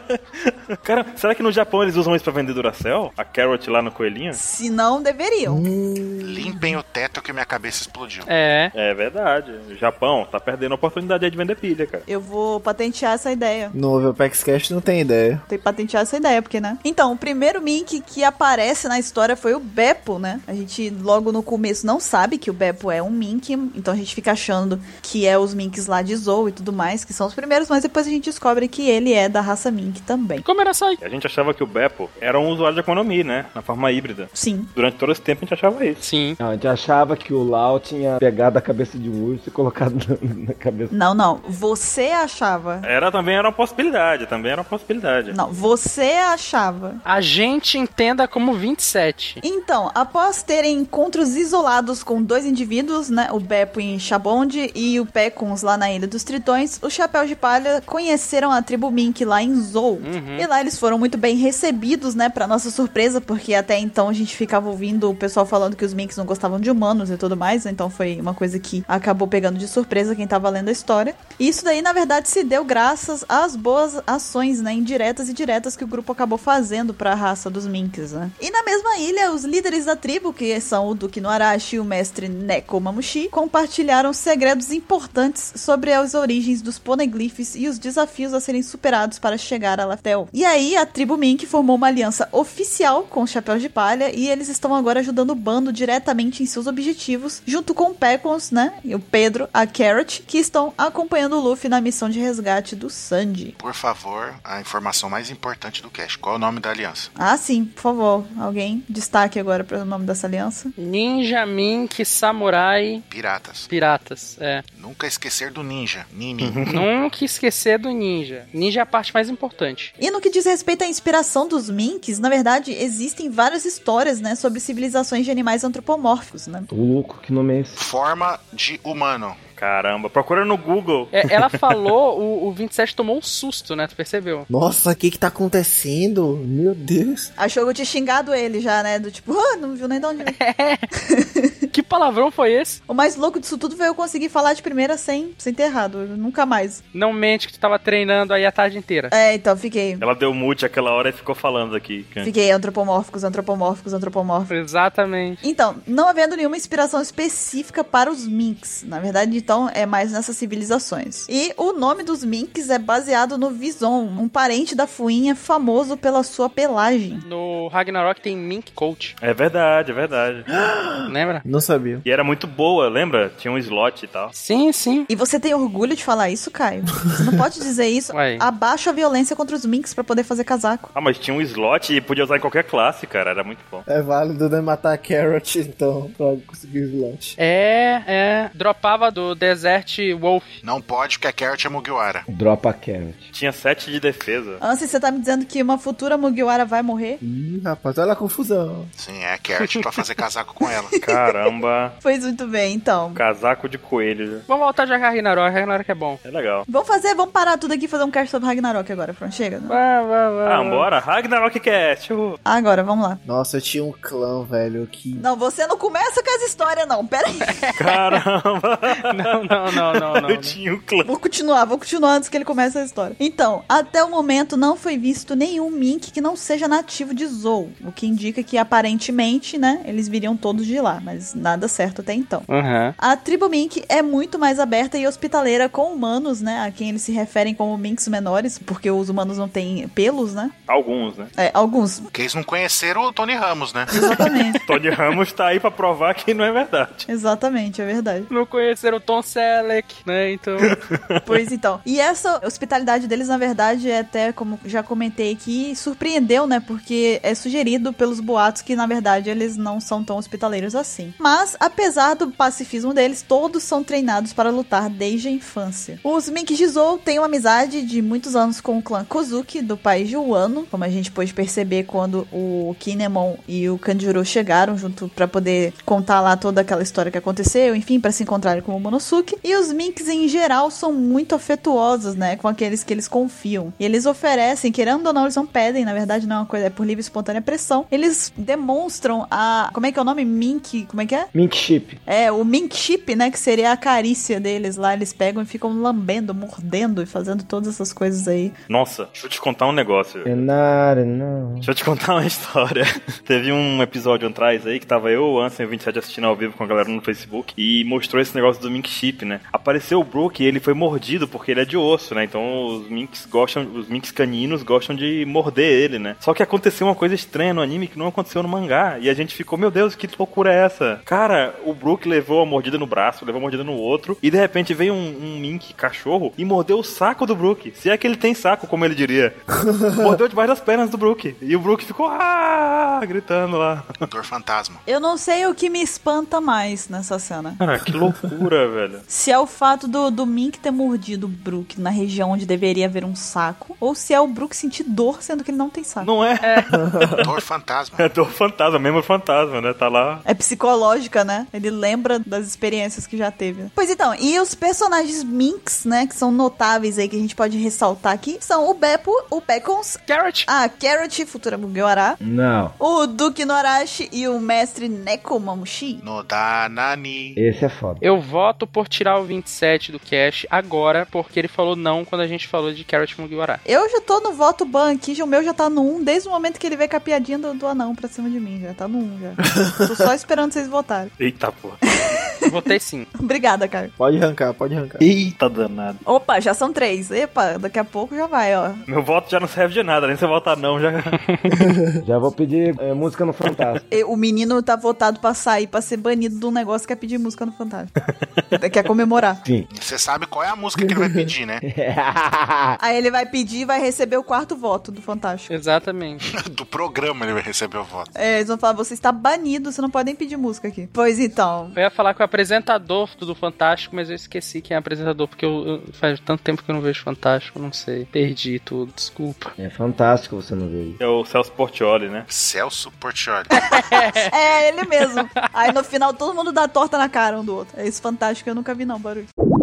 Cara, será que no Japão eles usam isso pra vender Duracell? A Carrot lá no coelhinho? Se não, deveriam. Limpem o teto que minha cabeça explodiu. É. É verdade. O Japão tá perdendo a oportunidade aí de vender pilha, cara. Eu vou patentear essa ideia. No Apex Cash não tem ideia. Tem que patentear essa ideia, porque, né? Então, o primeiro Mink que aparece na história foi o Beppo, né? A gente, logo no começo, não sabe que o Beppo é um Mink, então a gente fica achando que é os Minks lá de Zou e tudo mais, que são os primeiros, mas depois a gente descobre que ele é da raça Mink também. Como era só isso? A gente achava que o Beppo era um usuário de Akuma no Mi, né? Na forma híbrida. Sim. Durante todo esse tempo a gente achava isso. Sim. Não, a gente achava que o Lau tinha pegado a cabeça de um urso e colocado na cabeça. Não. Você achava. Também era uma possibilidade. Não, você achava. A gente entenda como 27. Então, após terem encontros isolados com dois indivíduos, né, o Beppo em Shabond e o Pécuns lá na Ilha dos Tritões, os Chapéus de Palha conheceram a tribo Mink lá em Zou. E lá eles foram muito bem recebidos, né, pra nossa surpresa, porque até então a gente ficava ouvindo o pessoal falando que os Minks não gostavam de humanos e tudo mais, então foi uma coisa que acabou pegando de surpresa quem tava lendo a história. E isso daí, na verdade, se deu graças às boas ações, né, indiretas e diretas que o grupo acabou fazendo pra raça dos Minks, né. E na mesma ilha, os líderes da tribo, que são o Duque no Arashi e o mestre Neko Mamushi, compartilharam segredos importantes sobre as origens dos poneglyphs e os desafios a serem superados para chegar a Laftel. E aí, a tribo Mink formou uma aliança oficial com os Chapéus de Palha e eles estão agora ajudando o bando diretamente em seus objetivos, junto com o Pécuns, né, e o Pedro, a Carrot, que estão acompanhando o Luffy na missão de resgate do Sanji. Por favor, a informação mais importante do cast. Qual é o nome da aliança? Ah, sim, por favor. Alguém destaque agora para o nome dessa aliança. Ninja, Mink, Samurai... Piratas, é. Nunca esquecer do ninja. Nini. Nunca esquecer do ninja. Ninja é a parte mais importante. E no que diz respeito à inspiração dos Minks, na verdade, existem várias histórias, né, sobre civilizações de animais antropomórficos, né? Tô louco, que nome é esse? Forma de humano. Caramba, procura no Google. Ela falou, o 27 tomou um susto, né? Tu percebeu? Nossa, o que tá acontecendo? Meu Deus. Achou que eu tinha xingado ele já, né? Do tipo, não viu nem de onde veio. Que palavrão foi esse? O mais louco disso tudo foi eu conseguir falar de primeira sem ter errado. Nunca mais. Não mente que tu tava treinando aí a tarde inteira. É, então, fiquei. Ela deu mute aquela hora e ficou falando aqui. Fiquei antropomórficos. Exatamente. Então, não havendo nenhuma inspiração específica para os Minks. Na verdade, então, é mais nessas civilizações. E o nome dos Minks é baseado no Vizon, um parente da fuinha famoso pela sua pelagem. No Ragnarok tem Mink Coat. É verdade. Lembra? Não sabia. E era muito boa, lembra? Tinha um slot e tal. Sim. E você tem orgulho de falar isso, Caio? Você não pode dizer isso. Ué. Abaixa a violência contra os Minks pra poder fazer casaco. Ah, mas tinha um slot e podia usar em qualquer classe, cara. Era muito bom. É válido, né, matar a Carrot, então, pra conseguir o slot. Dropava do Desert Wolf. Não pode, porque a Carrot é Mugiwara. Dropa a Carrot. Tinha 7 de defesa. Ansem, você tá me dizendo que uma futura Mugiwara vai morrer? Ih, rapaz, olha a confusão. Sim, é a Carrot pra fazer casaco com ela. Caramba. Pois muito bem, então. Casaco de coelho. Vamos voltar a jogar Ragnarok é bom. É legal. Vamos parar tudo aqui e fazer um cast sobre Ragnarok agora, Fran. Chega, né? Bora. Ragnarok Cast. Agora, vamos lá. Nossa, eu tinha um clã, velho, que... Não, você não começa com as histórias, não. Pera aí. Caramba. Não. Eu tinha um clã. Vou continuar antes que ele comece a história. Então, até o momento não foi visto nenhum Mink que não seja nativo de Zou, o que indica que aparentemente, né, eles viriam todos de lá, mas nada certo até então. A tribo Mink é muito mais aberta e hospitaleira com humanos, né, a quem eles se referem como Minks menores, porque os humanos não têm pelos, né? Alguns, né? Alguns. Porque eles não conheceram o Tony Ramos, né? Exatamente. Tony Ramos tá aí pra provar que não é verdade. Exatamente, é verdade. Não conheceram o Tom Selleck, né, então... Pois então. E essa hospitalidade deles, na verdade, é até, como já comentei aqui, surpreendeu, né, porque é sugerido pelos boatos que, na verdade, eles não são tão hospitaleiros assim. Mas, apesar do pacifismo deles, todos são treinados para lutar desde a infância. Os Mink de Zou têm uma amizade de muitos anos com o clã Kozuki, do país de Wano, como a gente pôde perceber quando o Kinemon e o Kanjuro chegaram junto para poder contar lá toda aquela história que aconteceu, enfim, para se encontrarem com o Momonosuke. E os Minks, em geral, são muito afetuosos, né, com aqueles que eles confiam. E eles oferecem, querendo ou não, eles não pedem, na verdade não é uma coisa, é por livre e espontânea pressão. Eles demonstram como é que é o nome? Mink, como é que é? Minkship. O Minkship, né, que seria a carícia deles lá, eles pegam e ficam lambendo, mordendo e fazendo todas essas coisas aí. Nossa, deixa eu te contar um negócio. Deixa eu te contar uma história. Teve um episódio atrás aí que tava eu, o Ansem e o 27 assistindo ao vivo com a galera no Facebook e mostrou esse negócio do Minkship, né? Apareceu o Brook e ele foi mordido porque ele é de osso, né? Então os Minks caninos gostam de morder ele, né? Só que aconteceu uma coisa estranha no anime que não aconteceu no mangá e a gente ficou, meu Deus, que loucura é essa? Cara, o Brook levou a mordida no braço, levou a mordida no outro e de repente veio um Mink cachorro e mordeu o saco do Brook. Se é que ele tem saco, como ele diria. Mordeu debaixo das pernas do Brook. E o Brook ficou gritando lá. Dor fantasma. Eu não sei o que me espanta mais nessa cena. Cara, que loucura, velho. Se é o fato do Mink ter mordido o Brook na região onde deveria haver um saco, ou se é o Brook sentir dor, sendo que ele não tem saco. Não é? Dor fantasma. É dor fantasma, mesmo fantasma, né? Tá lá. É psicológica, né? Ele lembra das experiências que já teve. Pois então, e os personagens Minks, né, que são notáveis aí, que a gente pode ressaltar aqui, são o Beppo, o Pecons, Carrot, Carrot, futura Mugiwara, Não. o Duke Norashi e o mestre Nekomamushi. No Danani. Esse é foda. eu voto por tirar o 27 do cast agora, porque ele falou não quando a gente falou de Carrot Mugiwara. Eu já tô no voto ban aqui, o meu já tá no 1, desde o momento que ele veio com a piadinha do anão pra cima de mim, já tá no 1 já. Tô só esperando vocês votarem. Eita, porra. Votei sim. Obrigada, cara. Pode arrancar, pode arrancar. Eita, danado. Opa, já são 3. Epa, daqui a pouco já vai, ó. Meu voto já não serve de nada, nem se eu votar não, já... Já vou pedir música no Fantástico. O menino tá votado pra sair, pra ser banido de um negócio que é pedir música no Fantástico. Quer comemorar. Sim. Você sabe qual é a música que ele vai pedir, né? Aí ele vai pedir e vai receber o 4º voto do Fantástico. Exatamente. Do programa ele vai receber o voto. Eles vão falar, você está banido, você não pode nem pedir música aqui. Pois então. Eu ia falar com o apresentador do Fantástico, mas eu esqueci quem é apresentador, porque faz tanto tempo que eu não vejo Fantástico, não sei. Perdi tudo, desculpa. É fantástico você não ver isso. É o Celso Portiolli, né? Celso Portiolli. É, ele mesmo. Aí no final todo mundo dá torta na cara um do outro. É isso fantástico, eu nunca vi não, barulho.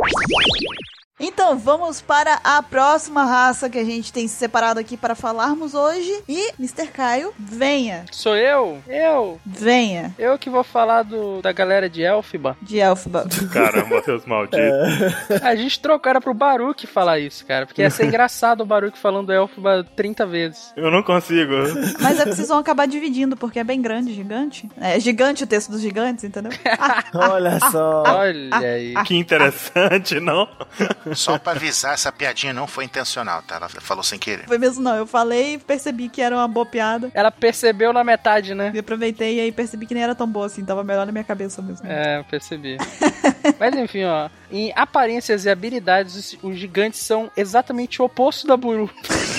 Então, vamos para a próxima raça que a gente tem separado aqui para falarmos hoje. E, Mr. Caio, venha. Sou eu? Venha. Eu que vou falar da galera de Elphaba. De Elphaba. Caramba, seus malditos. A gente trocou, era pro Baruch falar isso, cara. Porque ia ser engraçado o Baruch falando Elphaba 30 vezes. Eu não consigo. Mas é que vocês vão acabar dividindo, porque é bem grande, gigante. É gigante o texto dos gigantes, entendeu? Olha só. Olha aí. Que interessante, não? Só pra avisar, essa piadinha não foi intencional, tá? Ela falou sem querer. Foi mesmo não, eu falei e percebi que era uma boa piada. Ela percebeu na metade, né? E aproveitei e aí percebi que nem era tão boa assim, tava melhor na minha cabeça mesmo. É, eu percebi. Mas enfim, ó, em aparências e habilidades, os gigantes são exatamente o oposto da Buru.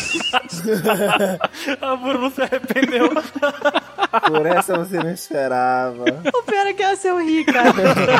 A Buru não se arrependeu. Por essa você não esperava. O pior é que essa eu ri, cara.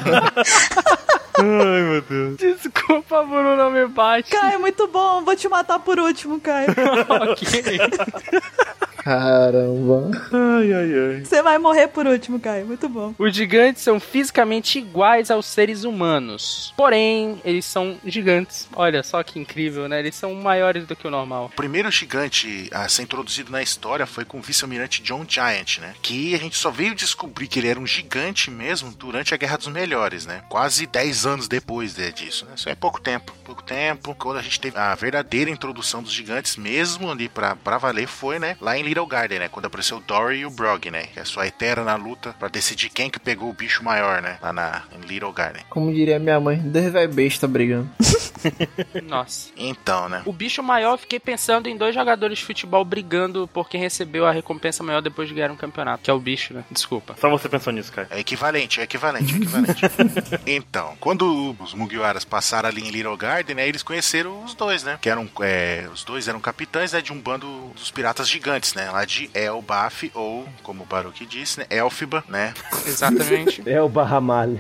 Ai, meu Deus. Desculpa, Buru, não me bate. Caio, muito bom. Vou te matar por último, Caio. Ok. Caramba. Ai. Você vai morrer por último, Caio. Muito bom. Os gigantes são fisicamente iguais aos seres humanos. Porém, eles são gigantes. Olha só que incrível, né? Eles são maiores do que o normal. O primeiro gigante a ser introduzido na história foi com o vice-almirante John Giant, né? Que a gente só veio descobrir que ele era um gigante mesmo durante a Guerra dos Melhores, né? Quase 10 anos depois disso, né? Isso é pouco tempo. Quando a gente teve a verdadeira introdução dos gigantes mesmo ali pra valer foi, né? Lá em Little Garden, né? Quando apareceu o Dory e o Brog, né? Que é a sua eterna luta pra decidir quem que pegou o bicho maior, né? Lá em Little Garden. Como diria minha mãe, dois vai besta brigando. Nossa. Então, né? O bicho maior, eu fiquei pensando em 2 jogadores de futebol brigando por quem recebeu a recompensa maior depois de ganhar um campeonato, que é o bicho, né? Desculpa. Só você pensou nisso, cara. É equivalente. Então, quando os Mugiwaras passaram ali em Little Garden, né? Eles conheceram os dois, né? Que eram, os dois eram capitães, né? De um bando dos piratas gigantes, né? Lá de Elbaf, ou, como o Baruch disse, né? Elphaba, né? Exatamente. Elba Ramalho.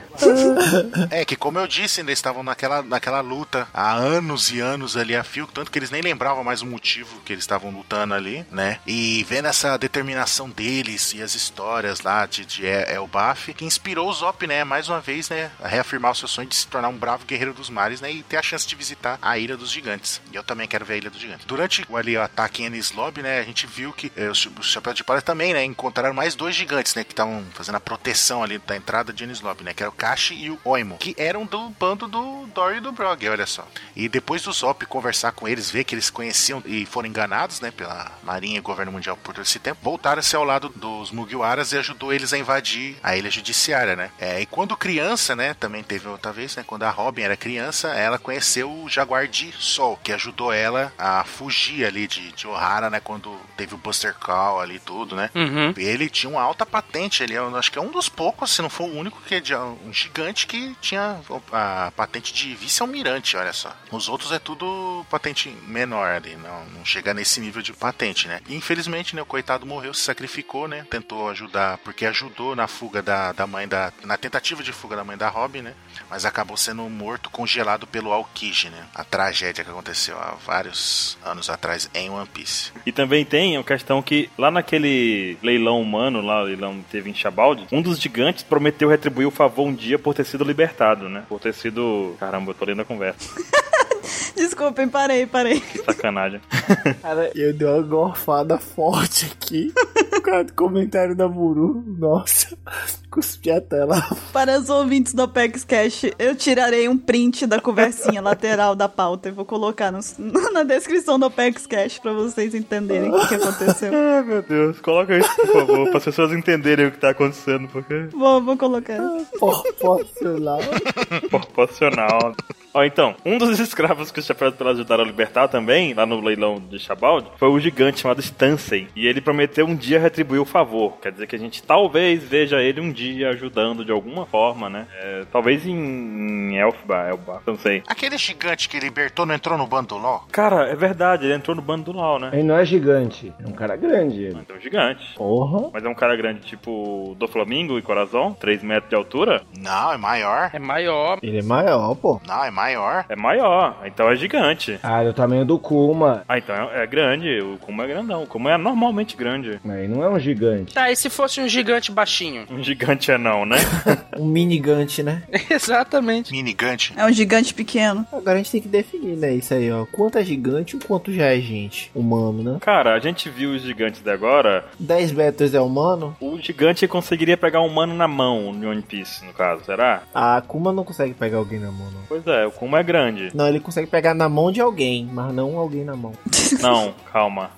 Que como eu disse, eles estavam naquela luta há anos e anos ali a fio, tanto que eles nem lembravam mais o motivo que eles estavam lutando ali, né? E vendo essa determinação deles e as histórias lá de Elbaf, que inspirou o Zop, né? Mais uma vez, né? A reafirmar o seu sonho de se tornar um bravo guerreiro dos mares, né? E ter a chance de visitar a Ilha dos Gigantes. E eu também quero ver a Ilha dos Gigantes. Durante o ataque em Enies Lobby, né? A gente viu que os Chapéus de Palha também, né? Encontraram mais 2 gigantes, né? Que estavam fazendo a proteção ali da entrada de Enies Lobby, né? Que era o Kashi e o Oimo, que eram do bando do Dory e do Brog, olha só. E depois do Zop conversar com eles, ver que eles conheciam e foram enganados, né? Pela Marinha e Governo Mundial por todo esse tempo, voltaram-se ao lado dos Mugiwaras e ajudou eles a invadir a Ilha Judiciária, né? E quando criança, né? Também teve outra vez, né? Quando a Robin era criança, ela conheceu o Jaguar de Sol, que ajudou ela a fugir ali de Ohara, né? Quando teve o Buster Call ali e tudo, né? Uhum. Ele tinha uma alta patente, ele acho que é um dos poucos, se não for o único, que é um gigante que tinha a patente de vice-almirante, olha só. Os outros é tudo patente menor ali, não chega nesse nível de patente, né? E infelizmente, né, o coitado morreu, se sacrificou, né? Tentou ajudar, porque ajudou na fuga da mãe na tentativa de fuga da mãe da Robin, né? Mas acabou sendo morto, congelado pelo Aokiji, né? A tragédia que aconteceu há vários anos atrás em One Piece. E também tem a questão que lá naquele leilão humano, lá o leilão que teve em Shabaldi, um dos gigantes prometeu retribuir o favor um dia por ter sido libertado, né? Por ter sido... Caramba, eu tô lendo a conversa. Desculpem, parei. Que sacanagem. Cara, eu dei uma gorfada forte aqui. O cara do comentário da Buru. Nossa, cuspi a tela. Para os ouvintes do Apex Cash, eu tirarei um print da conversinha lateral da pauta e vou colocar na descrição do Apex Cash pra vocês entenderem o que aconteceu. Ai, meu Deus. Coloca isso, por favor, para as pessoas entenderem o que tá acontecendo, porque... Vou colocar. Proporcional. Proporcional. Então, um dos escravos que os Chapéus de Palha ajudaram a libertar também, lá no leilão de Shabaldi, foi o gigante chamado Stansei. E ele prometeu um dia retribuir o favor. Quer dizer que a gente talvez veja ele um dia ajudando de alguma forma, né? Talvez em Elba, não sei. Aquele gigante que libertou não entrou no bando do LoL? Cara, é verdade, ele entrou no bando do LoL, né? Ele não é gigante, é um cara grande. Ele. Então é um gigante. Porra. Mas é um cara grande tipo do Flamengo e Corazon, 3 metros de altura? Não, é maior. É maior. Ele é maior, pô. Não, é maior. É maior, então é gigante. Ah, é o tamanho do Kuma. Ah, então é grande, o Kuma é grandão. O Kuma é normalmente grande. Mas ele não é um gigante. Tá, e se fosse um gigante baixinho? Um gigante não, né? Um minigante, né? Exatamente. Minigante. É um gigante pequeno. Agora a gente tem que definir, né? Isso aí, ó. Quanto é gigante e o quanto já é gente? Humano, né? Cara, a gente viu os gigantes de agora. 10 metros é humano? O gigante conseguiria pegar um humano na mão no One Piece, no caso, será? A Akuma não consegue pegar alguém na mão, não. Pois é, o Kuma é grande. Não, ele consegue pegar na mão de alguém, mas não alguém na mão. Não, calma.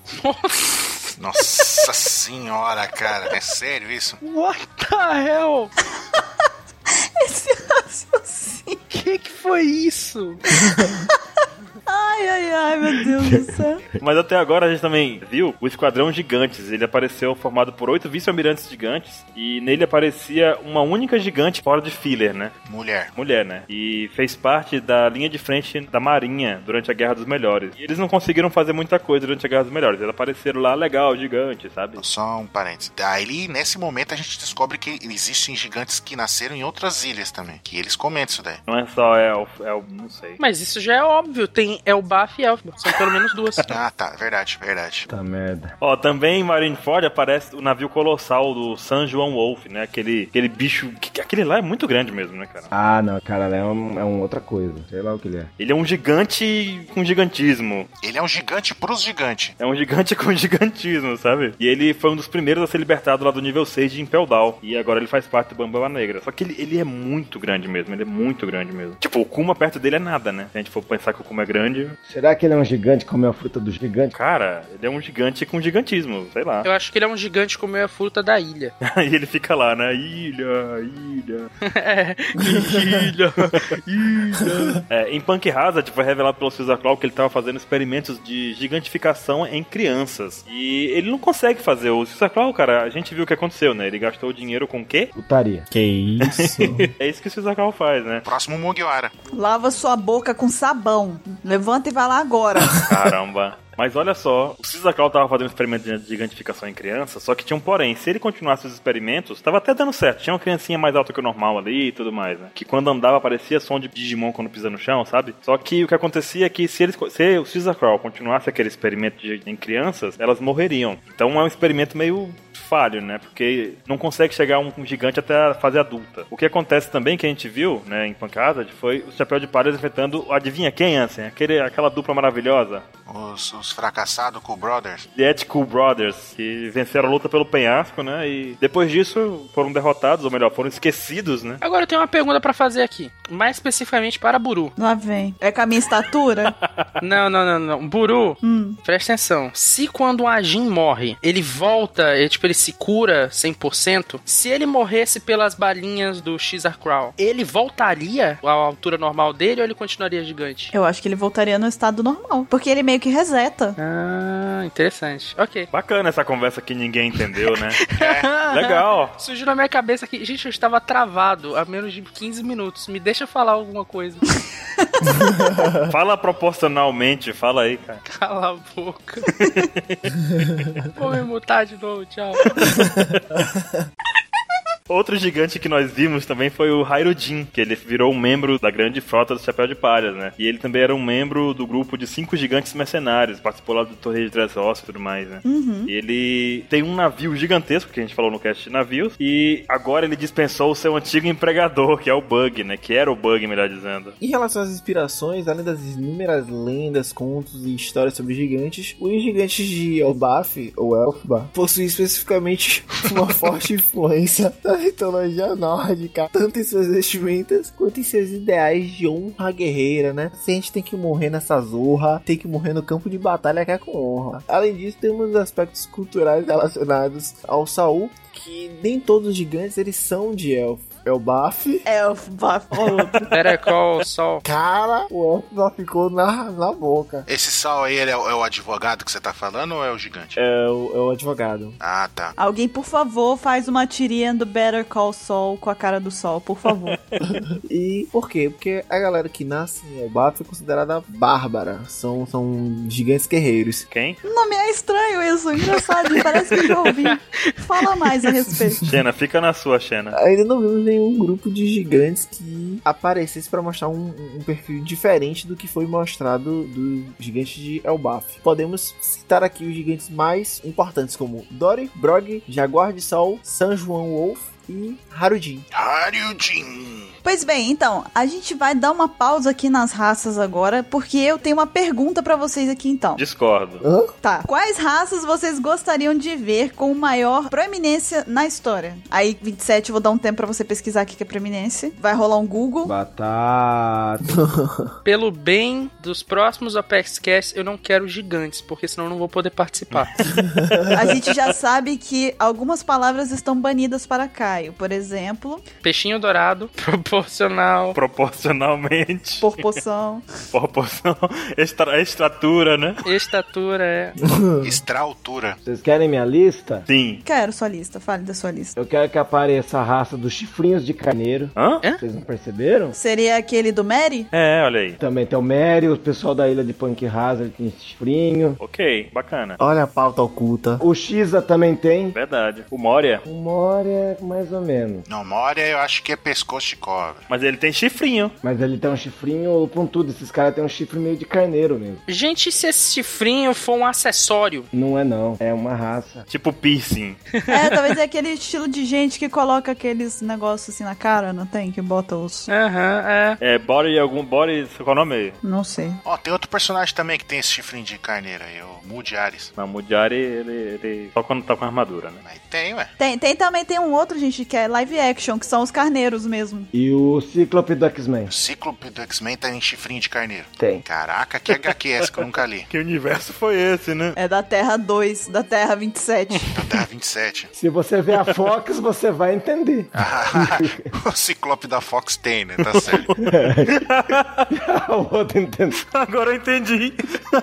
Nossa senhora, cara. É sério isso? What the hell? Esse raciocínio. Que foi isso? Ai, meu Deus do céu. Mas até agora a gente também viu o Esquadrão Gigantes. Ele apareceu formado por 8 vice-almirantes gigantes. E nele aparecia uma única gigante fora de filler, né? Mulher, né? E fez parte da linha de frente da Marinha durante a Guerra dos Melhores. E eles não conseguiram fazer muita coisa durante a Guerra dos Melhores. Eles apareceram lá, legal, gigante, sabe? Só um parênteses. Daí, nesse momento, a gente descobre que existem gigantes que nasceram em outras ilhas também. Que eles comentam isso daí. Não é só não sei. Mas isso já é óbvio. Tem Elbaf e Elphaba. São pelo menos 2. Ah, tá. Verdade. Tá merda. Ó, também em Marineford aparece o navio colossal do San Juan Wolf, né? Aquele bicho... Aquele lá é muito grande mesmo, né, cara? Ah, não, cara, é uma outra coisa. Sei lá o que ele é. Ele é um gigante com gigantismo. Ele é um gigante pros gigantes. É um gigante com gigantismo, sabe? E ele foi um dos primeiros a ser libertado lá do nível 6 de Impel Down. E agora ele faz parte do Bamba Negra. Só que ele é muito grande mesmo. Ele é muito grande mesmo. Tipo, o Kuma perto dele é nada, né? Se a gente for pensar que o Kuma é grande... Será que ele é um gigante como é a fruta do gigante? Cara, ele é um gigante com gigantismo. Sei lá. Eu acho que ele é um gigante como é a fruta da ilha. E ele fica lá, né? Ilha. Ilha. Em Punk Hazard foi revelado pelo Caesar Claw que ele estava fazendo experimentos de gigantificação em crianças. E ele não consegue fazer. O Caesar Claw, cara, a gente viu o que aconteceu, né? Ele gastou o dinheiro com o quê? Putaria. Que isso? É isso que o Caesar Claw faz, né? Próximo Mugiwara. Lava sua boca com sabão. Levanta e vai lá agora. Caramba. Mas olha só, o Caesar Claw tava fazendo um experimento de gigantificação em criança, só que tinha um porém. Se ele continuasse os experimentos, tava até dando certo. Tinha uma criancinha mais alta que o normal ali e tudo mais, né? Que quando andava parecia som de Digimon quando pisa no chão, sabe? Só que o que acontecia é que se o Caesar Claw continuasse aquele experimento em crianças, elas morreriam. Então é um experimento meio falho, né? Porque não consegue chegar um gigante até a fase adulta. O que acontece também, que a gente viu, né, em Punk Hazard, foi o Chapéu de Palha enfrentando, adivinha quem, Ansem? Aquela dupla maravilhosa. Os fracassados Cool Brothers. The Cool Brothers, que venceram a luta pelo penhasco, né? E depois disso foram derrotados, ou melhor, foram esquecidos, né? Agora eu tenho uma pergunta pra fazer aqui. Mais especificamente para Buru. Lá vem. É com a minha estatura? Não. Buru, presta atenção. Se quando um Ajin morre, ele volta, ele se cura 100%, se ele morresse pelas balinhas do Caesar Claw, ele voltaria à altura normal dele ou ele continuaria gigante? Eu acho que ele voltaria no estado normal. Porque ele meio que reseta. Ah, interessante. Ok. Bacana essa conversa que ninguém entendeu, né? Legal. Surgiu na minha cabeça que, gente, eu estava travado há menos de 15 minutos. Me deixa falar alguma coisa. Fala proporcionalmente, fala aí, cara. Cala a boca. Vou me mutar de novo, tchau. Outro gigante que nós vimos também foi o Hairudin, que ele virou um membro da grande frota do Chapéu de Palhas, né? E ele também era um membro do grupo de 5 gigantes mercenários, participou lá do torneio de Dressrosa e tudo mais, né? Uhum. Ele tem um navio gigantesco, que a gente falou no cast de navios, e agora ele dispensou o seu antigo empregador, que é o Bug, né? Que era o Bug, melhor dizendo. Em relação às inspirações, além das inúmeras lendas, contos e histórias sobre gigantes, os gigantes de Elbaf, ou Elphaba, possuem especificamente uma forte influência da mitologia nórdica, tanto em suas vestimentas quanto em seus ideais de honra guerreira, né? Se a gente tem que morrer nessa zorra, tem que morrer no campo de batalha que é com honra. Além disso, temos aspectos culturais relacionados ao Saul, que nem todos os gigantes eles são de Elbaf. Elphaba, outro. Better Call Saul. Cara, o Elphaba ficou na boca. Esse Saul aí, ele é o advogado que você tá falando ou é o gigante? É o advogado. Ah, tá. Alguém, por favor, faz uma tirinha do Better Call Saul com a cara do Sol, por favor. E por quê? Porque a galera que nasce em Elbaf é considerada bárbara. São gigantes guerreiros. Quem? O nome é estranho isso, engraçado, parece que eu já ouvi. Fala mais a respeito. Xena, fica na sua, Xena. Ainda não vimos nenhum grupo de gigantes que aparecesse pra mostrar um perfil diferente do que foi mostrado do gigante de Elbaf. Podemos citar aqui os gigantes mais importantes como Dory, Brog, Jaguar de Sol, San Juan Wolf e Hairudin. Pois bem, então, a gente vai dar uma pausa aqui nas raças agora, porque eu tenho uma pergunta pra vocês aqui, então. Discordo. Hã? Tá. Quais raças vocês gostariam de ver com maior proeminência na história? Aí, 27, eu vou dar um tempo pra você pesquisar o que é proeminência. Vai rolar um Google. Batata. Pelo bem dos próximos Apex Casts, eu não quero gigantes, porque senão eu não vou poder participar. A gente já sabe que algumas palavras estão banidas para Caio. Por exemplo... Peixinho dourado, proporcional. Proporcionalmente. Proporção. Proporção. Estatura, né? Estatura, é. Extraaltura. Vocês querem minha lista? Sim. Quero sua lista, fale da sua lista. Eu quero que apareça a raça dos chifrinhos de carneiro. Hã? Vocês não perceberam? Seria aquele do Mary? É, olha aí. Também tem o Mary, o pessoal da ilha de Punk Hazard tem chifrinho. Ok, bacana. Olha a pauta oculta. O Shiza também tem. Verdade. O Moria? O Moria, mais ou menos. Não, Moria eu acho que é pescoço de cobra. pobre. Mas ele tem chifrinho. Mas ele tem um chifrinho pontudo. Esses caras têm um chifre meio de carneiro mesmo. Gente, e se esse chifrinho for um acessório? Não é não, é uma raça. Tipo piercing. Talvez é aquele estilo de gente que coloca aqueles negócios assim na cara, não tem? Que bota os... Body, qual é o nome aí? Não sei. Ó, tem outro personagem também que tem esse chifrinho de carneiro aí, o Mudiares. Não, o Mudiari, ele só quando tá com armadura, né? Mas tem, ué. Também tem um outro, gente, que é live action, que são os carneiros mesmo. E o Cíclope do X-Men? O Cíclope do X-Men tá em chifrinho de carneiro. Tem. Caraca, que HQ é essa que eu nunca li? Que universo foi esse, né? É da Terra 2, da Terra 27. Da Terra 27. Se você ver a Fox, você vai entender. O Ciclope da Fox tem, né? Tá certo. O outro entendeu. Agora eu entendi.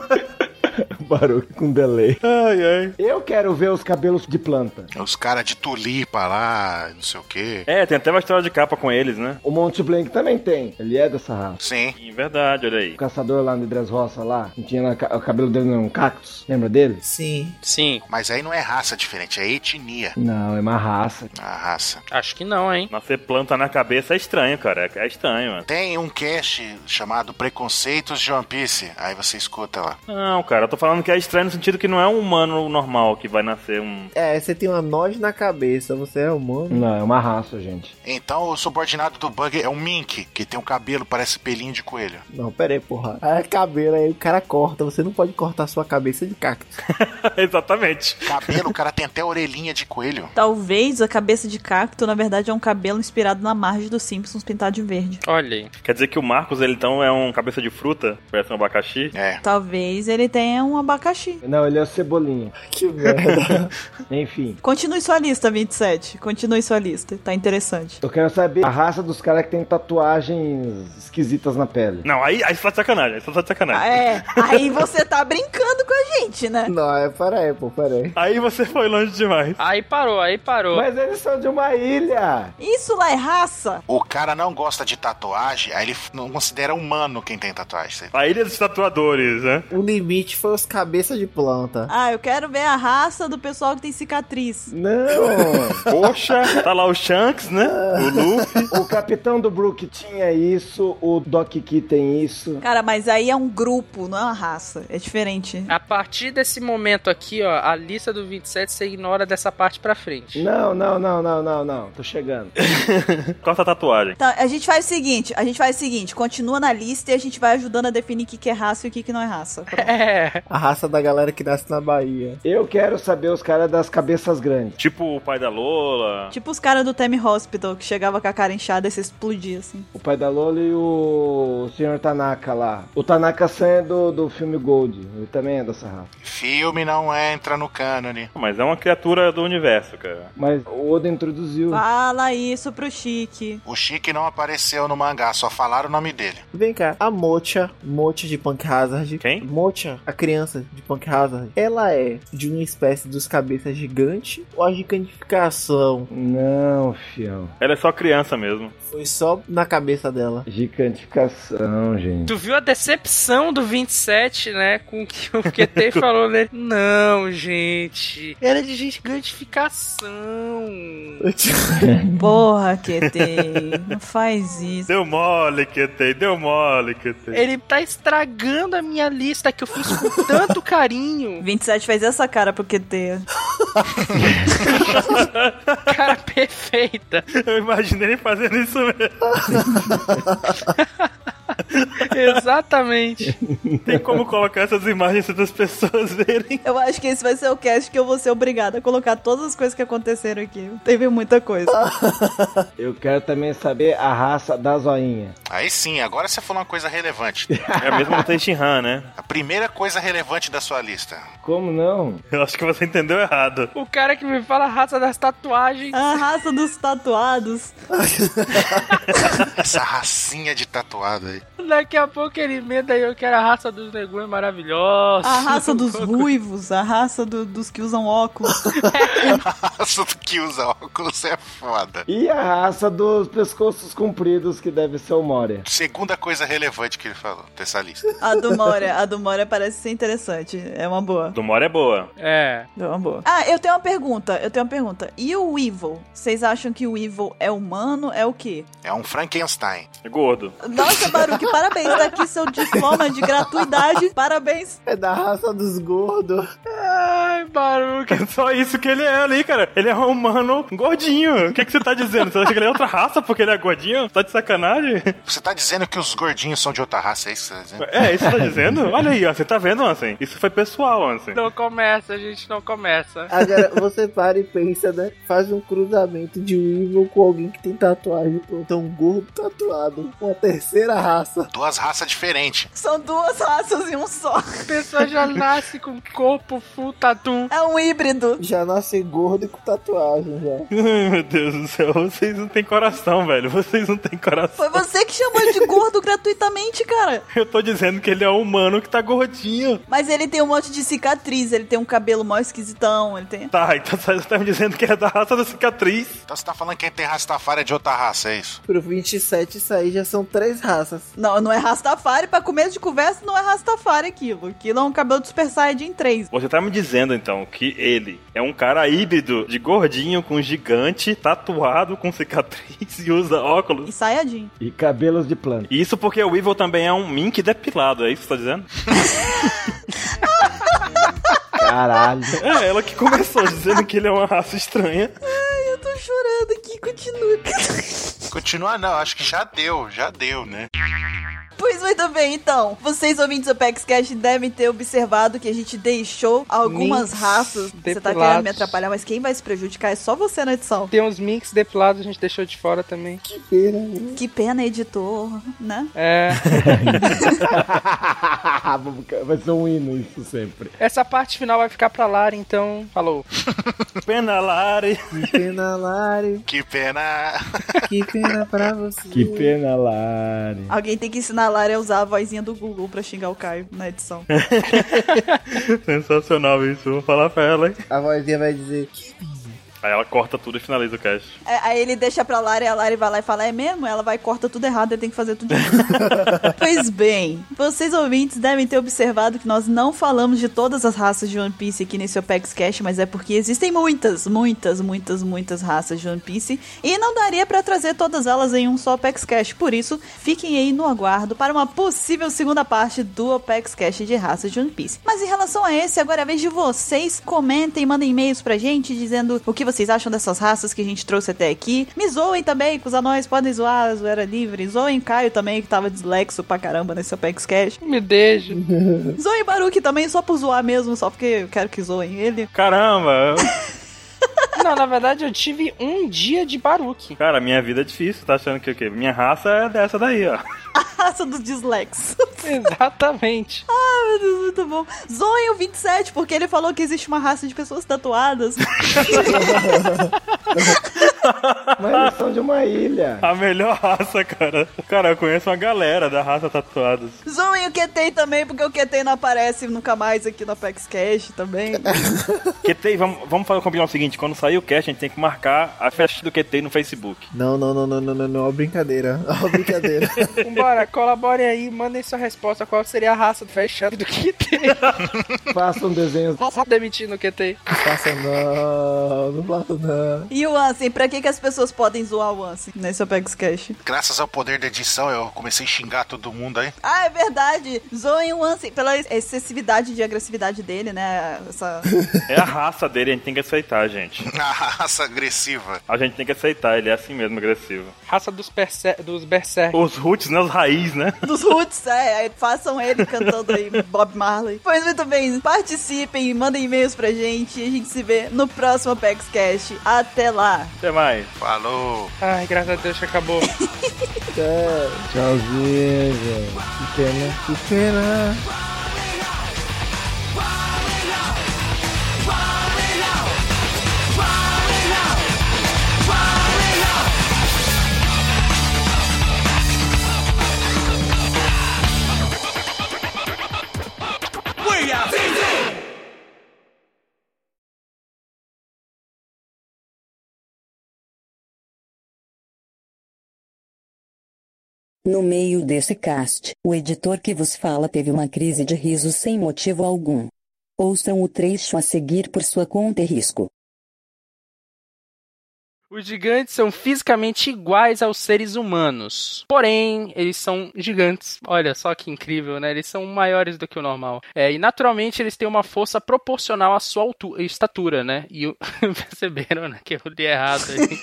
Barulho com delay. Ai, ai. Eu quero ver os cabelos de planta. Os caras de tulipa lá, não sei o quê. Tem até uma história de capa com eles, né? O Monte Blanc também tem. Ele é dessa raça. Sim. Verdade, olha aí. O caçador lá no Dressrosa lá, não tinha o cabelo dele não, um cactus. Lembra dele? Sim. Sim. Mas aí não é raça diferente, é etnia. Não, é uma raça. A raça. Acho que não, hein? Nascer planta na cabeça é estranho, cara. É estranho, mano. Tem um cast chamado Preconceitos de One Piece. Aí você escuta lá. Não, cara, eu tô falando que é estranho no sentido que não é um humano normal que vai nascer um... Você tem uma noz na cabeça, você é humano? Não, é uma raça, gente. Então o subordinado do Bug é um Mink, que tem um cabelo, parece pelinho de coelho. Não, pera aí, porra. A cabelo aí o cara corta, você não pode cortar sua cabeça de cacto. Exatamente. Cabelo, o cara tem até orelhinha de coelho. Talvez a cabeça de cacto, na verdade, é um cabelo inspirado na Marge dos Simpsons pintado de verde. Olha aí. Quer dizer que o Marcos, ele então é um cabeça de fruta? Parece um abacaxi? É. Talvez ele tenha um abacaxi. Não, ele é o Cebolinha. Que merda. Enfim. Continue sua lista, 27. Continue sua lista. Tá interessante. Eu quero saber a raça dos caras que tem tatuagens esquisitas na pele. Não, aí você tá de sacanagem. Aí você tá de sacanagem. Aí você tá brincando com a gente, né? Não, pera aí. Aí você foi longe demais. Aí parou. Mas eles são de uma ilha. Isso lá é raça? O cara não gosta de tatuagem, aí ele não considera humano quem tem tatuagem. A ilha dos tatuadores, né? O limite foi os cabeças de planta. Eu quero ver a raça do pessoal que tem cicatriz. Não. Poxa, tá lá o Shanks, né? O Luffy. O Capitão do Brook tinha isso, o Doc Key tem isso. Cara, mas aí é um grupo, não é uma raça. É diferente. A partir desse momento aqui, ó, a lista do 27 você ignora dessa parte pra frente. Não. Tô chegando. Corta a tatuagem. Então, a gente faz o seguinte, continua na lista e a gente vai ajudando a definir o que é raça e o que não é raça. Pronto. A raça da galera que nasce na Bahia. Eu quero saber os caras das cabeças grandes. Tipo o pai da Lola. Tipo os caras do Theme Hospital, que chegava com a cara inchada e você explodia, assim. O pai da Lola e o Sr. Tanaka lá. O Tanaka-san é do filme Gold. Ele também é dessa raça. Filme não entra no cânone. Mas é uma criatura do universo, cara. Mas o Oda introduziu. Fala isso pro Chique. O Chique não apareceu no mangá, só falaram o nome dele. Vem cá, a Mocha de Punk Hazard. Quem? Mocha, a criança de Punk Hazard. Ela é de uma espécie dos cabeças gigante ou a gigantificação? Não, fião. Ela é só criança mesmo. Foi só na cabeça dela. Gigantificação, gente. Tu viu a decepção do 27, né? Com o que o QT falou nele. Não, gente. Ela é de gigantificação. Porra, QT. Não faz isso. Deu mole, QT. Ele tá estragando a minha lista que eu fiz com tanto carinho. 27 fez essa cara pro QT. Cara perfeita. Eu imaginei ele fazendo isso mesmo. Exatamente. Tem como colocar essas imagens das pessoas verem? Eu acho que esse vai ser o cast que eu vou ser obrigada a colocar todas as coisas que aconteceram aqui. Teve muita coisa. Eu quero também saber a raça da zoinha. Aí sim, agora você falou uma coisa relevante. É mesmo no Tenshinhan, né? A primeira coisa relevante da sua lista. Como não? Eu acho que você entendeu errado. O cara que me fala a raça das tatuagens. A raça dos tatuados. Essa racinha de tatuado aí. Daqui a pouco ele emenda aí, eu quero a raça dos negões maravilhosos. A raça dos ruivos, a raça dos que usam óculos. A raça do que usa óculos é foda. E a raça dos pescoços compridos, que deve ser o Moria. Segunda coisa relevante que ele falou dessa lista. A do Moria parece ser interessante. É uma boa. Do Moria é boa. É. É uma boa. Ah, eu tenho uma pergunta. E o Weevil? Vocês acham que o Weevil é humano? É o quê? É um Frankenstein. É gordo. Nossa, Baruque, parabéns. Tá aqui seu diploma de gratuidade. Parabéns. É da raça dos gordos. Ai, Baruque, é só isso que ele é ali, cara. Ele é um humano gordinho. O que você tá dizendo? Você acha que ele é outra raça porque ele é gordinho? Tá de sacanagem? Você tá dizendo que os gordinhos são de outra raça, é isso que você tá dizendo? É, isso que você tá dizendo? Olha aí, ó. Você tá vendo, Ansem? Isso foi pessoal, Ansem. Não começa, a gente não começa. Agora, você para e pensa, né? Faz um cruzamento de Weevil com alguém que tem tatuagem. Então, um gordo tatuado. Uma terceira raça. Duas raças diferentes. São duas raças em um só. A pessoa já nasce com corpo full tatu. É um híbrido. Já nasce gordo e com tatuagem, já. Ai, meu Deus do céu. Vocês não têm coração, velho. Vocês não têm coração. Foi você que chamou ele de gordo gratuitamente, cara. Eu tô dizendo que ele é um humano que tá gordinho. Mas ele tem um monte de cicatriz, ele tem um cabelo mó esquisitão, ele tem... Tá, então você tá me dizendo que é da raça da cicatriz. Então você tá falando que quem tem Rastafari é de outra raça, é isso? Pro 27 sair já são 3 raças. Não é Rastafari, pra começo de conversa não é Rastafari aquilo. Aquilo é um cabelo de Super Saiyajin 3. Você tá me dizendo, então, que ele é um cara híbrido de gordinho com gigante, tatuado com cicatriz e usa óculos. E Saiyajin. E cabelos de planta. Isso porque o Weevil também é um mink depilado, é isso que você tá dizendo? Caralho. É, ela que começou dizendo que ele é uma raça estranha. Ai, eu tô chorando aqui, continua. Continua não, acho que já deu, né? Pois muito bem, então. Vocês, ouvintes do Apex Cash, devem ter observado que a gente deixou algumas raças. Depilados. Você tá querendo me atrapalhar, mas quem vai se prejudicar é só você na edição. Tem uns minks depilados, a gente deixou de fora também. Que pena, né? Que pena, editor, né? É. Vai ser um hino isso sempre. Essa parte final vai ficar pra Lari, então falou. Pena, Lari. Que pena, Lari. Que pena. Que pena pra você. Que pena, Lari. Alguém tem que ensinar a Lari a usar a vozinha do Google pra xingar o Caio na edição. Sensacional isso, vou falar pra ela, hein? A vozinha vai dizer... Aí ela corta tudo e finaliza o cast. Aí ele deixa pra Lari, a Lari vai lá e fala, é mesmo? Ela vai e corta tudo errado, ele tem que fazer tudo de novo. Pois bem, vocês ouvintes devem ter observado que nós não falamos de todas as raças de One Piece aqui nesse Apex Cash, mas é porque existem muitas raças de One Piece e não daria pra trazer todas elas em um só Apex Cash. Por isso, fiquem aí no aguardo para uma possível segunda parte do Apex Cash de raças de One Piece. Mas em relação a esse, agora é a vez de vocês. Comentem, mandem e-mails pra gente dizendo o que vocês acham dessas raças que a gente trouxe até aqui. Me zoem também, com os anões podem zoar, a zoeira livre. Zoem Caio também, que tava dislexo pra caramba nesse Apex Cash. Me deixa. Zoem Baruque também, só por zoar mesmo, só porque eu quero que zoem ele. Caramba! Não, na verdade eu tive um dia de Baruque. Cara, minha vida é difícil, tá achando que o quê? Minha raça é dessa daí, ó. A raça dos dislexos. Exatamente. Ah, meu Deus, muito bom. Zoem o 27, porque ele falou que existe uma raça de pessoas tatuadas. Mas eles são de uma ilha. A melhor raça, cara. Cara, eu conheço uma galera da raça tatuados. Zoem o QT também, porque o QT não aparece nunca mais aqui no Apex Cash também. QT, vamos combinar o seguinte, quando sair o cast, a gente tem que marcar a festa do QT no Facebook. Não, ó, brincadeira. Ó, brincadeira. Vambora, colabore aí, mandem sua resposta. Qual seria a raça fechada do QT? Façam desenhos. Demitindo o QT. Faça não faça não. E o Ansem, pra que as pessoas podem zoar o Ansem nesse Apex Cash? Graças ao poder da edição, eu comecei a xingar todo mundo aí. Ah, é verdade. Zoem o Ansem pela excessividade de agressividade dele, né? É a raça dele, a gente tem que aceitar, gente. A raça agressiva. A gente tem que aceitar, ele é assim mesmo, agressivo. Raça dos Berserk. Os roots, né? Os raiz, né? Dos roots, façam ele cantando aí Bob Marley. Pois muito bem, participem, mandem e-mails pra gente e a gente se vê no próximo Apex Cash. Até lá. Até mais. Falou. Ai, graças a Deus que acabou. Tchauzinho, velho. Que pena. Que pena. No meio desse cast, o editor que vos fala teve uma crise de riso sem motivo algum. Ouçam o trecho a seguir por sua conta e risco. Os gigantes são fisicamente iguais aos seres humanos. Porém, eles são gigantes. Olha só que incrível, né? Eles são maiores do que o normal. E naturalmente eles têm uma força proporcional à sua estatura, né? E perceberam, né? Que eu li errado aí.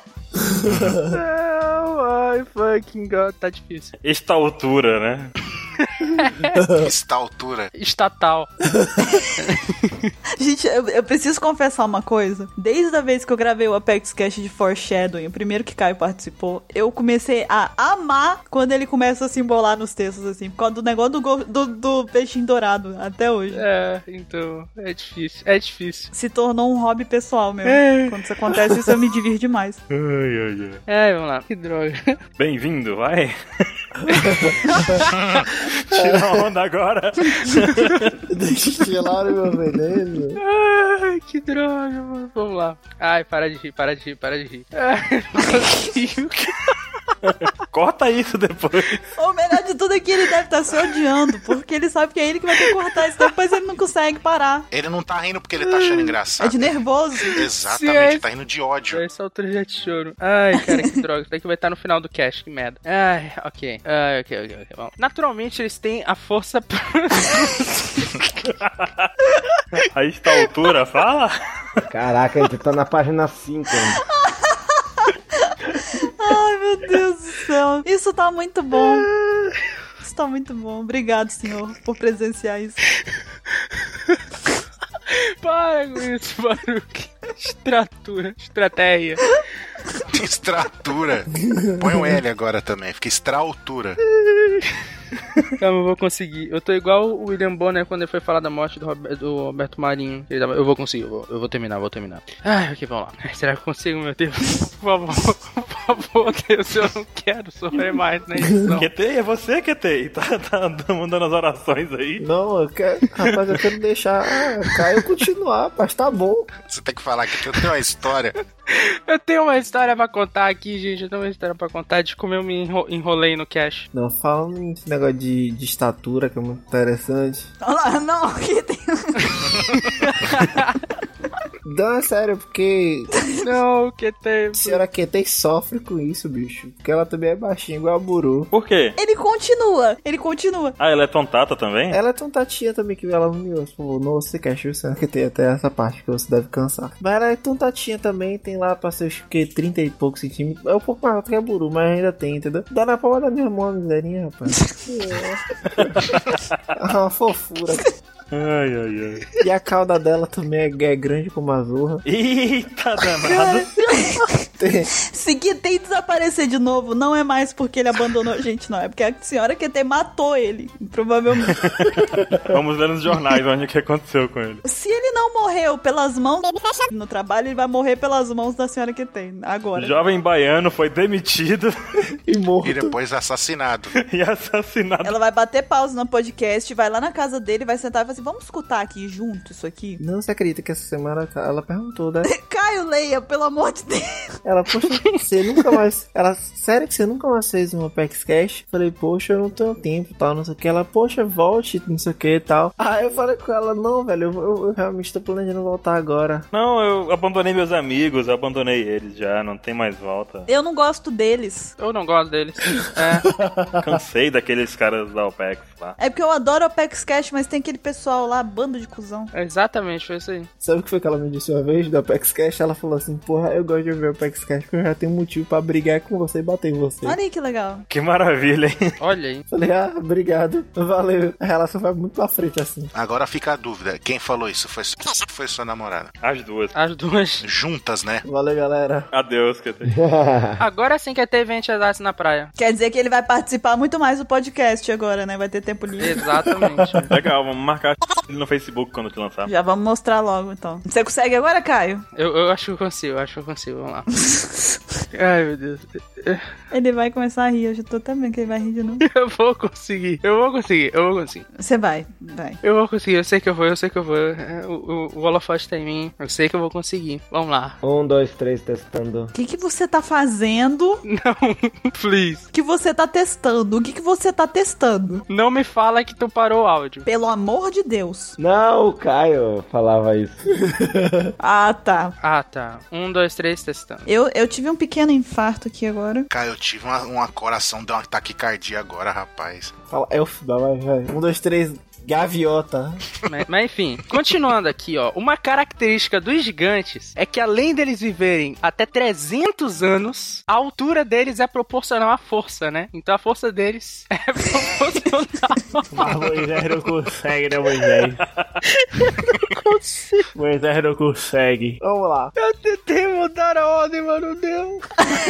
Oh my fucking god, tá difícil. Esta altura, né? Esta altura. Estatal. Gente, eu preciso confessar uma coisa. Desde a vez que eu gravei o Apex Cash de Foreshadowing, o primeiro que Caio participou, eu comecei a amar quando ele começa a se embolar nos textos, assim, por causa do negócio do peixinho dourado, até hoje. Então, é difícil. É difícil. Se tornou um hobby pessoal mesmo. Quando isso acontece, isso eu me divirto demais. Vamos lá. Que droga. Bem-vindo, vai. Tira a onda agora. Destilaram meu veneno. Ai, que droga, mano. Vamos lá. Ai, para de rir. Ai, não consigo. Corta isso depois. O melhor de tudo é que ele deve estar se odiando, porque ele sabe que é ele que vai ter que cortar isso, depois ele não consegue parar. Ele não tá rindo porque ele tá achando engraçado. É de nervoso. Exatamente, tá rindo de ódio. Essa altura já de choro. Ai, cara, que droga. Isso daqui vai estar no final do cast, que merda. Ai, ok. Bom. Naturalmente, eles têm a força... A esta altura, fala? Caraca, a gente tá na página 5, hein? Ai, meu Deus do céu. Isso tá muito bom. Isso tá muito bom. Obrigado, senhor, por presenciar isso. Para com isso, Baruque. Estratégia. Extratura. Põe um L agora também, fica extraaltura. Calma, eu vou conseguir. Eu tô igual o William Bonner quando ele foi falar da morte do Roberto Marinho. Eu vou conseguir, eu vou terminar. Ai, ok, vamos lá. Será que eu consigo, meu Deus? Por favor, Deus, eu não quero sofrer mais na edição. QT, é você, QT. Tá mandando as orações aí. Não, eu quero. Rapaz, eu quero deixar Caio continuar, mas tá bom. Você tem que falar que eu tenho uma história. Eu tenho uma história pra contar aqui, gente. Eu tenho uma história pra contar de como eu me enrolei no cash. Não, falando nesse negócio de estatura, que é muito interessante. Olha lá, não, que tem... Não, é sério, porque... Não, o que tem... A senhora QT sofre com isso, bicho. Porque ela também é baixinha, igual a Buru. Por quê? Ele continua. Ah, ela é tontata também? Ela é tontatinha também, que ela não falou, não, você quer a senhora QT até essa parte que você deve cansar. Mas ela é tontatinha também, tem lá pra ser, acho que 30 e poucos centímetros. É um pouco mais alto que a Buru, mas ainda tem, entendeu? Dá na palma da minha mão a miserinha, rapaz. É uma fofura. Ai. E a cauda dela também é grande como a zorra. Eita, danado. Se QT desaparecer de novo, não é mais porque ele abandonou a gente, não. É porque a senhora QT matou ele, provavelmente. Vamos ler nos jornais onde que aconteceu com ele. Se ele não morreu pelas mãos no trabalho, ele vai morrer pelas mãos da senhora QT, agora. Jovem baiano foi demitido e morto. E depois assassinado. Ela vai bater pausa no podcast, vai lá na casa dele, vai sentar e vai assim, vamos escutar aqui junto isso aqui? Não, você acredita que essa semana ela perguntou, né? Caio, leia, pelo amor de Deus. Ela, poxa, você nunca mais... Ela, sério que você nunca mais fez um Apex Cash? Falei, poxa, eu não tenho tempo, tal, não sei o que. Ela, poxa, volte, não sei o que e tal. Aí eu falei com ela, não, velho, eu realmente tô planejando voltar agora. Não, eu abandonei meus amigos, abandonei eles já, não tem mais volta. Eu não gosto deles. Eu não gosto deles. Cansei daqueles caras da Apex lá. É porque eu adoro Apex Cash, mas tem aquele pessoal lá, bando de cuzão. Exatamente, foi isso aí. Sabe o que foi que ela me disse uma vez do Apex Cash? Ela falou assim, porra, eu gosto de ouvir o Apex Cash porque eu já tenho motivo pra brigar com você e bater em você. Olha aí que legal. Que maravilha, hein? Olha aí. Falei, obrigado, valeu. A relação vai muito pra frente assim. Agora fica a dúvida, quem falou isso? Foi sua namorada? As duas. Juntas, né? Valeu, galera. Adeus, QT. Agora sim quer ter evento na praia. Quer dizer que ele vai participar muito mais do podcast agora, né? Vai ter tempo livre. Exatamente. Legal, vamos marcar ele no Facebook quando te lançar. Já vamos mostrar logo, então. Você consegue agora, Caio? Eu acho que eu consigo, vamos lá. Ai, meu Deus. Ele vai começar a rir, eu já tô também que ele vai rir de novo. Eu vou conseguir. Você vai. Eu vou conseguir, eu sei que eu vou. O holofote tá em mim, eu sei que eu vou conseguir. Vamos lá. 1, 2, 3, testando. O que você tá fazendo? Não, please. Que você tá testando? O que você tá testando? Não me fala que tu parou o áudio. Pelo amor de Deus. Não, o Caio falava isso. Ah, tá. 1, 2, 3, testando. Eu tive um pequeno infarto aqui agora. Cara, eu tive um coração, deu uma taquicardia agora, rapaz. Fala, Elfba, vai. 1, 2, 3, gaviota. Mas enfim, continuando aqui, ó. Uma característica dos gigantes é que além deles viverem até 300 anos, a altura deles é proporcional à força, né? Então a força deles é proporcional. Mas Moisés não consegue, né, Moisés? Moisés não consegue. Vamos lá. Eu tentei mudar a ordem, mas não deu.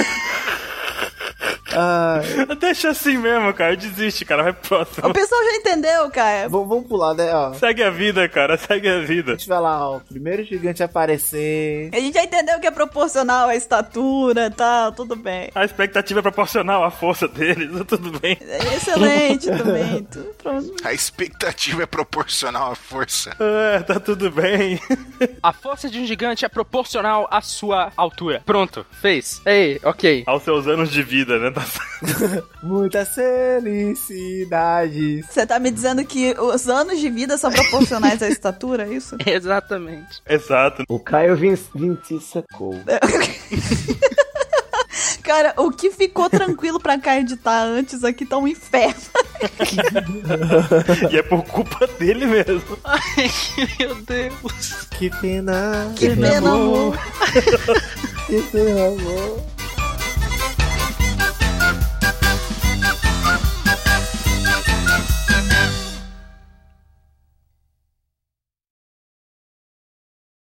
Deixa assim mesmo, cara. Desiste, cara. Vai pro próximo. O pessoal já entendeu, cara. Vamos pular, né? Ó. Segue a vida, cara. Segue a vida. A gente vai lá, ó. O primeiro gigante a aparecer. A gente já entendeu que é proporcional à estatura e tal, tudo bem. A expectativa é proporcional à força deles. Tudo bem. Excelente também. Tudo pronto. A expectativa é proporcional à força. Tá tudo bem. A força de um gigante é proporcional à sua altura. Pronto, fez. Ei, ok. Aos seus anos de vida, né? Muitas felicidades. Você tá me dizendo que os anos de vida são proporcionais à estatura, é isso? Exatamente. Exato. O Caio Vinci secou. Cara, o que ficou tranquilo pra cá editar antes aqui tá um inferno. E é por culpa dele mesmo. Ai, meu Deus. Que pena. Que pena, amor. Que pena, amor.